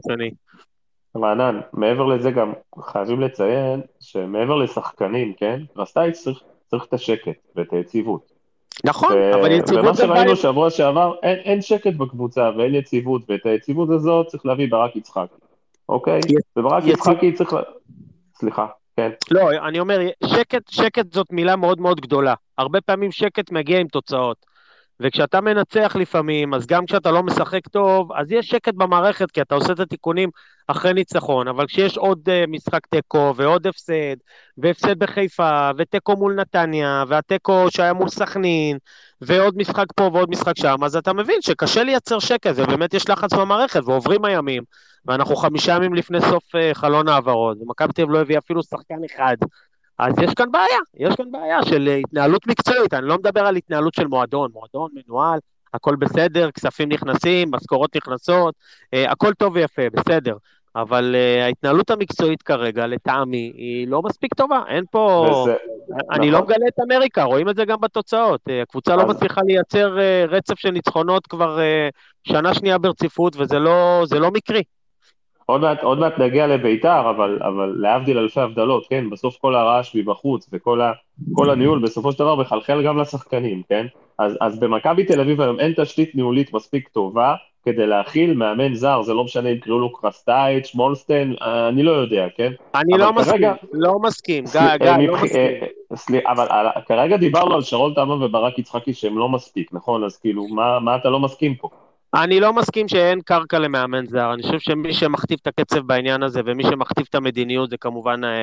S1: רענן, מעבר לזה גם חייבים לציין, שמעבר לשחקנים, כן, קרסטייץ' צריך, צריך את השקט ואת היציבות.
S4: נכון,
S1: ו-
S4: אבל יציבות
S1: ומה
S4: זה
S1: שראינו
S4: בעיה.
S1: שבוע שעבר, אין, אין שקט בקבוצה ואין יציבות, ואת היציבות הזאת צריך להביא ברק יצחק, אוקיי? וברק
S4: יציב-
S1: יצחקי צריך, לה... סליחה, כן.
S4: לא, אני אומר, שקט, שקט זאת מילה מאוד מאוד גדולה. הרבה פעמים שקט מגיע עם תוצאות. וכשאתה מנצח לפעמים, אז גם כשאתה לא משחק טוב, אז יש שקט במערכת, כי אתה עושה את התיקונים אחרי ניצחון, אבל כשיש עוד uh, משחק טקו, ועוד הפסד, והפסד בחיפה, וטקו מול נתניה, והטקו שהיה מול סכנין, ועוד משחק פה ועוד משחק שם, אז אתה מבין שקשה לייצר שקט, ובאמת יש לחץ במערכת, ועוברים הימים, ואנחנו חמישה ימים לפני סוף uh, חלון העברות, ומכבי תל אביב לא הביא אפילו שחקן אחד, אז יש כאן בעיה, יש כאן בעיה של התנהלות מקצועית, אני לא מדבר על התנהלות של מועדון, מועדון מנוהל, הכל בסדר, כספים נכנסים, משכורות נכנסות, אה, הכל טוב ויפה, בסדר, אבל אה, ההתנהלות המקצועית כרגע, לטעמי, היא לא מספיק טובה, אין פה,
S2: וזה,
S4: אני
S2: נכון.
S4: לא מגלה את אמריקה, רואים את זה גם בתוצאות, אה, הקבוצה לא
S2: אז-
S4: מצליחה לייצר אה, רצף של ניצחונות כבר אה, שנה שנייה ברציפות, וזה לא, זה לא מקרי.
S2: עוד מעט, עוד מעט נגיע לביתר, אבל, אבל להבדיל אלפי הבדלות, כן? בסוף כל הרעש מבחוץ וכל ה, כל הניהול בסופו של דבר מחלחל גם לשחקנים, כן? אז, אז במכבי תל אביב היום אין תשתית ניהולית מספיק טובה כדי להכיל מאמן זר, זה לא משנה אם קראו לו קרסטייץ', מולסטיין, אני לא יודע, כן?
S4: אני
S2: אבל
S4: לא מסכים,
S2: כרגע,
S4: לא מסכים,
S2: סל-
S4: גיא,
S2: אה,
S4: גיא, לא
S2: מבח-
S4: מסכים.
S2: אה, אה, סל- אבל על- כרגע דיברנו על שרון תמה וברק יצחקי שהם לא מספיק, נכון? אז כאילו, מה, מה אתה לא מסכים פה?
S4: אני לא מסכים שאין קרקע למאמן זר, אני חושב שמי שמכתיב את הקצב בעניין הזה, ומי שמכתיב את המדיניות זה כמובן אה,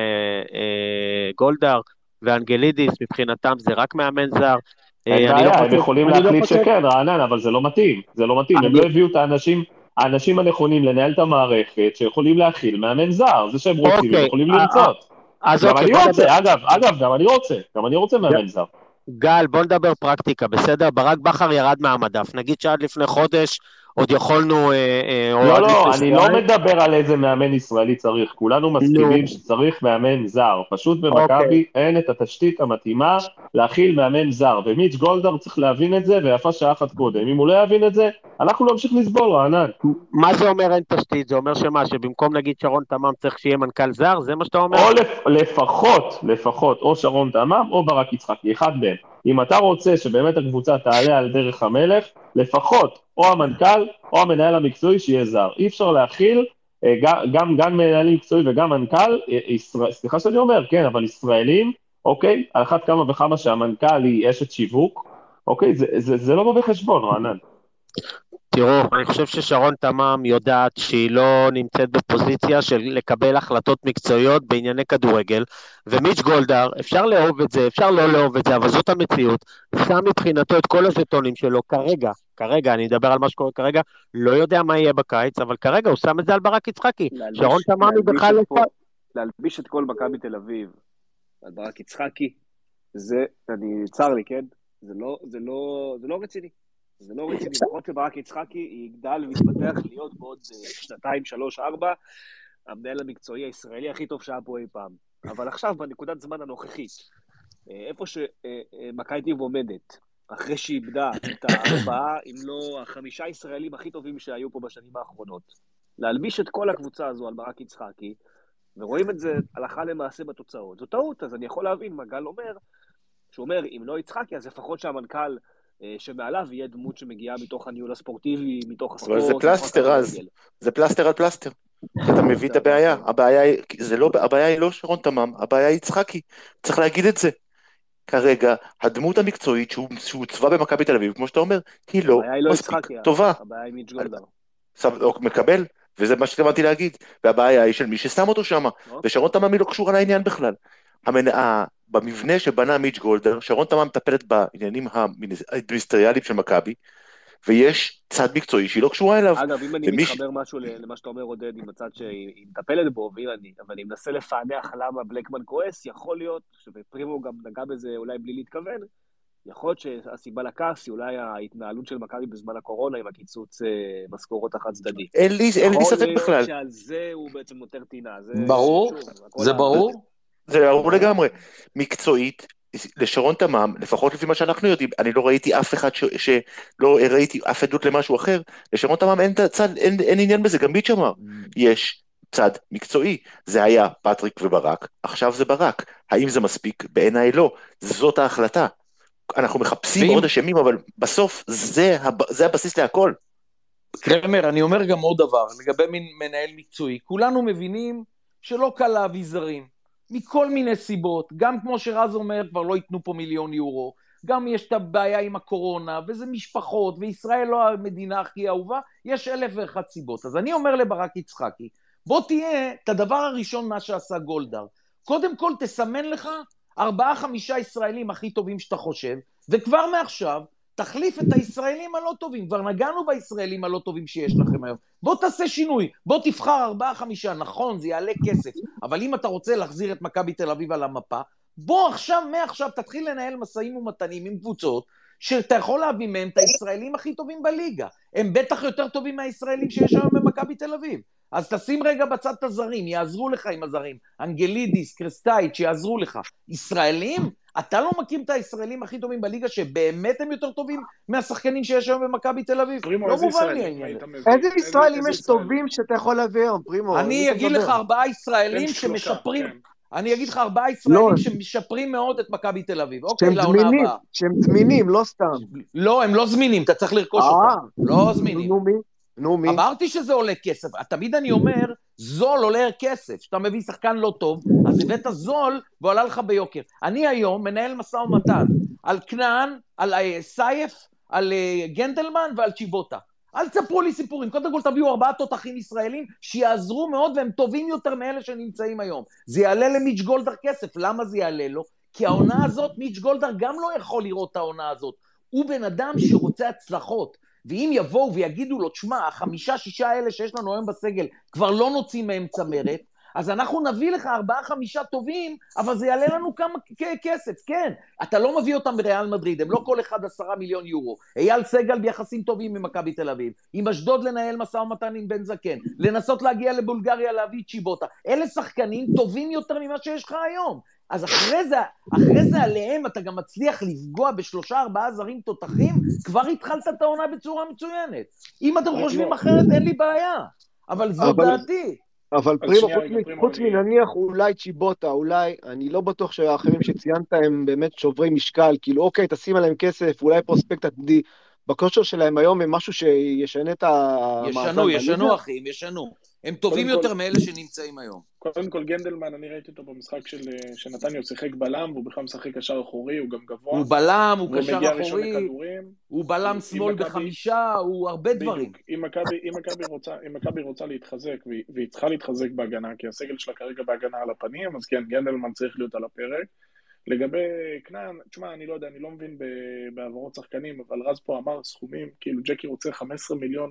S4: אה, גולדהר ואנגלידיס, מבחינתם זה רק מאמן זר.
S2: אין
S4: אה, אני לא
S2: בעיה, הם
S4: חושב,
S2: יכולים
S4: אני לא
S2: להחליט
S4: חושב,
S2: שכן, רענן, אבל זה לא מתאים, זה לא מתאים, הם
S4: אני,
S2: לא הביאו את האנשים, האנשים הנכונים לנהל את המערכת, שיכולים להכיל מאמן זר, זה שהם רוצים, הם
S4: אוקיי,
S2: יכולים
S4: אה, אה,
S2: לרצות.
S4: אז
S2: גם
S4: אוקיי,
S2: אני
S4: בוא נדבר,
S2: רוצה, אגב, אגב, גם אני רוצה, גם אני רוצה מאמן זר.
S4: גל, בוא נדבר פרקטיקה, בסדר? ברק בכר ירד מהמדף, נגיד שעד לפני חודש עוד יכולנו, אה, אה, או
S2: לא,
S4: עד
S2: לא,
S4: לפני
S2: אני לא
S4: שבועיים,
S2: מדבר על איזה מאמן ישראלי צריך, כולנו
S4: נו,
S2: מסכימים שצריך מאמן זר, פשוט
S4: אוקיי.
S2: במכבי אין את התשתית המתאימה להכיל מאמן זר, ומיץ' גולדהר צריך להבין את זה, ויפה שעה אחת קודם, אם הוא לא יבין את זה, אנחנו לא נמשיך לסבול, רענן.
S4: מה זה אומר אין תשתית? זה אומר שמה, שבמקום נגיד שרון תמם צריך שיהיה מנכ"ל זר? זה מה שאתה אומר?
S2: או לפ, לפחות, לפחות, או שרון תמם או ברק יצחקי, אחד מהם. אם אתה רוצה שבאמת הקבוצה תעלה על דרך המלך, לפחות או המנכ"ל או המנהל המקצועי שיהיה זר. אי אפשר להכיל אה, גם, גם, גם מנהל מקצועי וגם מנכ"ל, אה, ישראל, סליחה שאני אומר, כן, אבל ישראלים, אוקיי, על אחת כמה וכמה שהמנכ"ל היא אשת שיווק, אוקיי, זה, זה, זה לא בא בחשבון, רענן.
S4: תראו, אני חושב ששרון תמם יודעת שהיא לא נמצאת בפוזיציה של לקבל החלטות מקצועיות בענייני כדורגל, ומיץ' גולדהר, אפשר לאהוב את זה, אפשר לא לאהוב את זה, אבל זאת המציאות, שם מבחינתו את כל הז'טונים שלו כרגע, כרגע, אני אדבר על מה שקורה כרגע, לא יודע מה יהיה בקיץ, אבל כרגע הוא שם את זה על ברק יצחקי,
S5: להלביש-
S4: שרון תמם היא
S5: להלביש
S4: בכלל
S5: את
S4: לא...
S5: כל- להלביש את כל מכבי תל אביב על ברק יצחקי, זה, אני, צר לי, כן? זה לא, זה לא, זה לא רציני. זה לא רציני. נכון שברק יצחקי יגדל ויתפתח להיות בעוד אה, שנתיים, שלוש, ארבע, המנהל המקצועי הישראלי הכי טוב שהיה פה אי פעם. אבל עכשיו, בנקודת זמן הנוכחית, אה, איפה שמכבי תל אביב עומדת, אחרי שאיבדה את הארבעה, אם לא החמישה ישראלים הכי טובים שהיו פה בשנים האחרונות, להלביש את כל הקבוצה הזו על ברק יצחקי, ורואים את זה הלכה למעשה בתוצאות. זו טעות, אז אני יכול להבין מה גל אומר, שהוא אומר, אם לא יצחקי, אז לפחות שהמנכ"ל אה, שמעליו יהיה דמות שמגיעה מתוך הניהול הספורטיבי, מתוך הספורט.
S10: אבל זה
S5: מתוך
S10: פלסטר אז,
S5: הכדורגל.
S10: זה פלסטר על פלסטר. אתה מבין את
S5: זה
S10: הבעיה,
S5: הפלסטר.
S10: הבעיה היא, זה לא, הבעיה היא לא שרון תמם, הבעיה היא יצחקי, צריך להגיד את זה. כרגע, הדמות המקצועית שהוא- שהוצבה במכבי תל אביב, כמו שאתה אומר, היא לא
S5: הבעיה היא לא
S10: מספיק
S5: יצחקי,
S10: טובה.
S5: הבעיה היא מיץ' גולדהר.
S10: סב- או מקבל, וזה מה שהתכוונתי להגיד, והבעיה היא של מי ששם אותו שם, ושרון תמם היא לא קשורה לעניין בכלל. המנ... ה... במבנה שבנה מיץ' גולדהר, שרון תמם מטפלת בעניינים האדמיניסטריאליים של מכבי, ויש צד מקצועי שהיא לא קשורה אליו.
S5: אגב, אם אני
S10: ומי ש-
S5: מתחבר משהו למה שאתה אומר, עודד, עם הצד שהיא מטפלת בו, ואני, אבל אני מנסה לפענח למה בלקמן כועס, יכול להיות, ופרימו גם נגע בזה אולי בלי להתכוון, יכול להיות שהסיבה לכעס היא אולי ההתנהלות של מכבי בזמן הקורונה עם הקיצוץ אה, משכורות החד צדדי.
S10: אין לי, אין לי ספק
S5: יכול
S10: בכלל.
S5: להיות שעל זה הוא בעצם נותר טינה. זה,
S3: ברור,
S5: שוב, הכל
S3: זה
S5: ה-
S3: ברור.
S10: זה ברור לגמרי. מקצועית, לשרון תמם, לפחות לפי מה שאנחנו יודעים, אני לא ראיתי אף אחד ש... שלא ראיתי אף עדות למשהו אחר, לשרון תמם אין, צד, אין, אין עניין בזה, גם ביץ' אמר, יש צד מקצועי, זה היה פטריק וברק, עכשיו זה ברק, האם זה מספיק? בעיניי לא, זאת ההחלטה, אנחנו מחפשים
S3: ואם-
S10: עוד אשמים, אבל בסוף זה, הב... זה הבסיס להכל.
S3: קרמר, אני אומר גם עוד דבר, לגבי מין מנהל מקצועי, כולנו מבינים שלא קל להביא זרים, מכל מיני סיבות, גם כמו שרז אומר, כבר לא ייתנו פה מיליון יורו, גם יש את הבעיה עם הקורונה, וזה משפחות, וישראל לא המדינה הכי אהובה, יש אלף ואחת סיבות. אז אני אומר לברק יצחקי, בוא תהיה את הדבר הראשון מה שעשה גולדהר. קודם כל תסמן לך ארבעה חמישה ישראלים הכי טובים שאתה חושב, וכבר מעכשיו תחליף את הישראלים הלא טובים, כבר נגענו בישראלים הלא טובים שיש לכם היום. בוא תעשה שינוי, בוא תבחר ארבעה חמישה, נכון, זה יעלה כסף, אבל אם אתה רוצה להחזיר את מכבי תל אביב על המפה, בוא עכשיו, מעכשיו תתחיל לנהל מסעים ומתנים עם קבוצות, שאתה יכול להביא מהם את הישראלים הכי טובים בליגה. הם בטח יותר טובים מהישראלים שיש היום במכבי תל אביב. אז תשים רגע בצד את הזרים, יעזרו לך עם הזרים. אנגלידיס, קרסטייץ', שיעזרו לך. ישראלים? אתה לא מכיר את הישראלים הכי טובים בליגה שבאמת הם יותר טובים מהשחקנים שיש היום במכבי תל אביב? לא מובן לי העניין.
S9: איזה ישראלים יש טובים שאתה יכול להביא היום, פרימו?
S3: אני אגיד לך ארבעה ישראלים שמשפרים... אני אגיד לך ארבעה ישראלים שמשפרים מאוד את מכבי תל אביב.
S9: שהם זמינים, שהם זמינים, לא סתם.
S3: לא, הם לא זמינים, אתה צריך לרכוש אותם. לא זמינים.
S9: נו מי? נו מי?
S3: אמרתי שזה עולה כסף. תמיד אני אומר, זול עולה כסף. כשאתה מביא שחקן לא טוב, אז הבאת זול ועולה לך ביוקר. אני היום מנהל משא ומתן על כנען, על סייף, על גנדלמן ועל צ'יבוטה. אל תספרו לי סיפורים, קודם כל תביאו ארבעה תותחים ישראלים שיעזרו מאוד והם טובים יותר מאלה שנמצאים היום. זה יעלה למיץ' גולדהר כסף, למה זה יעלה לו? כי העונה הזאת, מיץ' גולדהר גם לא יכול לראות את העונה הזאת. הוא בן אדם שרוצה הצלחות, ואם יבואו ויגידו לו, תשמע, החמישה שישה האלה שיש לנו היום בסגל כבר לא נוצאים מהם צמרת, אז אנחנו נביא לך ארבעה חמישה טובים, אבל זה יעלה לנו כמה כסף, כן. אתה לא מביא אותם בריאל מדריד, הם לא כל אחד עשרה מיליון יורו. אייל סגל ביחסים טובים ממכבי תל אביב. עם אשדוד לנהל משא ומתן עם בן זקן. לנסות להגיע לבולגריה להביא צ'יבוטה. אלה שחקנים טובים יותר ממה שיש לך היום. אז אחרי זה, אחרי זה עליהם אתה גם מצליח לפגוע בשלושה ארבעה זרים תותחים, כבר התחלת את העונה בצורה מצוינת. אם אתם חושבים אחרת, אין לי בעיה. אבל זו דעתי.
S9: אבל פרימו, חוץ מנניח אולי צ'יבוטה, אולי, אני לא בטוח שהאחרים שציינת הם באמת שוברי משקל, כאילו אוקיי, תשים עליהם כסף, אולי פרוספקט עתידי, בכושר שלהם היום הם משהו שישנה את המאזן.
S3: ישנו, ישנו אחים, ישנו. הם טובים יותר מאלה שנמצאים היום.
S6: קודם כל גנדלמן, אני ראיתי אותו במשחק של נתניה, הוא שיחק בלם, והוא בכלל משחק קשר אחורי, הוא גם גבוה.
S3: הוא בלם, הוא קשר אחורי, הוא בלם שמאל בחמישה, הוא הרבה דברים.
S6: אם מכבי רוצה להתחזק, והיא צריכה להתחזק בהגנה, כי הסגל שלה כרגע בהגנה על הפנים, אז כן, גנדלמן צריך להיות על הפרק. לגבי כנען, תשמע, אני לא יודע, אני לא מבין בעברות שחקנים, אבל רז פה אמר סכומים, כאילו ג'קי רוצה חמישה עשר מיליון...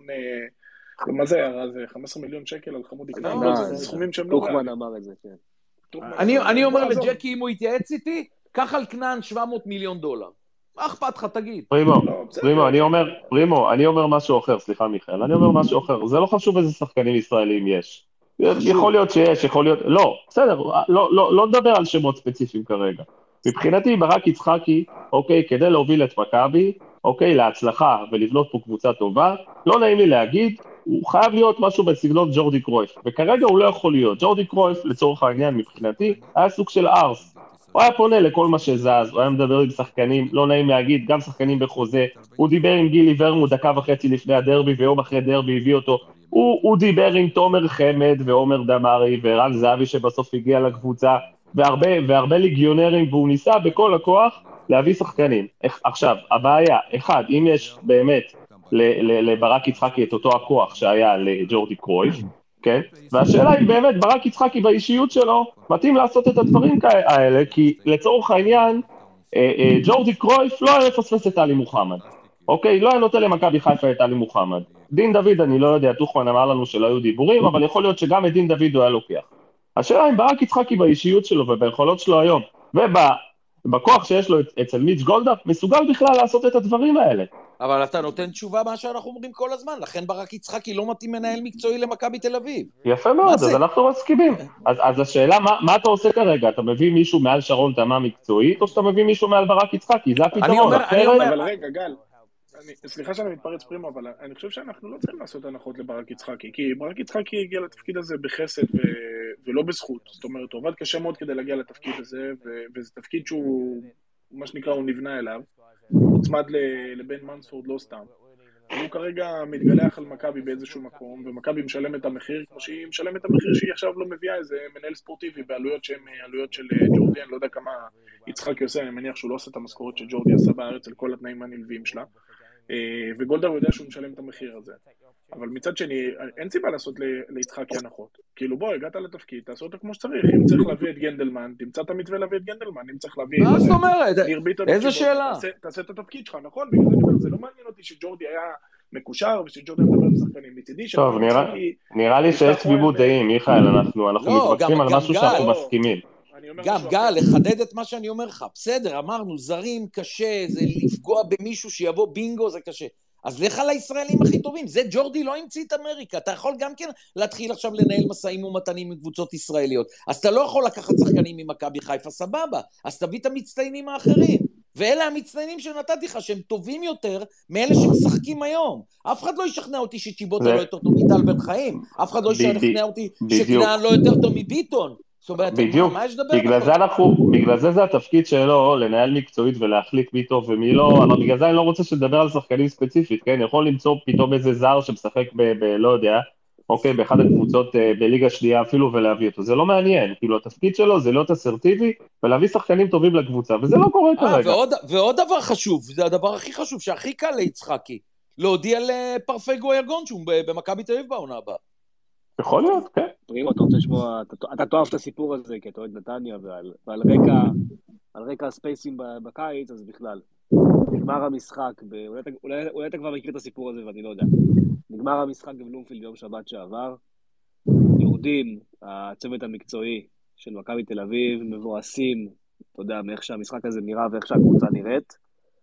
S6: מה זה היה? זה חמישה עשר מיליון שקל על חמודי כנען, זה סכומים שהם לא...
S5: טוחמן אמר את זה, כן.
S3: אני אומר לג'קי, אם הוא יתייעץ איתי, קח על כנען שבע מאות מיליון דולר. מה אכפת לך, תגיד?
S1: פרימו, פרימו, אני אומר, פרימו, אני אומר משהו אחר, סליחה מיכאל, אני אומר משהו אחר, זה לא חשוב איזה שחקנים ישראלים יש. יכול להיות שיש, יכול להיות... לא, בסדר, לא נדבר על שמות ספציפיים כרגע. מבחינתי, ברק יצחקי, אוקיי, כדי להוביל את מכבי, אוקיי, להצלחה ולבנות פה קבוצה טובה, לא נעים לי להגיד, הוא חייב להיות משהו בסגנון ג'ורדי קרויף, וכרגע הוא לא יכול להיות. ג'ורדי קרויף, לצורך העניין מבחינתי, היה סוג של ארס. הוא היה פונה לכל מה שזז, הוא היה מדבר עם שחקנים, לא נעים להגיד, גם שחקנים בחוזה, הוא דיבר עם גילי ורמו דקה וחצי לפני הדרבי, ויום אחרי דרבי הביא אותו, הוא, הוא דיבר עם תומר חמד ועומר דמרי ורן זהבי שבסוף הגיע לקבוצה, והרבה, והרבה ליגיונרים, והוא ניסה בכל הכוח להביא שחקנים. עכשיו, הבעיה, אחד, אם יש באמת לברק יצחקי את אותו הכוח שהיה לג'ורדי קרויף, כן? והשאלה היא באמת, ברק יצחקי באישיות שלו, מתאים לעשות את הדברים האלה, כי לצורך העניין, ג'ורדי קרויף לא היה לפספס את טלי מוחמד, אוקיי? לא היה נותן למכבי חיפה את טלי מוחמד. דין דוד, אני לא יודע, טוחמן אמר לנו שלא היו דיבורים, אבל יכול להיות שגם את דין דוד הוא היה לוקח. השאלה אם ברק יצחקי באישיות שלו וביכולות שלו היום, ובכוח שיש לו אצל מיץ' גולדהר, מסוגל בכלל לעשות את הדברים האלה.
S3: אבל אתה נותן תשובה מה שאנחנו אומרים כל הזמן, לכן ברק יצחקי לא מתאים מנהל מקצועי למכבי תל אביב.
S1: יפה מאוד, אז אנחנו מסכימים. אז, אז השאלה, מה, מה אתה עושה כרגע? אתה מביא מישהו מעל שרון תמה מקצועית, או שאתה מביא מישהו מעל ברק יצחקי? זה הפתרון.
S3: אני אומר, אני אומר...
S6: אבל רגע, גל, אני, סליחה שאני מתפרץ פרימו, אבל אני חושב שאנחנו לא צריכים לעשות הנחות לברק יצחקי, כי ברק יצחקי הגיע לתפקיד הזה בחסד ו... ולא בזכות. זאת אומרת, הוא עובד קשה מאוד כדי להגיע לתפקיד הזה, ו... וזה תפקיד שהוא, מה שנקרא, הוא נבנה אליו. מוצמד לבן מנספורד לא סתם. הוא כרגע מתגלח על מכבי באיזשהו מקום, ומכבי משלם את המחיר, כמו שהיא משלמת את המחיר שהיא עכשיו לא מביאה איזה מנהל ספורטיבי בעלויות שהן עלויות של ג'ורדי, אני לא יודע כמה יצחקי עושה, אני מניח שהוא לא עושה את המשכורת שג'ורדי עשה בארץ על כל התנאים הנלווים שלה, וגולדהר יודע שהוא משלם את המחיר הזה. אבל מצד שני, אין סיבה לעשות ליצחקי הנחות. כאילו בוא, הגעת לתפקיד, תעשו אותו כמו שצריך. אם צריך להביא את גנדלמן, תמצא את המתווה להביא את גנדלמן. אם צריך להביא...
S3: מה זאת אומרת? איזה שאלה?
S6: תעשה את התפקיד שלך, נכון? בגלל זה אני אומר, זה לא מעניין אותי שג'ורדי היה מקושר ושג'ורדי מדבר עם שחקנים. מצידי
S2: טוב, נראה לי שיש תמימות דעים, מיכאל, אנחנו מתווכחים על משהו שאנחנו מסכימים.
S3: גם גל, לחדד את מה שאני אומר לך. בסדר, אמרנו, זרים קשה, זה לפגוע במישהו שיבוא בינגו, זה קשה. אז לך לישראלים הכי טובים, זה ג'ורדי לא המציא את אמריקה, אתה יכול גם כן להתחיל עכשיו לנהל מסעים ומתנים עם קבוצות ישראליות, אז אתה לא יכול לקחת שחקנים ממכבי חיפה, סבבה, אז תביא את המצטיינים האחרים, ואלה המצטיינים שנתתי לך, שהם טובים יותר מאלה שמשחקים היום, אף אחד לא ישכנע אותי שצ'יבוטה לא יותר טוב מטל בן חיים, אף אחד לא ישכנע אותי שכנען לא יותר טוב מביטון,
S2: בדיוק, בגלל זה אנחנו, בגלל זה זה התפקיד שלו, לנהל מקצועית ולהחליט מי טוב ומי לא, אבל בגלל זה אני לא רוצה שתדבר על שחקנים ספציפית, כן, יכול למצוא פתאום איזה זר שמשחק ב, לא יודע, אוקיי, באחד הקבוצות בליגה שנייה אפילו ולהביא אותו, זה לא מעניין, כאילו התפקיד שלו זה להיות אסרטיבי ולהביא שחקנים טובים לקבוצה, וזה לא קורה כרגע.
S3: ועוד דבר חשוב, זה הדבר הכי חשוב, שהכי קל ליצחקי, להודיע לפרפי גויגון שהוא במכבי תל אביב בעונה הבאה.
S2: יכול להיות, כן.
S5: פרימו, אתה רוצה לשמוע, אתה תאהב את הסיפור הזה, כי אתה אוהד נתניה, ועל רקע, על רקע הספייסים בקיץ, אז בכלל. נגמר המשחק, אולי אתה כבר מכיר את הסיפור הזה, ואני לא יודע. נגמר המשחק בבלומפילד ביום שבת שעבר, יורדים, הצוות המקצועי של מכבי תל אביב, מבואסים, אתה יודע, מאיך שהמשחק הזה נראה ואיך שהקבוצה נראית,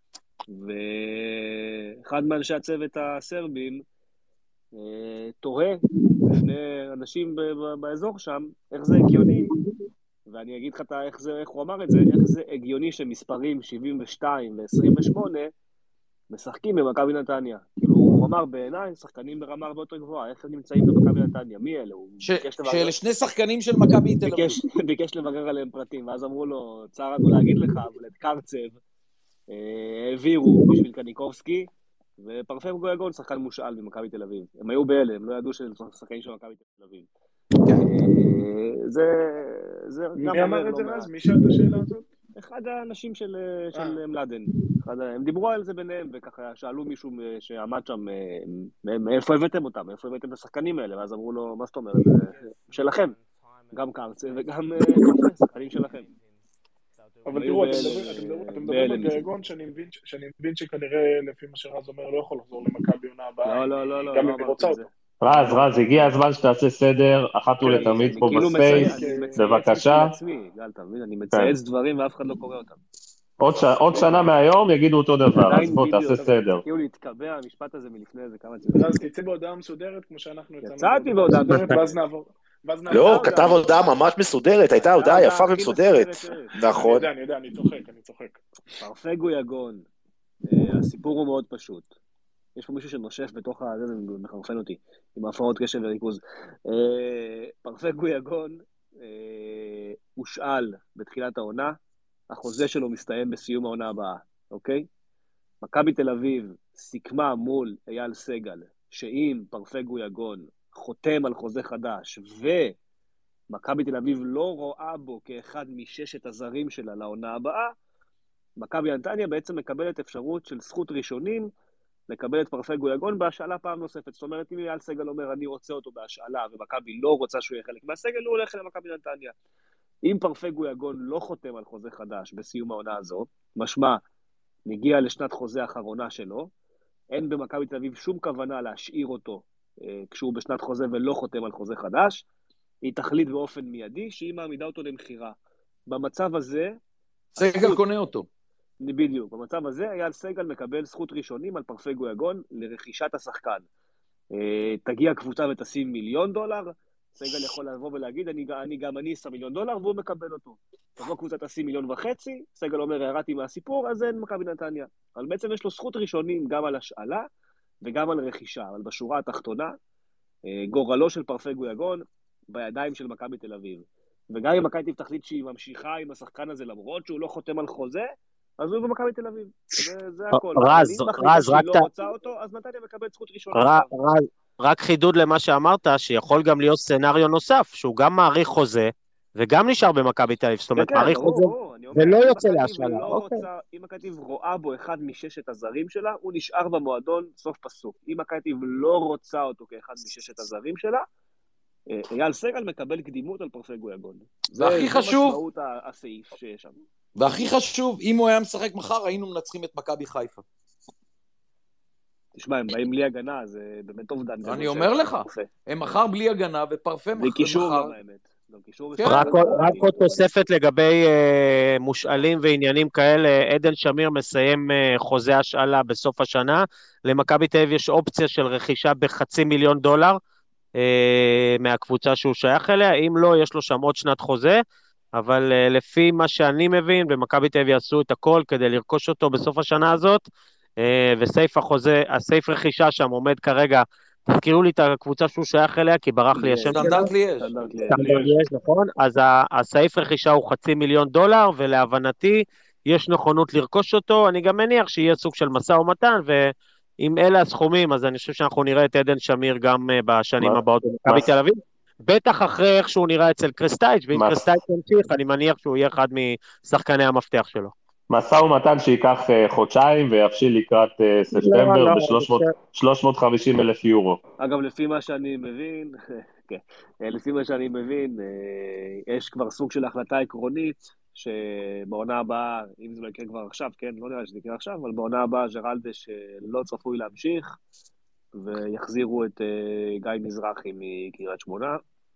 S5: ואחד מאנשי הצוות הסרבים, תוהה לפני אנשים באזור שם, איך זה הגיוני, ואני אגיד לך איך, זה, איך הוא אמר את זה, איך זה הגיוני שמספרים שבעים ושתיים ו-עשרים ושמונה משחקים במכבי נתניה. כאילו, הוא אמר בעיניי, שחקנים ברמה הרבה יותר גבוהה, איך הם נמצאים במכבי נתניה, מי אלה?
S3: ש... שאלה שני שחקנים של מכבי תל אביב.
S5: ביקש, ביקש לברר עליהם פרטים, ואז אמרו לו, צער לנו להגיד לך, אבל את קרצב העבירו בשביל קניקובסקי, ופרפי גויגון שחקן מושאל במכבי תל אביב. הם היו באלה, הם לא ידעו שהם שחקנים של מכבי תל אביב. זה...
S6: מי אמר את זה אז? מי שאל את השאלה הזאת?
S5: אחד האנשים של מלאדן. הם דיברו על זה ביניהם, וככה שאלו מישהו שעמד שם, מאיפה הבאתם אותם? מאיפה הבאתם את השחקנים האלה? ואז אמרו לו, מה זאת אומרת? שלכם. גם קרצה וגם שחקנים שלכם.
S6: אבל תראו, אתם מדברים על גויגון שאני מבין שכנראה לפי מה שרז אומר לא יכול לחזור למכבי עונה הבאה.
S5: לא, לא, לא.
S6: גם אם היא רוצה אותו.
S2: רז, רז, הגיע הזמן שתעשה סדר, אחת ולתמיד פה בספייס, בבקשה.
S5: אני מצייץ דברים ואף אחד לא קורא אותם.
S2: עוד שנה מהיום יגידו אותו דבר, אז בוא תעשה סדר.
S5: כאילו להתקבע המשפט הזה מלפני איזה כמה ציונים.
S6: רז, תצא בהודעה מסודרת כמו שאנחנו יצאנו.
S5: יצאתי בהודעה
S6: מסודרת, ואז נעבור.
S10: לא, כתב הודעה ממש מסודרת, הייתה הודעה יפה ומסודרת. נכון.
S6: אני יודע, אני יודע, אני צוחק, אני צוחק.
S5: פרפי גויגון, הסיפור הוא מאוד פשוט. יש פה מישהו שנושף בתוך הזה, זה מחרפן אותי, עם הפרעות קשב וריכוז. פרפי גויגון הושאל בתחילת העונה, החוזה שלו מסתיים בסיום העונה הבאה, אוקיי? מכבי תל אביב סיכמה מול אייל סגל, שאם פרפי גויגון חותם על חוזה חדש, ומכבי תל אביב לא רואה בו כאחד מששת הזרים שלה לעונה הבאה, מכבי נתניה בעצם מקבלת אפשרות של זכות ראשונים, לקבל את פרפי גויגון בהשאלה פעם נוספת. זאת אומרת, אם אייל סגל אומר, אני רוצה אותו בהשאלה, ומכבי לא רוצה שהוא יהיה חלק מהסגל, הוא הולך למכבי נתניה. אם פרפי גויגון לא חותם על חוזה חדש בסיום העונה הזו, משמע, נגיע לשנת חוזה האחרונה שלו, אין במכבי תל אביב שום כוונה להשאיר אותו אה, כשהוא בשנת חוזה ולא חותם על חוזה חדש, היא תחליט באופן מיידי שהיא מעמידה אותו למחירה. במצב הזה...
S3: סגל הזכות... קונה אותו.
S5: בדיוק, במצב הזה אייל סגל מקבל זכות ראשונים על פרפי גויגון לרכישת השחקן. אה, תגיע קבוצה ותשים מיליון דולר, סגל יכול לבוא ולהגיד, אני, אני גם אני אשים מיליון דולר, והוא מקבל אותו. תבוא קבוצה תשים מיליון וחצי, סגל אומר, ירדתי מהסיפור, אז אין מכבי נתניה. אבל בעצם יש לו זכות ראשונים גם על השאלה, וגם על רכישה. אבל בשורה התחתונה, גורלו של פרפי גויגון, בידיים של מכבי תל אביב. וגם אם מכבי תחליט שהיא ממשיכה עם השחקן הזה, למרות שהוא לא חותם על חוזה, אז הוא במכבי תל אביב. זה, זה הכל.
S4: רז, רז, רק
S5: לא
S4: אתה...
S5: רוצה אותו, אז נתניה מקבל זכות ראשונה.
S4: רז, רק חידוד למה שאמרת, שיכול גם להיות סצנריו נוסף, שהוא גם מעריך חוזה, וגם נשאר במכבי תל אביב, זאת אומרת, מעריך חוזה, ולא יוצא להשאלה.
S5: אם מכבי תל אביב רואה בו אחד מששת הזרים שלה, הוא נשאר במועדון סוף פסוק. אם מכבי תל אביב לא רוצה אותו כאחד מששת הזרים שלה, אייל סגל מקבל קדימות על פרפי גויגון.
S3: והכי חשוב,
S5: זה משמעות הסעיף שיש שם.
S3: והכי חשוב, אם הוא היה משחק מחר, היינו מנצחים את מכבי חיפה.
S5: תשמע, הם באים בלי הגנה, זה באמת אובדן.
S3: אני אומר לך, הם מחר בלי הגנה, ופרפי מחר...
S5: וקישור גם האמת.
S4: רק עוד תוספת לגבי מושאלים ועניינים כאלה, עדן שמיר מסיים חוזה השאלה בסוף השנה, למכבי תל אביב יש אופציה של רכישה בחצי מיליון דולר, מהקבוצה שהוא שייך אליה, אם לא, יש לו שם עוד שנת חוזה, אבל לפי מה שאני מבין, במכבי תל אביב יעשו את הכל כדי לרכוש אותו בסוף השנה הזאת, וסייף החוזה, הסייף רכישה שם עומד כרגע, תזכירו לי את הקבוצה שהוא שייך אליה, כי ברח לי השם שלו.
S3: סטנדרט ליאז'.
S4: סטנדרט ליאז', נכון? אז הסעיף רכישה הוא חצי מיליון דולר, ולהבנתי יש נכונות לרכוש אותו, אני גם מניח שיהיה סוג של משא ומתן, ואם אלה הסכומים, אז אני חושב שאנחנו נראה את עדן שמיר גם בשנים הבאות במכבי תל אביב, בטח אחרי איך שהוא נראה אצל קריסטייץ', ואם קריסטייץ' ימשיך, אני מניח שהוא יהיה אחד משחקני המפתח שלו.
S2: משא ומתן שייקח חודשיים ויפשיל לקראת ספטמבר ב-שלוש מאות וחמישים אלף יורו.
S5: אגב, לפי מה שאני מבין, לפי מה שאני מבין, יש כבר סוג של החלטה עקרונית, שבעונה הבאה, אם זה לא יקרה כבר עכשיו, כן, לא נראה שזה יקרה עכשיו, אבל בעונה הבאה ג'רלדש לא צפוי להמשיך, ויחזירו את גיא מזרחי מקריית שמונה,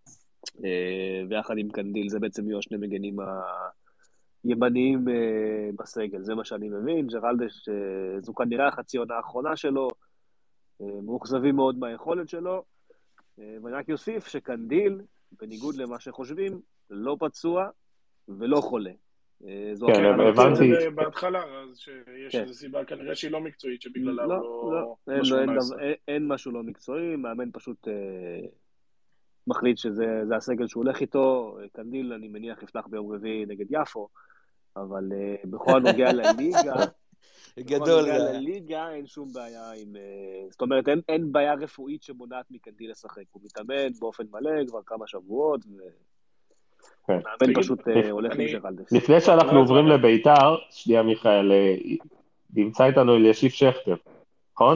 S5: ויחד עם קנדיל, זה בעצם יהיו שני מגנים ה... ימניים uh, בסגל, זה מה שאני מבין, ג'רלדש, uh, זו כנראה החצי עונה האחרונה שלו, uh, מאוכזבים מאוד מהיכולת שלו, uh, ואני רק יוסיף שקנדיל, בניגוד למה שחושבים, לא פצוע ולא חולה. Uh, זו
S2: כן, הבנתי.
S6: בהתחלה, אז שיש איזו סיבה, כנראה שהיא לא מקצועית, שבגללה
S5: לא,
S6: הוא
S5: לא, אין, לא אין, אין, אין משהו לא מקצועי, מאמן פשוט... Uh, מחליט שזה הסגל שהוא הולך איתו, קנדיל אני מניח יפתח ביום רביעי נגד יפו, אבל uh, בכל הנוגע לליגה, בכל הנוגע לליגה אין שום בעיה עם, uh, זאת אומרת אין, אין בעיה רפואית שמונעת מקנדיל לשחק, הוא מתאמן באופן מלא כבר כמה שבועות, ומאמן פשוט uh, הולך עם ג'רלדש.
S2: לפני שאנחנו עוברים לביתר, שנייה מיכאל, נמצא איתנו אלישיב שכטר, נכון?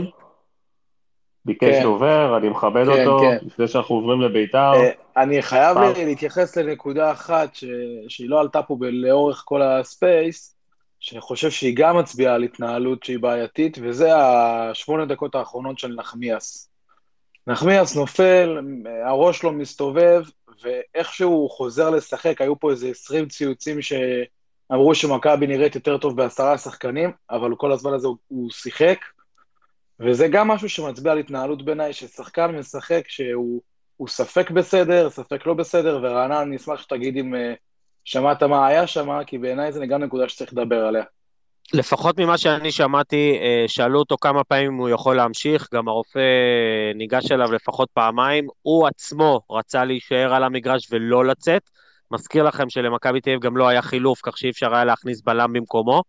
S2: ביקש עובר, אני מכבד אותו, לפני שאנחנו עוברים לביתר.
S11: אני חייב להתייחס לנקודה אחת שהיא לא עלתה פה לאורך כל הספייס, שאני חושב שהיא גם מצביעה על התנהלות שהיא בעייתית, וזה השמונה דקות האחרונות של נחמיאס. נחמיאס נופל, הראש לא מסתובב, ואיכשהו הוא חוזר לשחק, היו פה איזה עשרים ציוצים שאמרו שמכבי נראית יותר טוב בעשרה שחקנים, אבל כל הזמן הזה הוא, הוא שיחק, וזה גם משהו שמצביע על התנהלות בעיניי, ששחקן משחק שהוא הוא ספק בסדר, ספק לא בסדר, ורענן, אני אשמח שתגיד אם שמעת מה היה שם, כי בעיניי זה גם נקודה שצריך לדבר עליה.
S4: לפחות ממה שאני שמעתי, שאלו אותו כמה פעמים אם הוא יכול להמשיך, גם הרופא ניגש אליו לפחות פעמיים, הוא עצמו רצה להישאר על המגרש ולא לצאת, מזכיר לכם שלמכבי תל אביב גם לא היה חילוף, כך שאי אפשר היה להכניס בלם במקומו,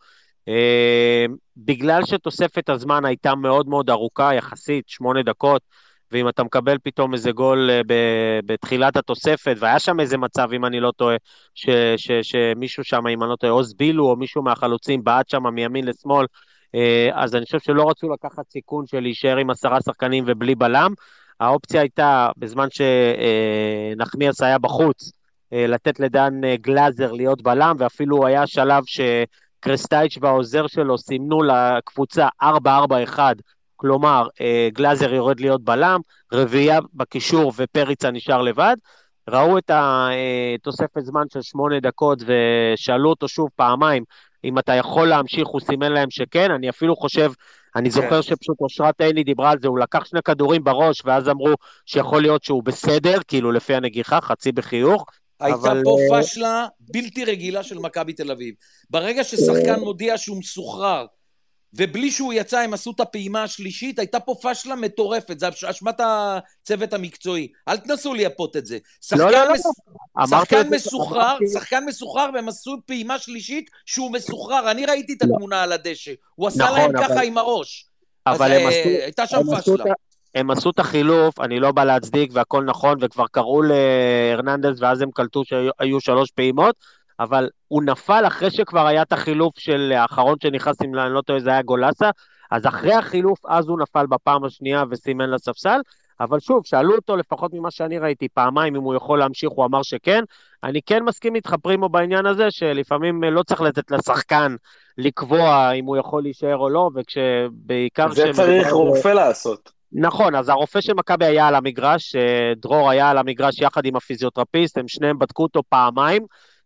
S4: בגלל שתוספת הזמן הייתה מאוד מאוד ארוכה, יחסית שמונה דקות, ואם אתה מקבל פתאום איזה גול בתחילת התוספת, והיה שם איזה מצב, אם אני לא טועה, שמישהו שם, אם אני לא טועה, עוז בילו, או מישהו מהחלוצים, בעט שם מימין לשמאל, אז אני חושב שלא רצו לקחת סיכון של להישאר עם עשרה שחקנים ובלי בלם, האופציה הייתה, בזמן שנחמיאס היה בחוץ, לתת לדן גלאזר להיות בלם, ואפילו היה שלב שקריסטייץ' והעוזר שלו סימנו לקבוצה ארבע ארבע אחת, כלומר, גלאזר יורד להיות בלם, רביעייה בקישור ופריצה נשאר לבד, ראו את התוספת זמן של שמונה דקות ושאלו אותו שוב פעמיים, אם אתה יכול להמשיך, הוא סימן להם שכן, אני אפילו חושב, אני זוכר שפשוט אושרת עיני דיברה על זה, הוא לקח שני כדורים בראש, ואז אמרו שיכול להיות שהוא בסדר, כאילו לפי הנגיחה, חצי בחיוך,
S3: הייתה פה פשלה בלתי רגילה של מכבי תל אביב. ברגע ששחקן מודיע שהוא מסוחרר, ובלי שהוא יצא הם עשו את הפעימה השלישית, הייתה פה פשלה מטורפת, זה אשמת הצוות המקצועי, אל תנסו לייפות את זה.
S4: לא, לא, לא.
S3: שחקן מסוחרר, שחקן מסוחרר, והם עשו פעימה שלישית שהוא מסוחרר, אני ראיתי את התמונה על הדשא, הוא עשה להם ככה עם הראש, אז הייתה שם פשלה.
S4: הם עשו את החילוף, אני לא בא להצדיק והכל נכון, וכבר קראו להרננדז ואז הם קלטו שהיו שלוש פעימות, אבל הוא נפל אחרי שכבר היה את החילוף של האחרון שנכנס, אם אני לא טועה, זה היה גולסה, אז אחרי החילוף, אז הוא נפל בפעם השנייה וסימן לספסל, אבל שוב, שאלו אותו, לפחות ממה שאני ראיתי פעמיים, אם הוא יכול להמשיך, הוא אמר שכן, אני כן מסכים איתך פרימו בעניין הזה, שלפעמים לא צריך לתת לשחקן לקבוע אם הוא יכול להישאר או לא, וכשבעיקר...
S11: זה צריך רופא לעשות.
S4: נכון, אז הרופא של מכבי היה על המגרש, דרור היה על המגרש יחד עם הפיזיותרפיסט, הם שניהם בדקו אותו פעמיים,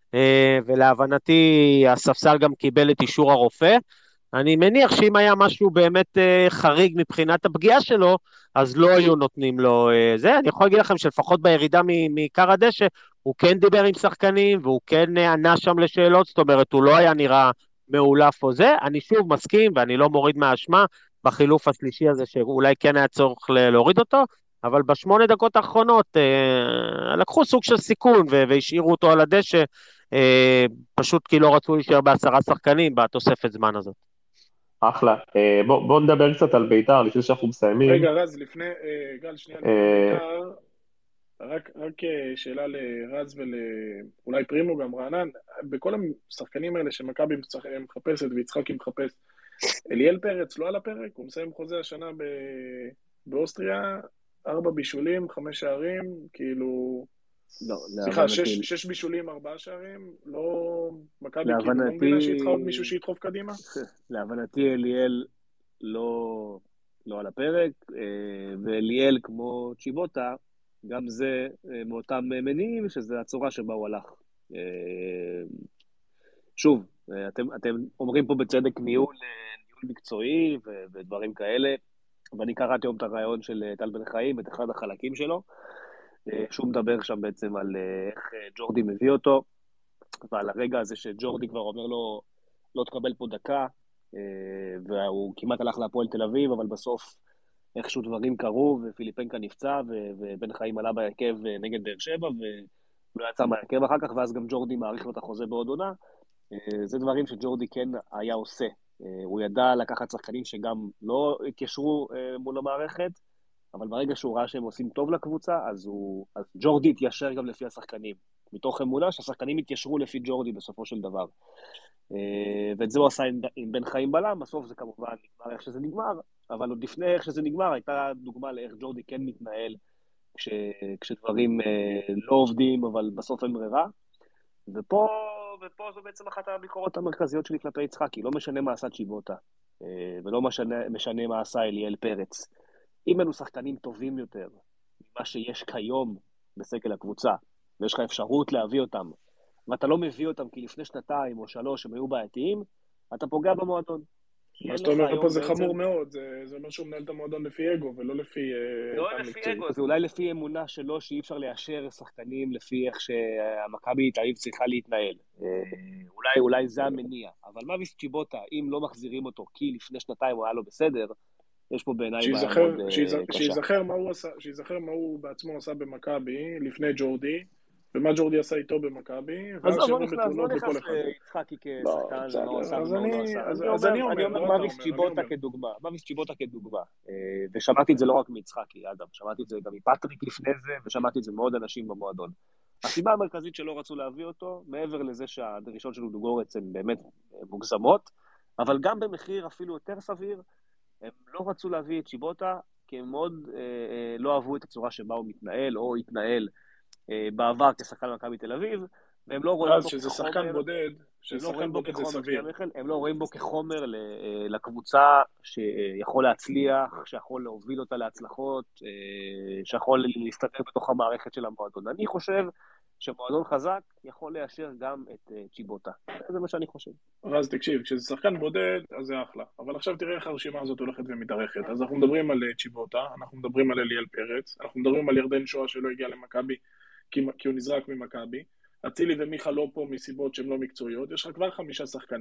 S4: ולהבנתי הספסל גם קיבל את אישור הרופא, אני מניח שאם היה משהו באמת חריג מבחינת הפגיעה שלו, אז לא היו נותנים לו זה, אני יכול להגיד לכם שלפחות בירידה מעיקר הדשא, הוא כן דיבר עם שחקנים, והוא כן ענה שם לשאלות, זאת אומרת, הוא לא היה נראה מעולף או זה, אני שוב מסכים, ואני לא מוריד מהאשמה, בחילוף השלישי הזה, שאולי כן היה צורך להוריד אותו, אבל בשמונה דקות האחרונות, אה, לקחו סוג של סיכון, והשאירו אותו על הדשא, אה, פשוט כי לא רצו להישאר בעשרה שחקנים, בתוספת זמן הזאת.
S2: אחלה. אה, בוא, בוא נדבר קצת על ביתר, לפני שאנחנו מסיימים.
S6: רגע, רז, לפני, אה, גל, שנייה, לפני אה... ביתר, רק, רק שאלה לרז ואולי פרימו גם רענן, בכל השחקנים האלה שמכבי מחפשת ויצחקי מחפש, אליאל פרץ לא על הפרק, הוא מסיים חוזה השנה באוסטריה, ארבע בישולים, חמש שערים, כאילו...
S5: לא,
S6: סליחה, שש, שש בישולים, ארבעה שערים, לא... מכבי כאילו לא מבינה שיתחה עוד מישהו שידחוף קדימה?
S5: להבנתי אליאל לא, לא על הפרק, ואליאל כמו צ'יבוטה, גם זה מאותם מניעים, שזה הצורה שבה הוא הלך. שוב, אתם, אתם אומרים פה בצדק ניהול, ניהול מקצועי ו- ודברים כאלה, ואני קראתי היום את הרעיון של טל בן חיים, את אחד החלקים שלו, שהוא מדבר שם בעצם על איך ג'ורדי מביא אותו, ועל הרגע הזה שג'ורדי כבר אומר לו, לא תקבל פה דקה, והוא כמעט הלך להפועל תל אביב, אבל בסוף איכשהו דברים קרו, ופיליפנקה נפצע, ו- ובן חיים עלה בהרכב נגד באר שבע, ולא יצא מהרכב אחר כך, ואז גם ג'ורדי מעריך לו את החוזה בעוד עונה, זה דברים שג'ורדי כן היה עושה. הוא ידע לקחת שחקנים שגם לא התיישרו מול המערכת, אבל ברגע שהוא ראה שהם עושים טוב לקבוצה, אז, הוא, אז ג'ורדי התיישר גם לפי השחקנים. מתוך אמונה שהשחקנים התיישרו לפי ג'ורדי בסופו של דבר. ואת זה הוא עשה עם, עם בן חיים בלם, בסוף זה כמובן נגמר איך שזה נגמר, אבל עוד לפני איך שזה נגמר, הייתה דוגמה לאיך ג'ורדי כן מתנהל, כש, כשדברים לא עובדים, אבל בסוף אין ברירה. ופה, ופה זו בעצם אחת הביקורות המרכזיות שלי כלפי יצחקי, לא משנה מה עשה צ'יבוטה, ולא משנה, משנה מה עשה אליאל פרץ. אם אלו שחקנים טובים יותר, ממה שיש כיום בסגל הקבוצה, ויש לך אפשרות להביא אותם, ואתה לא מביא אותם כי לפני שנתיים או שלוש הם היו בעייתיים, אתה פוגע במועדון.
S6: מה שאתה אומר פה זה חמור מאוד, זה אומר שהוא מנהל את המועדון לפי אגו, ולא לפי...
S5: לא לפי אגו, זה אולי לפי אמונה שלו, שאי אפשר לאשר שחקנים לפי איך שהמכבי תל אביב צריכה להתנהל. אולי, אולי זה המניע. אבל מאביס צ'יבוטה, אם לא מחזירים אותו, כי לפני שנתיים הוא היה לו בסדר, יש פה בעיניי בעיה מאוד קשה.
S6: שיזכר מה הוא בעצמו עשה במכבי, לפני ג'ורדי, ומה ג'ורדי עשה איתו במכבי,
S5: אז לא נכנס ליצחקי כשחקן, זה לא עשה, זה לא עשה. אני אומר מאביס צ'יבוטה כדוגמה, מאביס צ'יבוטה כדוגמה, ושמעתי את זה לא רק מיצחקי, אדם, שמעתי את זה גם מפטריק לפני זה, ושמעתי את זה מאוד אנשים במועדון. הסיבה המרכזית שלא רצו להביא אותו, מעבר לזה שהדרישות של דוגורץ הן באמת מוגזמות, אבל גם במחיר אפילו יותר סביר, הם לא רצו להביא את צ'יבוטה, כי הם מאוד לא אהבו את הצורה שבה הוא מתנהל, או התנהל, בעבר כשחקן מכבי תל אביב, והם לא רואים בו
S6: שזה שחקן בודד, ששחקן בודד זה סביר.
S5: הם לא רואים בו כחומר לקבוצה שיכול להצליח, שיכול להוביל אותה להצלחות, שיכול להסתכל בתוך המערכת של המועדון. אני חושב שמועדון חזק יכול לאשר גם את צ'יבוטה. זה מה שאני חושב.
S6: אז תקשיב, כשזה שחקן בודד, אז זה אחלה. אבל עכשיו תראה איך הרשימה הזאת הולכת ומתארכת. אז אנחנו מדברים על צ'יבוטה, אנחנו מדברים על אליאל פרץ, אנחנו מדברים על ירדן שואה שלא הגיע למכבי, כי, כי הוא נזרק ממכבי. אצילי ומיכה לא פה מסיבות שהן לא מקצועיות. יש לך כבר חמישה שחקנים,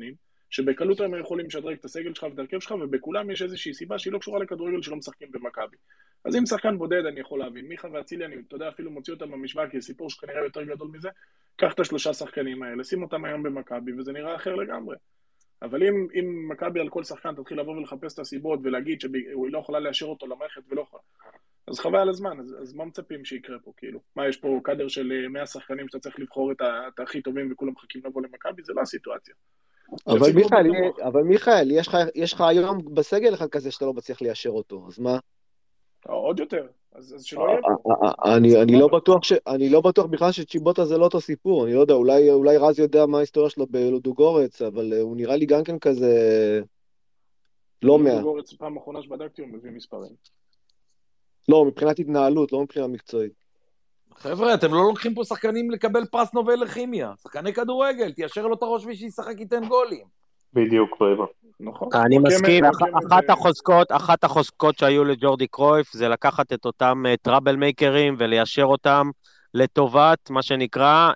S6: שבקלות הם יכולים לשדרג את הסגל שלך ואת הרכב שלך, ובכולם יש איזושהי סיבה שהיא לא קשורה לכדורגל שלא משחקים במכבי. אז אם שחקן בודד אני יכול להבין, מיכה ואצילי, אני, אתה יודע, אפילו מוציא אותם במשוואה, כי סיפור שכנראה יותר גדול מזה, קח את השלושה שחקנים האלה, שים אותם היום במכבי, וזה נראה אחר לגמרי. אבל אם, אם מכבי על כל שחקן תתחיל לבוא ולחפש את הסיבות ולהגיד שהוא לא יכולה לאשר אותו למערכת ולא יכולה, אז חווה על הזמן, אז, אז מה מצפים שיקרה פה, כאילו? מה, יש פה קדר של מאה שחקנים שאתה צריך לבחור את, ה, את הכי טובים וכולם מחכים לבוא למכבי? זה לא הסיטואציה.
S9: אבל מיכאל, אבל מיכאל, יש לך, יש לך היום בסגל אחד כזה שאתה לא מצליח ליישר אותו, אז מה?
S6: עוד יותר, אז, אז שלא יהיה פה.
S9: אני, אני לא בטוח ש, אני לא בטוח בכלל שצ'יבוטה זה לא אותו סיפור, אני לא יודע, אולי, אולי רז יודע מה ההיסטוריה שלו בלודוגורץ, אבל הוא נראה לי גם כן כזה, לא מאה.
S6: לודוגורץ פעם אחרונה שבדקתי הוא מביא מספרים.
S9: לא, מבחינת התנהלות, לא מבחינה מקצועית.
S3: חבר'ה, אתם לא לוקחים פה שחקנים לקבל פרס נובל לכימיה, שחקני כדורגל, תיישר לו את הראש ושישחק ייתן גולים.
S2: בדיוק, ברבע.
S6: נכון.
S4: אני מסכים, אחת החוזקות, אחת החוזקות שהיו לג'ורדי קרויף, זה לקחת את אותם טראבל מייקרים וליישר אותם לטובת, מה שנקרא,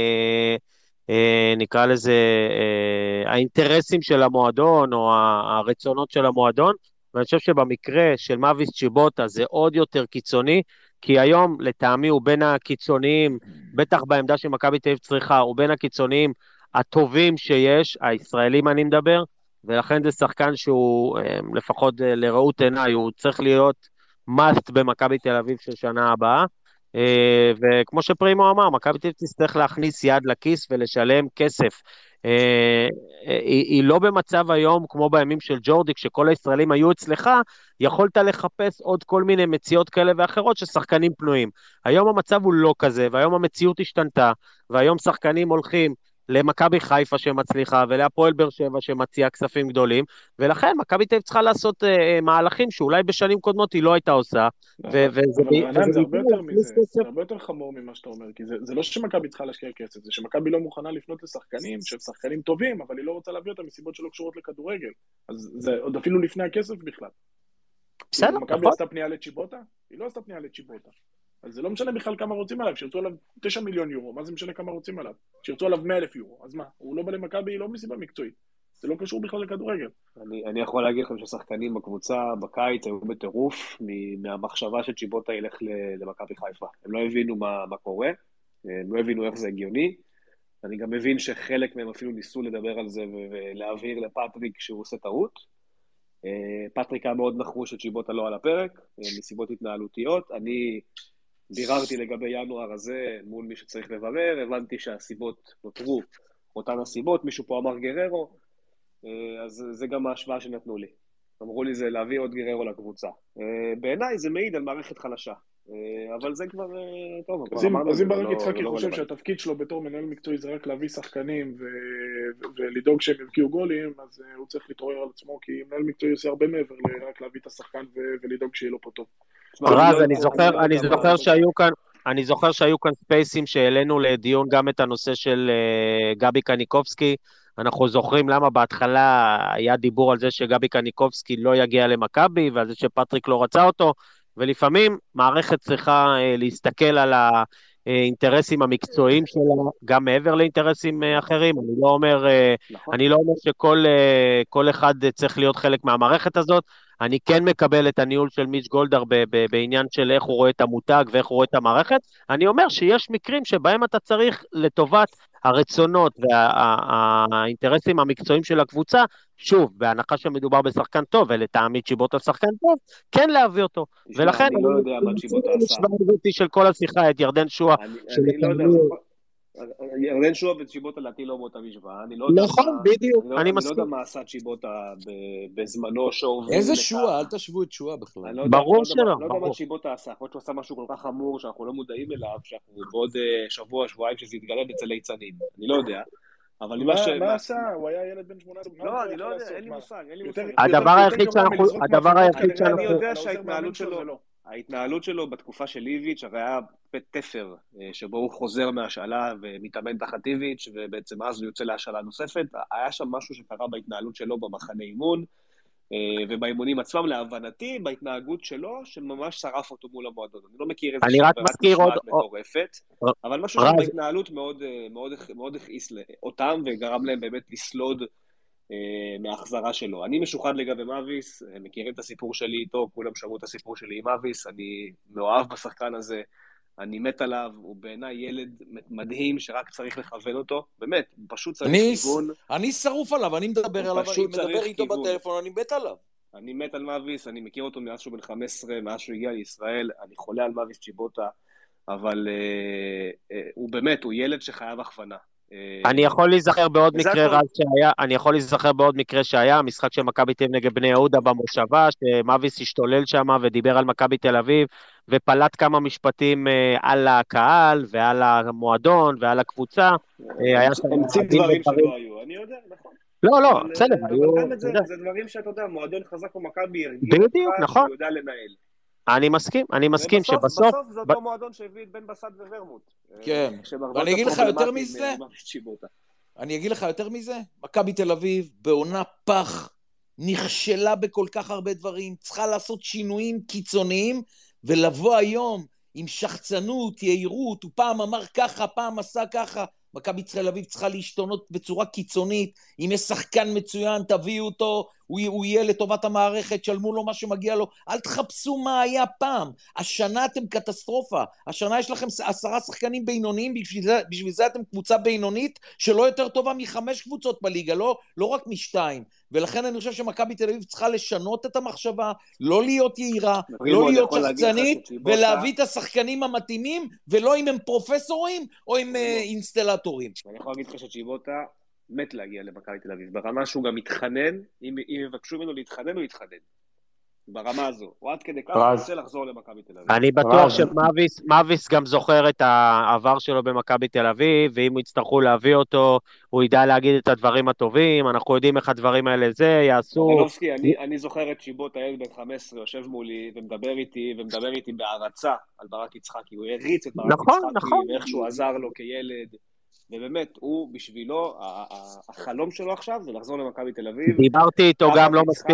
S4: נקרא לזה, האינטרסים של המועדון, או הרצונות של המועדון, ואני חושב שבמקרה של מאביס צ'יבוטה זה עוד יותר קיצוני, כי היום לטעמי הוא בין הקיצוניים, בטח בעמדה שמכבי תל אביב צריכה, הוא בין הקיצוניים הטובים שיש, הישראלים אני מדבר, ולכן זה שחקן שהוא, לפחות לראות עיניי, הוא צריך להיות מאסט במכבי תל אביב של שנה הבאה, וכמו שפרימו אמר, מכבי תל אביב תצטרך להכניס יד לכיס ולשלם כסף. היא, היא לא במצב היום כמו בימים של ג'ורדי, כשכל הישראלים היו אצלך, יכולת לחפש עוד כל מיני מציאות כאלה ואחרות ששחקנים פנויים. היום המצב הוא לא כזה, והיום המציאות השתנתה, והיום שחקנים הולכים למכבי חיפה שמצליחה, ולהפועל באר שבע שמציעה כספים גדולים, ולכן מכבי תל אביב צריכה לעשות uh, מהלכים שאולי בשנים קודמות היא לא הייתה עושה.
S6: אבל רענן, זה הרבה יותר מזה, זה הרבה יותר חמור ממה שאתה אומר, כי זה לא שמכבי צריכה להשקיע כסף, זה שמכבי לא מוכנה לפנות לשחקנים, שהם שחקנים טובים, אבל היא לא רוצה להביא אותם מסיבות שלא קשורות לכדורגל. אז זה עוד אפילו לפני הכסף בכלל.
S4: בסדר,
S6: מכבי עשתה פנייה לצ'יבוטה? היא לא עשתה פנייה לצ'יבוטה. אז זה לא משנה בכלל כמה רוצים עליו, שירצו עליו תשעה מיליון יורו, מה זה משנה כמה רוצים עליו? שירצו עליו מאה אלף יורו, אז מה? הוא לא בא למכבי, לא מסיבה מקצועית. זה לא קשור בכלל לכדורגל.
S5: אני, אני יכול להגיד לכם ששחקנים בקבוצה בקיץ היו בטירוף מהמחשבה שצ'יבוטה ילך למכבי חיפה. הם לא הבינו מה, מה קורה, הם לא הבינו איך זה הגיוני. אני גם מבין שחלק מהם אפילו ניסו לדבר על זה ולהבהיר לפטריק שהוא עושה טעות. פטריק היה מאוד נחוש שצ'יבוטה לא על הפרק, מסיבות התנהלותיות. אני ביררתי לגבי ינואר הזה מול מי שצריך לברר, הבנתי שהסיבות נותרו אותן הסיבות, מישהו פה אמר גררו, אז זה גם ההשוואה שנתנו לי. אמרו לי זה להביא עוד גררו לקבוצה. בעיניי זה מעיד על מערכת חלשה, אבל זה כבר טוב.
S6: אז אם ברק יצחקי חושב שהתפקיד שלו בתור מנהל מקצועי זה רק להביא שחקנים ולדאוג שהם יבקיעו גולים, אז הוא צריך להתעורר על עצמו, כי מנהל מקצועי עושה הרבה מעבר רק להביא את השחקן ולדאוג שיהיה לו פה טוב.
S4: רז, אני זוכר, אני זוכר שהיו כאן, אני זוכר שהיו כאן ספייסים שהעלינו לדיון גם את הנושא של גבי קניקובסקי. אנחנו זוכרים למה בהתחלה היה דיבור על זה שגבי קניקובסקי לא יגיע למכבי, ועל זה שפטריק לא רצה אותו, ולפעמים מערכת צריכה להסתכל על האינטרסים המקצועיים שלה, גם מעבר לאינטרסים אחרים. אני לא אומר, אני לא אומר שכל כל אחד צריך להיות חלק מהמערכת הזאת. אני כן מקבל את הניהול של מיץ' גולדהר בעניין של איך הוא רואה את המותג ואיך הוא רואה את המערכת. אני אומר שיש מקרים שבהם אתה צריך לטובת הרצונות והאינטרסים המקצועיים של הקבוצה, שוב, בהנחה שמדובר בשחקן טוב, ולטעמי צ'יבוטה שחקן טוב, כן להביא אותו. ולכן
S5: אני לא יודע מה צ'יבוטה עשה.
S4: אני של כל השיחה, את ירדן שועה.
S5: אני לא יודע, ירדן שועה וצ'יבוטה לדעתי לא באותה משוואה.
S4: נכון, בדיוק, אני מסכים.
S5: אני לא יודע מה עשה צ'יבוטה בזמנו שהוביל.
S3: איזה שועה? אל תשוו את שועה בכלל.
S4: ברור שלא.
S5: לא יודע מה צ'יבוטה עשה, יכול להיות שהוא עשה משהו כל כך חמור שאנחנו לא מודעים אליו, שאנחנו בעוד שבוע, שבועיים שזה יתגלה אצל ליצנים. אני לא יודע. אבל
S6: מה עשה? הוא היה ילד בן שמונה עשרה.
S5: לא, אני לא יודע, אין לי מושג, אין לי מושג.
S4: הדבר היחיד שאנחנו, הדבר היחיד שאנחנו...
S5: אני יודע שההתנהלות שלו, ההתנהלות שלו בתקופה של איביץ' הרי היה תפר, שבו הוא חוזר מהשאלה ומתאמן תחת איביץ', ובעצם אז הוא יוצא להשאלה נוספת. היה שם משהו שקרה בהתנהלות שלו במחנה אימון, ובאימונים עצמם, להבנתי, בהתנהגות שלו, שממש שרף אותו מול המועדון. אני לא מכיר איזה
S4: שברת משמעת
S5: מטורפת, אבל משהו שבהתנהלות מאוד הכעיס אותם, וגרם להם באמת לסלוד מההחזרה שלו. אני משוחד לגבי מאביס, הם מכירים את הסיפור שלי איתו, כולם שמעו את הסיפור שלי עם מאביס, אני מאוהב בשחקן הזה, אני מת עליו, הוא בעיניי ילד מדהים שרק צריך לכוון אותו, באמת, הוא פשוט צריך
S3: אני,
S5: כיוון.
S3: אני שרוף עליו, אני מדבר עליו, אני מדבר איתו כיוון. בטלפון, אני מת עליו.
S5: אני מת על מאביס, אני מכיר אותו מאז שהוא בן חמש עשרה, מאז שהוא הגיע לישראל, אני חולה על מאביס צ'יבוטה, אבל אה, אה, הוא באמת, הוא ילד שחייב הכוונה.
S4: אני יכול להיזכר בעוד מקרה רז שהיה, אני יכול להיזכר בעוד מקרה שהיה, המשחק של מכבי תל אביב נגד בני יהודה במושבה, שמאביס השתולל שם ודיבר על מכבי תל אביב, ופלט כמה משפטים על הקהל ועל המועדון ועל הקבוצה.
S5: המציא דברים שלא היו, אני יודע, נכון.
S4: לא, לא, בסדר.
S5: אבל גם את זה, זה דברים שאתה יודע, מועדון חזק ומכבי הרגיל אותך, שהוא יודע לנהל.
S4: אני מסכים, אני מסכים שבסוף...
S5: בסוף זה אותו מועדון שהביא את בן בסט וורמוט.
S3: כן, ואני אגיד לך יותר מזה, אני אגיד לך יותר מזה, מכבי תל אביב בעונה פח, נכשלה בכל כך הרבה דברים, צריכה לעשות שינויים קיצוניים, ולבוא היום עם שחצנות, יהירות, הוא פעם אמר ככה, פעם עשה ככה, מכבי תל אביב צריכה להשתנות בצורה קיצונית, אם יש שחקן מצוין, תביאו אותו, הוא, הוא יהיה לטובת המערכת, שלמו לו מה שמגיע לו, אל תחפשו מה היה פעם, השנה אתם קטסטרופה, השנה יש לכם עשרה שחקנים בינוניים, בשביל זה, בשביל זה אתם קבוצה בינונית, שלא יותר טובה מחמש קבוצות בליגה, לא, לא רק משתיים, ולכן אני חושב שמכבי תל אביב צריכה לשנות את המחשבה, לא להיות יעירה, לא להיות שחצנית, ולהביא את השחקנים המתאימים, ולא אם הם פרופסורים, או אם אינסטלטורים.
S5: אני יכול להגיד לך שצ'יבוטה מת להגיע למכבי תל אביב, ברמה שהוא גם מתחנן, אם יבקשו ממנו להתחנן, הוא יתחנן. ברמה הזו, הוא עד כדי כך רוצה לחזור למכבי תל אביב.
S4: אני בטוח שמאביס גם זוכר את העבר שלו במכבי תל אביב, ואם יצטרכו להביא אותו, הוא ידע להגיד את הדברים הטובים, אנחנו יודעים איך הדברים האלה זה, יעשו...
S5: רנובסקי, אני זוכר את שיבוט הילד בן חמש עשרה, יושב מולי, ומדבר איתי, ומדבר איתי בהערצה על ברק יצחקי, הוא הריץ את ברק יצחקי, ואיך שהוא עזר לו כילד, ובאמת, הוא בשבילו, החלום שלו עכשיו זה לחזור למכבי תל אביב.
S4: דיברתי איתו גם לא מספיק.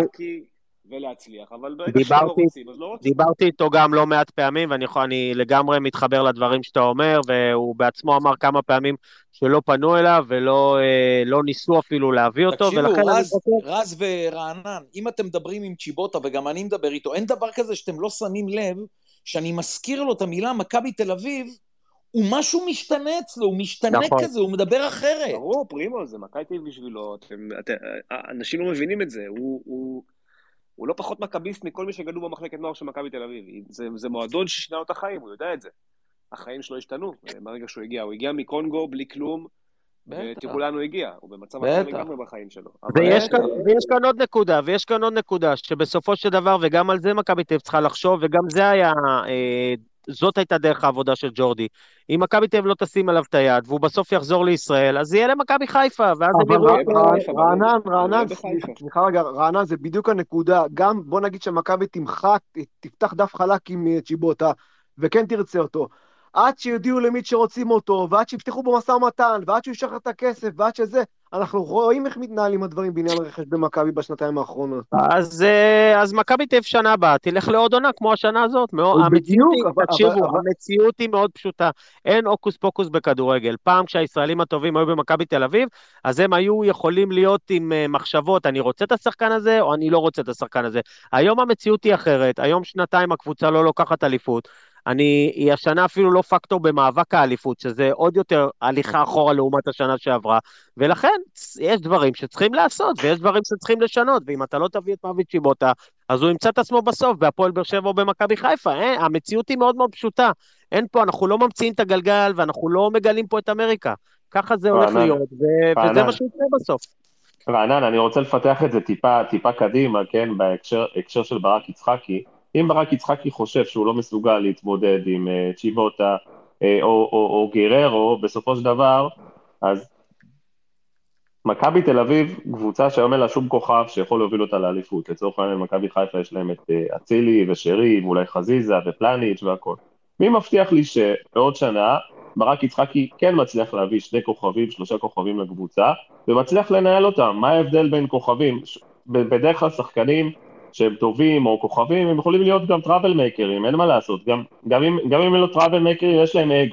S5: ולהצליח, אבל ברגע שלא רוצים, אז לא רוצים.
S4: דיברתי איתו גם לא מעט פעמים, ואני יכול, אני לגמרי מתחבר לדברים שאתה אומר, והוא בעצמו אמר כמה פעמים שלא פנו אליו, ולא לא ניסו אפילו להביא אותו, ולכן...
S3: תקשיבו, רז, רז ורענן, אם אתם מדברים עם צ'יבוטה, וגם אני מדבר איתו, אין דבר כזה שאתם לא שמים לב, שאני מזכיר לו את המילה מכבי תל אביב, הוא משהו משתנה אצלו, הוא משתנה נכון. כזה, הוא מדבר אחרת.
S5: ברור, פרימו, זה מכבי תל אביב בשבילו, אתם, אתם, אנשים לא מבינים את זה, הוא... הוא... הוא לא פחות מכביסט מכל מי שגדלו במחלקת נוער של מכבי תל אביב. זה, זה מועדון ששינה את החיים, הוא יודע את זה. החיים שלו השתנו, מהרגע שהוא הגיע. הוא הגיע מקונגו בלי כלום, ותראו לאן הוא הגיע. הוא במצב אחר לגמרי בחיים שלו.
S4: ויש כאן, ויש כאן עוד נקודה, ויש כאן עוד נקודה, שבסופו של דבר, וגם על זה מכבי תל אביב צריכה לחשוב, וגם זה היה... אה, זאת הייתה דרך העבודה של ג'ורדי. אם מכבי תל אביב לא תשים עליו את היד, והוא בסוף יחזור לישראל, אז יהיה למכבי חיפה, ואז הם יראו...
S9: רענן, רענן, סליחה רגע, רענן, זה בדיוק הנקודה, גם בוא נגיד שמכבי תמחק, תפתח דף חלק עם צ'יבוטה, וכן תרצה אותו, עד שיודיעו למי שרוצים אותו, ועד שיפתחו במשא ומתן, ועד שהוא ישחרר את הכסף, ועד שזה, אנחנו רואים איך מתנהלים הדברים בעניין רכש במכבי בשנתיים האחרונות.
S4: אז, אז מכבי תל אביב שנה הבאה, תלך לעוד עונה כמו השנה הזאת. המציאות, תקשיבו, המציאות היא מאוד פשוטה. אין אוקוס פוקוס בכדורגל. פעם כשהישראלים הטובים היו במכבי תל אביב, אז הם היו יכולים להיות עם מחשבות, אני רוצה את השחקן הזה, או אני לא רוצה את השחקן הזה. היום המציאות היא אחרת, היום שנתיים הקבוצה לא לוקחת אליפות, אני, היא השנה אפילו לא פקטור במאבק האליפות, שזה עוד יותר הליכה אחורה לעומת השנה שעברה, ולכן יש דברים שצריכים לעשות, ויש דברים שצריכים לשנות, ואם אתה לא תביא את מאביס צ'יבוטה, אז הוא ימצא את עצמו בסוף, בהפועל באר שבע או במכבי חיפה, אה? המציאות היא מאוד מאוד פשוטה, אין פה, אנחנו לא ממציאים את הגלגל, ואנחנו לא מגלים פה את אמריקה, ככה זה הולך להיות, ו- וזה מה שיקרה בסוף.
S2: רענן, אני רוצה לפתח את זה טיפה, טיפה קדימה, כן, בהקשר, הקשר של ברק יצחקי, אם ברק יצחקי חושב שהוא לא מסוגל להתמודד עם uh, צ'יבוטה uh, או, או, או גררו, בסופו של דבר, אז מכבי תל אביב, קבוצה שהיום אין לה שום כוכב שיכול להוביל אותה לאליפות. לצורך העניין, מכבי חיפה יש להם את uh, אצילי ושרי, ואולי חזיזה ופלניץ' והכל. מי מבטיח לי שבעוד שנה, ברק יצחקי כן מצליח להביא שני כוכבים, שלושה כוכבים לקבוצה, ומצליח לנהל אותם. מה ההבדל בין כוכבים? בדרך כלל שחקנים, שהם טובים או כוכבים, הם יכולים להיות גם טראבל מייקרים, אין מה לעשות, גם, גם אם, גם אם הם לא טראבל מייקרים, יש להם אגו,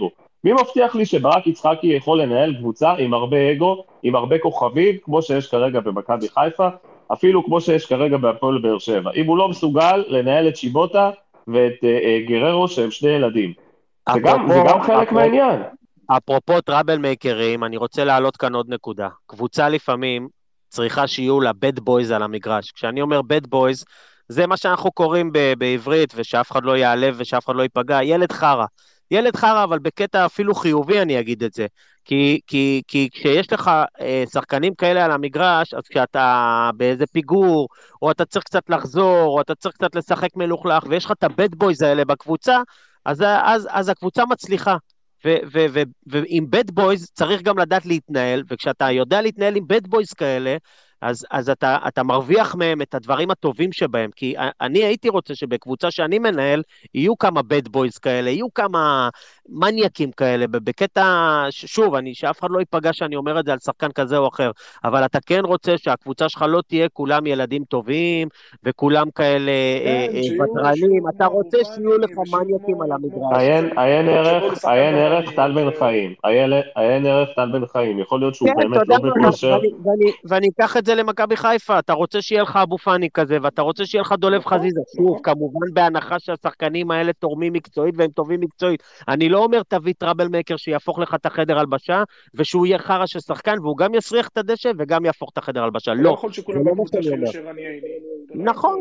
S2: מי מבטיח לי שברק יצחקי יכול לנהל קבוצה עם הרבה אגו, עם הרבה כוכבים, כמו שיש כרגע במכבי חיפה, אפילו כמו שיש כרגע בהפועל באר שבע. אם הוא לא מסוגל לנהל את שיבוטה ואת uh, גררו שהם שני ילדים. זה גם, זה גם חלק
S4: אפרופו,
S2: מהעניין.
S4: אפרופו טראבל מייקרים, אני רוצה להעלות כאן עוד נקודה. קבוצה לפעמים צריכה שיהיו לה בד בויז על המגרש. כשאני אומר בד בויז, זה מה שאנחנו קוראים ב- בעברית, ושאף אחד לא יעלב ושאף אחד לא ייפגע, ילד חרה. ילד חרה, אבל בקטע אפילו חיובי אני אגיד את זה. כי, כי, כי כשיש לך אה, שחקנים כאלה על המגרש, אז כשאתה באיזה פיגור, או אתה צריך קצת לחזור, או אתה צריך קצת לשחק מלוכלך, ויש לך את הבד בויז האלה בקבוצה, אז, אז, אז הקבוצה מצליחה. ועם בד בויז צריך גם לדעת להתנהל, וכשאתה יודע להתנהל עם בד בויז כאלה, אז, אז אתה, אתה מרוויח מהם את הדברים הטובים שבהם, כי אני הייתי רוצה שבקבוצה שאני מנהל, יהיו כמה בד בויז כאלה, יהיו כמה מניאקים כאלה, בקטע, שוב, אני, שאף אחד לא ייפגע שאני אומר את זה על שחקן כזה או אחר, אבל אתה כן רוצה שהקבוצה שלך לא תהיה כולם ילדים טובים, וכולם כאלה ודרנים, אתה רוצה שיהיו לך מניאקים על המגרש.
S2: עיין ערך, עיין ערך טל בן חיים, עיין ערך טל בן חיים, יכול להיות שהוא באמת לא בכושר.
S4: ואני אקח את זה למכבי חיפה, אתה רוצה שיהיה לך אבו פאני כזה, ואתה רוצה שיהיה לך דולב חזיזה, שוב, כמובן בהנחה שהשחקנים האלה תורמים מקצועית, והם טובים מקצועית. אני לא אומר תביא טראבל מייקר שיהפוך לך את החדר הלבשה, ושהוא יהיה חרא של שחקן, והוא גם יסריח את הדשא, וגם יהפוך את החדר הלבשה. לא, זה לא מה שאני אומר. נכון,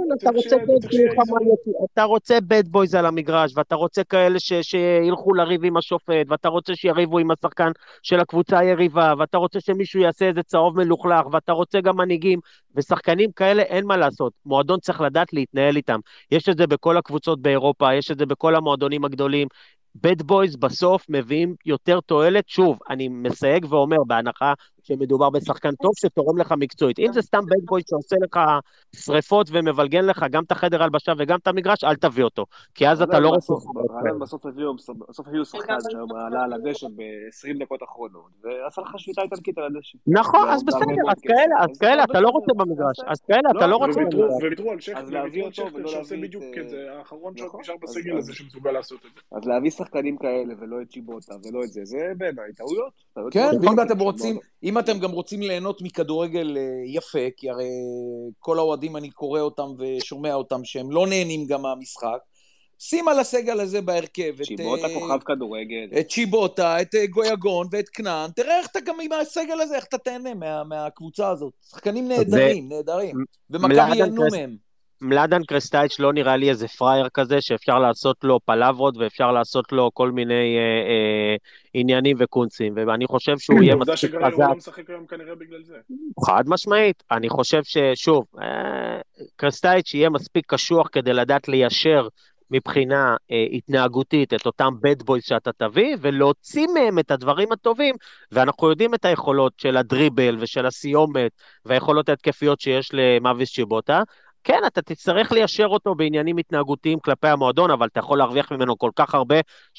S4: אתה רוצה בד בויז על המגרש, ואתה רוצה כאלה שילכו לריב עם השופט, ואתה רוצה שיריבו עם השחקן של הקבוצה היריבה, ואתה רוצה שמישהו יעשה איזה צהוב מלוכלך, ואתה רוצה גם מנהיגים, ושחקנים כאלה אין מה לעשות. מועדון צריך לדעת להתנהל איתם. יש את זה בכל הקבוצות באירופה, יש את זה בכל המועדונים הגדולים. בד בויז בסוף מביאים יותר תועלת. שוב, אני מסייג ואומר בהנחה שמדובר בשחקן טוב שתורם לך מקצועית. אם זה סתם בד בויז שעושה לך שריפות ומבלגן לך גם את החדר הלבשה וגם את המגרש, אל תביא אותו. כי אז אתה לא רוצה...
S5: בסוף הביאו שחקן שעלה על הדשא ב-עשרים דקות אחרונות, ועשה לך שביתה איטלקית על הדשא.
S4: נכון, אז בסדר, אז כאלה, אז כאלה אתה לא רוצה במגרש. אז כאלה אתה לא רוצה במגרש.
S6: וויתרו על שכטר, וויתרו על שכטר שעושה בדיוק את זה, האחרון שעוד נשאר בסגל הזה שמסוגל לעשות את זה.
S5: אז להביא שחקנים כאלה ולא את שיבוטה ולא את זה, זה בעיניי טעויות.
S3: כן, ואם אתם רוצים, אם אתם גם רוצים ליהנות מכדורגל יפה, כי הרי כל האוהדים אני קורא אותם ושומע אותם שהם לא נהנים גם מהמשחק, שים על הסגל הזה בהרכב
S5: שיבוטה כוכב כדורגל,
S3: את שיבוטה, את גויגון ואת קנן, תראה איך אתה גם עם הסגל הזה, איך אתה תהנה מה, מהקבוצה הזאת. שחקנים נהדרים, נהדרים, ומכבי ייהנו מהם.
S4: מלאדן קרסטייץ' לא נראה לי איזה פרייר כזה שאפשר לעשות לו פלברות ואפשר לעשות לו כל מיני אה, אה, עניינים וקונצים, ואני חושב שהוא יהיה
S6: מספיק חזק. עובדה שגרר הוא לא משחק היום כנראה בגלל זה.
S4: חד משמעית, אני חושב ששוב, אה, קרסטייץ' יהיה מספיק קשוח כדי לדעת ליישר מבחינה אה, התנהגותית את אותם בד בויז שאתה תביא, ולהוציא מהם את הדברים הטובים, ואנחנו יודעים את היכולות של הדריבל ושל הסיומת, והיכולות ההתקפיות שיש למאביס שיבוטה, כן, אתה תצטרך ליישר אותו בעניינים התנהגותיים כלפי המועדון, אבל אתה יכול להרוויח ממנו כל כך הרבה,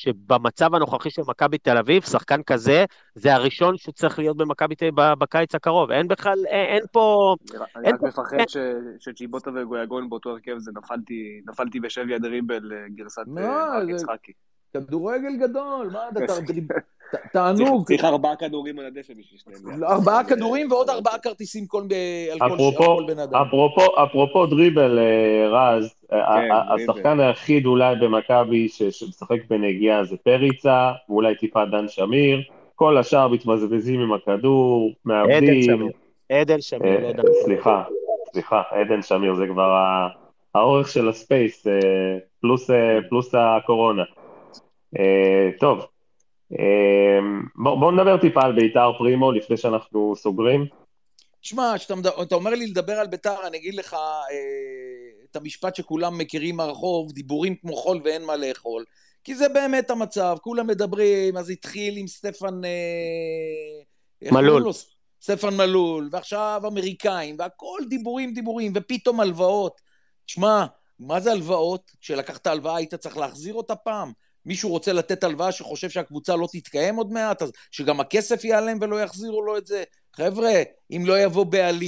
S4: שבמצב הנוכחי של מכבי תל אביב, שחקן כזה, זה הראשון שצריך להיות במכבי תל אביב בקיץ הקרוב. אין בכלל, אין פה...
S5: אני רק מפחד שצ'יבוטה וגויגון באותו הרכב, זה נפלתי בשבי הדריבל גרסת ברק יצחקי.
S3: כדורגל גדול, מה אתה דריבל? תענוג.
S5: צריך ארבעה כדורים על הדשא בשביל שניהם.
S3: ארבעה כדורים ועוד ארבעה כרטיסים על כל בן אדם.
S2: אפרופו דריבל, רז, השחקן היחיד אולי במכבי שמשחק בנגיעה זה פריצה, ואולי טיפה דן שמיר, כל השאר מתמזבזים עם הכדור, מאבדים.
S4: עדן שמיר, לא יודע.
S2: סליחה, סליחה, עדן שמיר, זה כבר האורך של הספייס, פלוס הקורונה. טוב. בואו נדבר טיפה על ביתר פרימו לפני שאנחנו סוגרים.
S3: תשמע, אתה אומר לי לדבר על ביתר, אני אגיד לך את המשפט שכולם מכירים מהרחוב, דיבורים כמו חול ואין מה לאכול, כי זה באמת המצב, כולם מדברים, אז התחיל עם סטפן
S4: מלול,
S3: סטפן מלול, ועכשיו אמריקאים, והכל דיבורים דיבורים, ופתאום הלוואות. תשמע, מה זה הלוואות? כשלקחת הלוואה היית צריך להחזיר אותה פעם? מישהו רוצה לתת הלוואה שחושב שהקבוצה לא תתקיים עוד מעט, אז שגם הכסף ייעלם ולא יחזירו לו את זה. חבר'ה, אם לא יבוא בעלים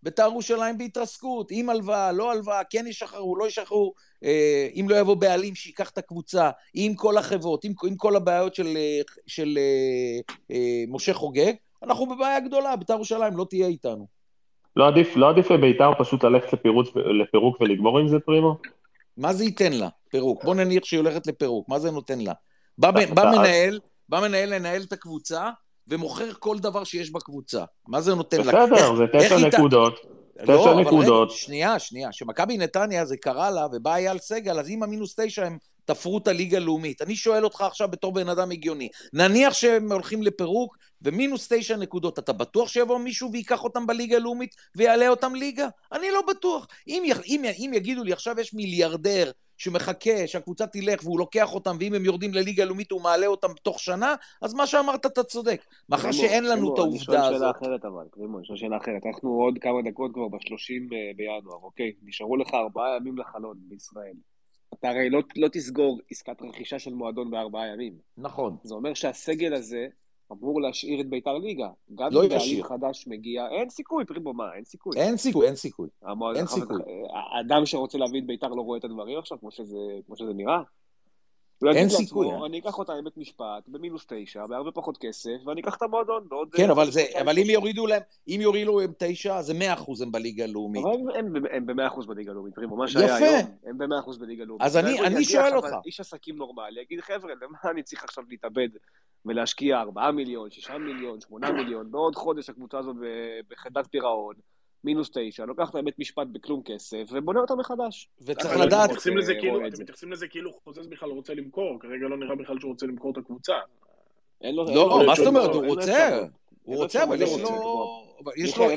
S3: בית"ר ירושלים בהתרסקות, עם הלוואה, לא הלוואה, כן ישחררו, לא ישחררו, אה, אם לא יבוא בעלים שיקח את הקבוצה, עם כל החברות, עם, עם כל הבעיות של, של אה, אה, משה חוגג, אנחנו בבעיה גדולה, בית"ר ירושלים לא תהיה איתנו.
S2: לא עדיף, לא עדיף לבית"ר פשוט ללכת לפירוץ, לפירוק ולגמור עם זה, פרימו?
S3: מה זה ייתן לה? פירוק. בוא נניח שהיא הולכת לפירוק, מה זה נותן לה? בא, בא מנהל, בא מנהל לנהל את הקבוצה, ומוכר כל דבר שיש בקבוצה. מה זה נותן לה?
S2: בסדר, זה תשע נקודות. תשע נקודות.
S3: שנייה, שנייה, שמכבי נתניה זה קרה לה, ובא אייל סגל, אז עם המינוס תשע הם תפרו את הליגה הלאומית. אני שואל אותך עכשיו בתור בן אדם הגיוני, נניח שהם הולכים לפירוק, ומינוס תשע נקודות, אתה בטוח שיבוא מישהו ויקח אותם בליגה הלאומית, ויעלה אותם ליגה? אני לא בטוח. אם, אם, אם יגידו לי, עכשיו יש מיליארדר, שמחכה שהקבוצה תלך והוא לוקח אותם, ואם הם יורדים לליגה הלאומית הוא מעלה אותם תוך שנה, אז מה שאמרת אתה צודק. מאחר שאין לנו את העובדה הזאת.
S5: אני שואל שאלה אחרת אבל, קרימו, אני שואל שאלה אחרת. אנחנו עוד כמה דקות כבר ב-שלושים בינואר, אוקיי? נשארו לך ארבעה ימים לחלון בישראל. אתה הרי לא, לא תסגור עסקת רכישה של מועדון בארבעה ימים.
S3: נכון.
S5: זה אומר שהסגל הזה אמור להשאיר את בית"ר ליגה. גם
S3: לא
S5: אם בעלים
S3: ישיר.
S5: חדש מגיע, אין סיכוי, פרימו, מה? אין סיכוי.
S3: אין סיכוי, אין סיכוי.
S5: המועד,
S3: אין
S5: חב...
S3: סיכוי.
S5: האדם שרוצה להביא את בית"ר לא רואה את הדברים עכשיו, כמו שזה, כמו שזה נראה.
S3: אין סיכוי.
S5: לעצמו, אני אקח אותה לבית משפט, במינוס תשע, בהרבה פחות כסף, ואני אקח את המועדון בעוד...
S3: כן, אבל, זה, אבל אם יורידו להם, אם יורידו להם תשע, זה מאה אחוז הם בליגה הלאומית.
S5: אבל הם, הם, הם ב-מאה אחוז בליגה הלאומית, פרימו, מה שהיה
S3: יפה.
S5: היום, הם ב-מאה אחוז בליגה הלאומית.
S3: אז אני, אני שואל אותך.
S5: איש עסקים נורמלי, יגיד, חבר'ה, למה אני צריך עכשיו להתאבד ולהשקיע ארבעה מיליון, שישה מיליון, שמונה מיליון, בעוד חודש הקבוצה הזאת בחדת פירעון, מינוס תשע, לוקח להם בית משפט בכלום כסף, ובונה אותם מחדש.
S3: וצריך לדעת...
S6: אתם מתייחסים לזה כאילו חוזז בכלל רוצה למכור, כרגע לא נראה בכלל שהוא רוצה למכור את הקבוצה.
S3: לא, מה זאת אומרת, הוא רוצה, הוא רוצה, אבל יש לו... יש לו...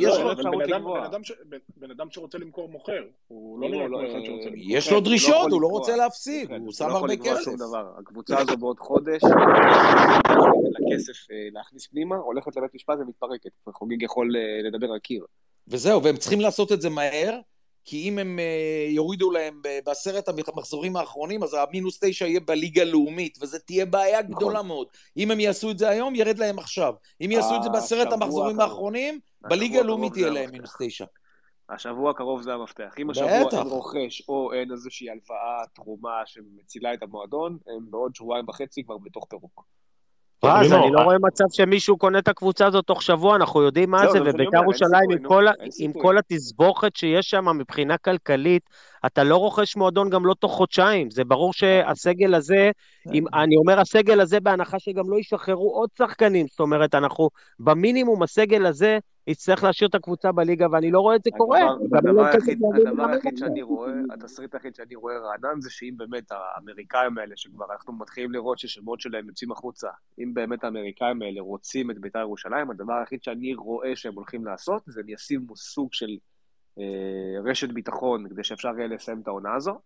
S6: בן אדם שרוצה למכור מוכר, הוא לא נראה כמו אחד שרוצה למכור.
S3: יש לו דרישות, הוא לא רוצה להפסיד, הוא שם הרבה כסף.
S5: הקבוצה הזו בעוד חודש, לכסף להכניס פנימה, הולכת לבית משפט ומתפרקת, וחוגג יכול לדבר על קיר.
S3: וזהו, והם צריכים לעשות את זה מהר, כי אם הם uh, יורידו להם בעשרת המחזורים האחרונים, אז המינוס תשע יהיה בליגה לאומית, וזה תהיה בעיה נכון. גדולה מאוד. אם הם יעשו את זה היום, ירד להם עכשיו. אם יעשו את זה בעשרת המחזורים האחרונים, בליגה לאומית יהיה להם מינוס תשע.
S5: השבוע הקרוב זה המפתח. אם השבוע אין רוכש או אין איזושהי הלוואה, תרומה שמצילה את המועדון, הם בעוד שבועיים וחצי כבר בתוך פירוק.
S4: אז אני לא רואה מצב שמישהו קונה את הקבוצה הזאת תוך שבוע, אנחנו יודעים מה זה, ובית"ר ירושלים עם כל התסבוכת שיש שם מבחינה כלכלית, אתה לא רוכש מועדון גם לא תוך חודשיים, זה ברור שהסגל הזה, אני אומר הסגל הזה בהנחה שגם לא ישחררו עוד שחקנים, זאת אומרת אנחנו במינימום הסגל הזה יצטרך להשאיר את הקבוצה בליגה, ואני לא רואה את זה קורה.
S5: הדבר היחיד שאני רואה, התסריט היחיד שאני רואה רענן, זה שאם באמת האמריקאים האלה, שכבר אנחנו מתחילים לראות ששמות שלהם יוצאים החוצה, אם באמת האמריקאים האלה רוצים את בית"ר ירושלים, הדבר היחיד שאני רואה שהם הולכים לעשות, זה הם ישימו סוג של רשת ביטחון, כדי שאפשר יהיה לסיים את העונה הזו,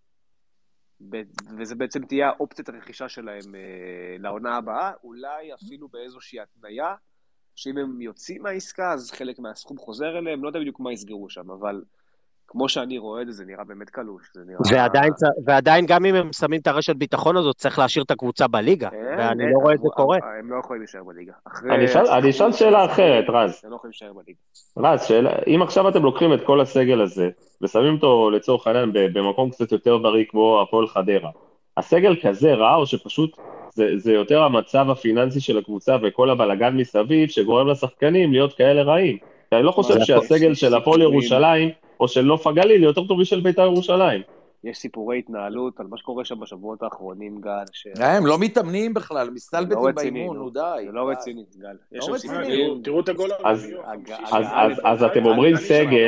S5: וזה בעצם תהיה אופציית הרכישה שלהם לעונה הבאה, אולי אפילו באיזושהי התניה, שאם הם יוצאים מהעסקה, אז חלק מהסכום חוזר אליהם, לא יודע בדיוק מה יסגרו שם, אבל כמו שאני רואה את זה, זה נראה באמת קלוש. נראה...
S4: ועדיין, ועדיין גם אם הם שמים את הרשת ביטחון הזאת, צריך להשאיר את הקבוצה בליגה,
S5: אין,
S4: ואני
S5: אין,
S4: לא רואה את זה קורה.
S5: הם לא יכולים להישאר בליגה.
S2: אני אשאל שאלה אחרת, רז.
S5: הם לא יכולים להישאר בליגה.
S2: רז, שאלה, אם עכשיו אתם לוקחים את כל הסגל הזה, ושמים אותו לצורך העניין במקום קצת יותר בריא כמו הפועל חדרה, הסגל כזה רע או שפשוט זה, זה יותר המצב הפיננסי של הקבוצה וכל הבלגן מסביב שגורם לשחקנים להיות כאלה רעים. אני לא חושב שהסגל של הפועל ירושלים או של נוף הגליל יותר טוב משל בית"ר ירושלים.
S5: יש סיפורי התנהלות על מה שקורה שם בשבועות האחרונים, גל.
S3: הם לא מתאמנים בכלל, מסתלבטים באימון, נו די.
S5: זה לא רציני, גל.
S3: לא רציני.
S6: תראו את הגול הרביעי.
S2: אז אתם אומרים סגל,